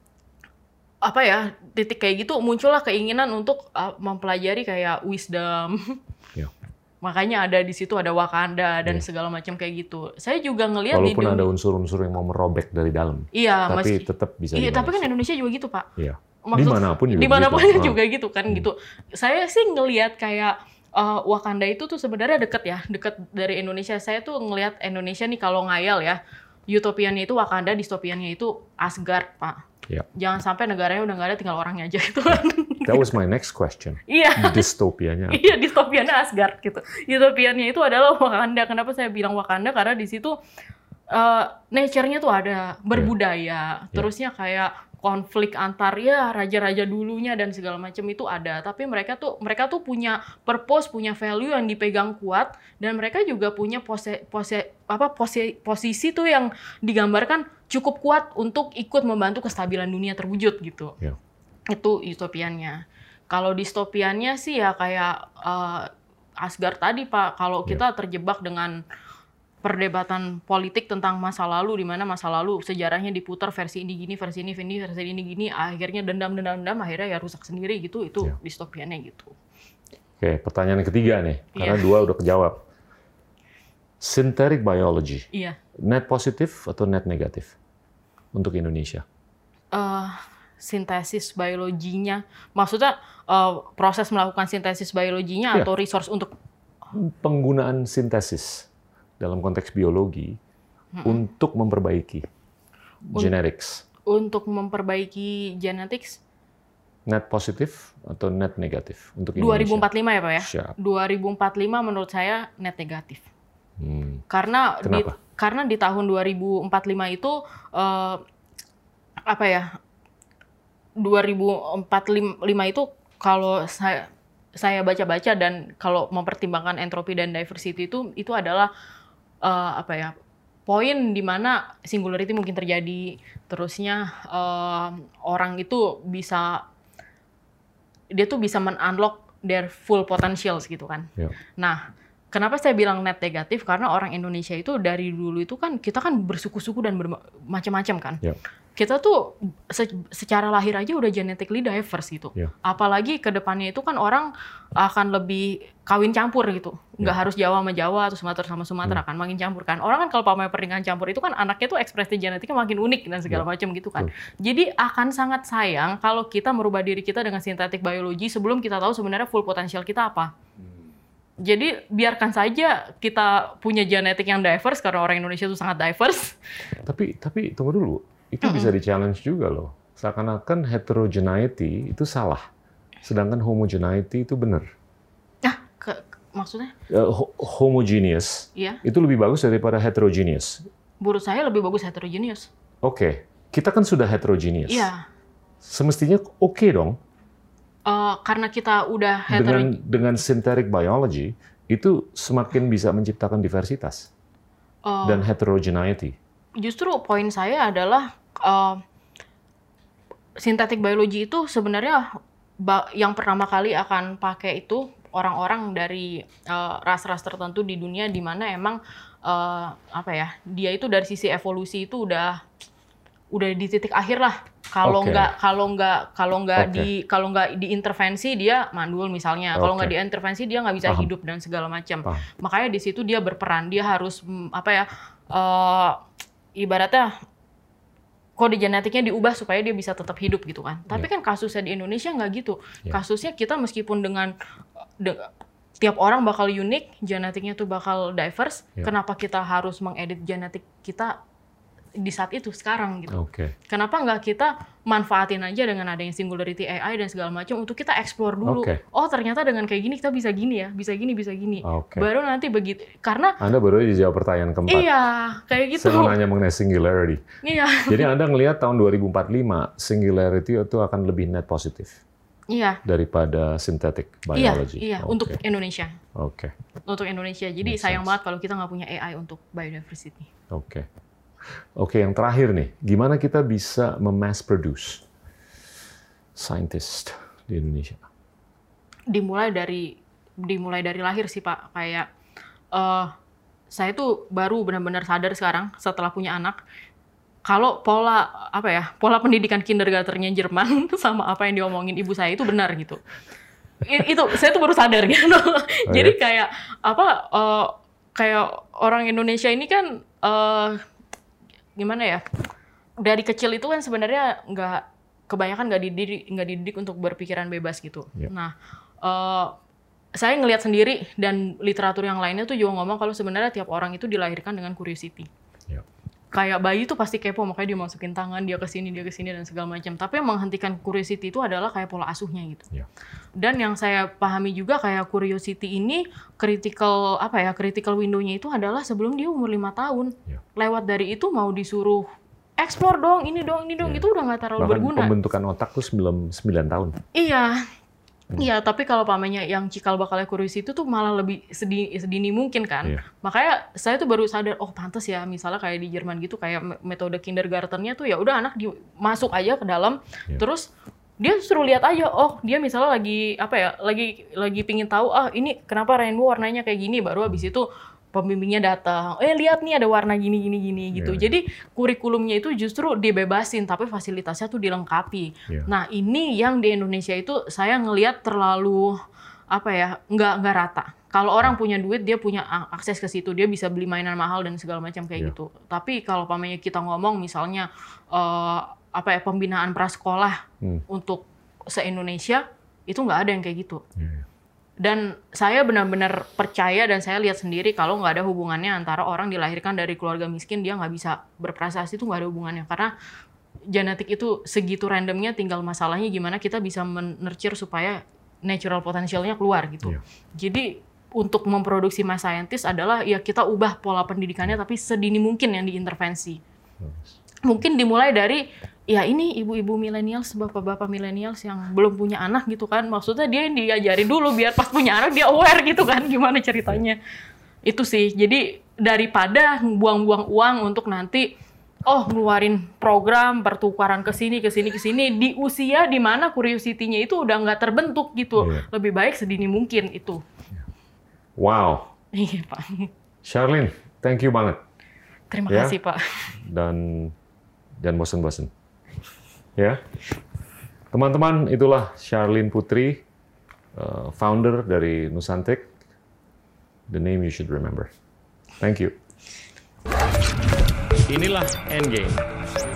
apa ya, titik kayak gitu muncullah keinginan untuk uh, mempelajari kayak wisdom. Ya. Makanya ada di situ ada Wakanda dan Iya. segala macam kayak gitu. Saya juga ngelihat di Walaupun dunia- ada unsur-unsur yang mau merobek dari dalam, iya, tapi meski tetap bisa iya, tapi kan dimanage. Indonesia juga gitu, Pak. Iya. Maksud- Dimanapun juga dimanapun begitu. Ah. juga gitu kan Hmm. gitu. Saya sih ngelihat kayak uh, Wakanda itu tuh sebenarnya deket ya, deket dari Indonesia. Saya tuh ngelihat Indonesia nih kalau ngayal ya, utopiannya itu Wakanda, distopiannya itu Asgard, Pak. Ya. Jangan sampai negaranya udah nggak ada, tinggal orangnya aja gitu kan. That was my next question. Iya. Dystopianya. Iya, distopiannya Asgard gitu. Utopiannya itu adalah Wakanda. Kenapa saya bilang Wakanda? Karena di situ uh, nature-nya tuh ada, berbudaya. Terusnya kayak konflik antar ya raja-raja dulunya dan segala macam itu ada. Tapi mereka tuh mereka tuh punya purpose, punya value yang dipegang kuat, dan mereka juga punya pose, pose, apa posi, posisi tuh yang digambarkan cukup kuat untuk ikut membantu kestabilan dunia terwujud gitu. Ya. Itu utopiannya. Kalau distopiannya sih ya kayak uh, Asgard tadi Pak, kalau kita terjebak dengan perdebatan politik tentang masa lalu, di mana masa lalu sejarahnya diputar versi ini gini, versi ini ini, versi ini gini, akhirnya dendam-dendam-dendam, akhirnya ya rusak sendiri gitu, itu Ya. distopiannya gitu. Oke, pertanyaan ketiga nih, karena Iya. dua udah kejawab. Synthetic biology, Iya. net positif atau net negatif untuk Indonesia? Eh, sintesis biologinya, maksudnya eh, proses melakukan sintesis biologinya Iya. atau resource untuk Penggunaan sintesis dalam konteks biologi untuk memperbaiki genetics, untuk memperbaiki genetics net positif atau net negatif untuk dua Indonesia? ribu empat puluh lima ya Pak ya? Siap. dua ribu empat puluh lima menurut saya net negatif. Hmm. Karena di, Kenapa? karena di tahun dua ribu empat puluh lima itu eh, apa ya? dua ribu empat puluh lima itu kalau saya saya baca-baca dan kalau mempertimbangkan entropi dan diversity itu itu adalah eh, apa ya? Poin di mana singularity mungkin terjadi, terusnya eh, orang itu bisa dia tuh bisa men-unlock their full potentials gitu kan. Ya. Nah, kenapa saya bilang net negatif? Karena orang Indonesia itu dari dulu itu kan kita kan bersuku-suku dan bermacam-macam kan. Ya. Kita tuh se- secara lahir aja udah genetically diverse gitu. Ya. Apalagi ke depannya itu kan orang akan lebih kawin campur gitu. Nggak Ya. harus Jawa sama Jawa atau Sumatera sama Sumatera kan, makin campur kan. Orang kan kalau pamer pernikahan campur itu kan anaknya tuh ekspresi genetiknya makin unik dan segala Ya. macam gitu kan. Jadi akan sangat sayang kalau kita merubah diri kita dengan sintetik biologi sebelum kita tahu sebenarnya full potensial kita apa. Jadi biarkan saja kita punya genetik yang diverse karena orang Indonesia itu sangat diverse. Tapi tapi tunggu dulu, itu mm-hmm. bisa di-challenge juga loh. Seakan-akan heterogeneity itu salah, sedangkan homogeneity itu benar. Ah, ke, maksudnya? Uh, ho- homogeneous iya. itu lebih bagus daripada heterogeneous. Menurut saya lebih bagus heterogeneous. Oke, okay. Kita kan sudah heterogeneous. Iya. Semestinya oke okay dong. Uh, karena kita udah hetero... dengan dengan synthetic biology itu semakin bisa menciptakan diversitas uh, dan heterogeneity. Justru poin saya adalah uh, synthetic biology itu sebenarnya yang pertama kali akan pakai itu orang-orang dari uh, ras-ras tertentu di dunia di mana emang uh, apa ya dia itu dari sisi evolusi itu udah udah di titik akhir lah. Kalau okay. nggak kalau nggak kalau nggak okay. di kalau nggak diintervensi dia mandul misalnya. Okay. Kalau nggak diintervensi dia nggak bisa Paham. hidup dan segala macam. Makanya di situ dia berperan. Dia harus apa ya uh, ibaratnya kode genetiknya diubah supaya dia bisa tetap hidup gitu kan. Tapi yeah. kan kasusnya di Indonesia nggak gitu. Yeah. Kasusnya kita meskipun dengan de, tiap orang bakal unik, genetiknya tuh bakal diverse. Yeah. Kenapa kita harus mengedit genetik kita di saat itu sekarang gitu. Okay. Kenapa nggak kita manfaatin aja dengan adanya singularity A I dan segala macam untuk kita explore dulu. Okay. Oh ternyata dengan kayak gini kita bisa gini ya, bisa gini, bisa gini. Okay. Baru nanti begitu. Karena Anda baru aja jawab pertanyaan keempat. Iya, kayak gitu. Saya mau nanya mengenai singularity. Iya. Jadi Anda ngelihat tahun dua ribu empat puluh lima singularity itu akan lebih net positif. Iya. Daripada synthetic biology. Iya, iya. Okay. Untuk Indonesia. Oke. Okay. Untuk Indonesia. Jadi Makes sayang sense. banget kalau kita nggak punya A I untuk biodiversity. Oke. Okay. Oke, yang terakhir nih, gimana kita bisa memass produce scientist di Indonesia? Dimulai dari dimulai dari lahir sih Pak, kayak uh, saya tuh baru benar-benar sadar sekarang setelah punya anak, kalau pola apa ya pola pendidikan kindergartennya Jerman sama apa yang diomongin ibu saya itu benar gitu. I, itu saya tuh baru sadar gitu. Oh, Jadi ya? kayak apa uh, kayak orang Indonesia ini kan uh, gimana ya, dari kecil itu kan sebenarnya nggak kebanyakan nggak dididik nggak dididik untuk berpikiran bebas gitu. Yeah. Nah, uh, saya ngelihat sendiri dan literatur yang lainnya tuh juga ngomong kalau sebenarnya tiap orang itu dilahirkan dengan curiosity. Yeah. Kayak bayi tuh pasti kepo, makanya dia masukin tangan, dia kesini, dia kesini dan segala macam. Tapi yang menghentikan curiosity itu adalah kayak pola asuhnya gitu. Yeah. Dan yang saya pahami juga kayak curiosity ini critical apa ya critical window-nya itu adalah sebelum dia umur lima tahun. Yeah. Lewat dari itu mau disuruh explore dong, ini dong, ini dong, yeah. itu udah nggak terlalu Bahkan berguna. Pembentukan otak tuh sembilan tahun. Iya. Hmm. Iya, tapi kalau pamannya yang cikal bakalnya curiosity itu tuh malah lebih sedini, sedini mungkin kan. Iya. Makanya saya tuh baru sadar, oh pantas ya misalnya kayak di Jerman gitu, kayak metode kindergartennya tuh ya udah anak di, masuk aja ke dalam, iya. terus dia suruh lihat aja, oh dia misalnya lagi apa ya, lagi lagi pingin tahu, ah ini kenapa rainbow warnanya kayak gini, baru habis itu pembimbingnya datang, eh lihat nih ada warna gini gini gini gitu. Yeah. Jadi kurikulumnya itu justru dibebasin, tapi fasilitasnya tuh dilengkapi. Yeah. Nah ini yang di Indonesia itu saya ngelihat terlalu apa ya, nggak nggak rata. Kalau orang punya duit dia punya akses ke situ, dia bisa beli mainan mahal dan segala macam kayak yeah. gitu. Tapi kalau pamannya kita ngomong misalnya uh, apa ya pembinaan prasekolah hmm. untuk se-Indonesia itu nggak ada yang kayak gitu. Yeah. Dan saya benar-benar percaya dan saya lihat sendiri kalau nggak ada hubungannya antara orang dilahirkan dari keluarga miskin dia nggak bisa berprestasi, itu nggak ada hubungannya. Karena genetik itu segitu randomnya, tinggal masalahnya gimana kita bisa men-nurture supaya natural potentialnya keluar gitu. Yeah. Jadi untuk memproduksi mass scientist adalah ya kita ubah pola pendidikannya tapi sedini mungkin yang diintervensi. Yes. Mungkin dimulai dari ya ini ibu-ibu millennials, bapak-bapak millennials yang belum punya anak gitu kan. Maksudnya dia yang diajarin dulu biar pas punya anak dia aware gitu kan gimana ceritanya. Itu sih. Jadi daripada buang-buang uang untuk nanti oh ngeluarin program pertukaran ke sini ke sini ke sini di usia di mana curiosity-nya itu udah nggak terbentuk gitu. Yeah. Lebih baik sedini mungkin itu. Wow. Iya, Pak. Charlene, thank you banget. Terima ya? kasih, Pak. Dan dan bosen-bosen. Ya, teman-teman, itulah Charlene Putri, uh, founder dari Nusantic. The name you should remember. Thank you. Inilah Endgame.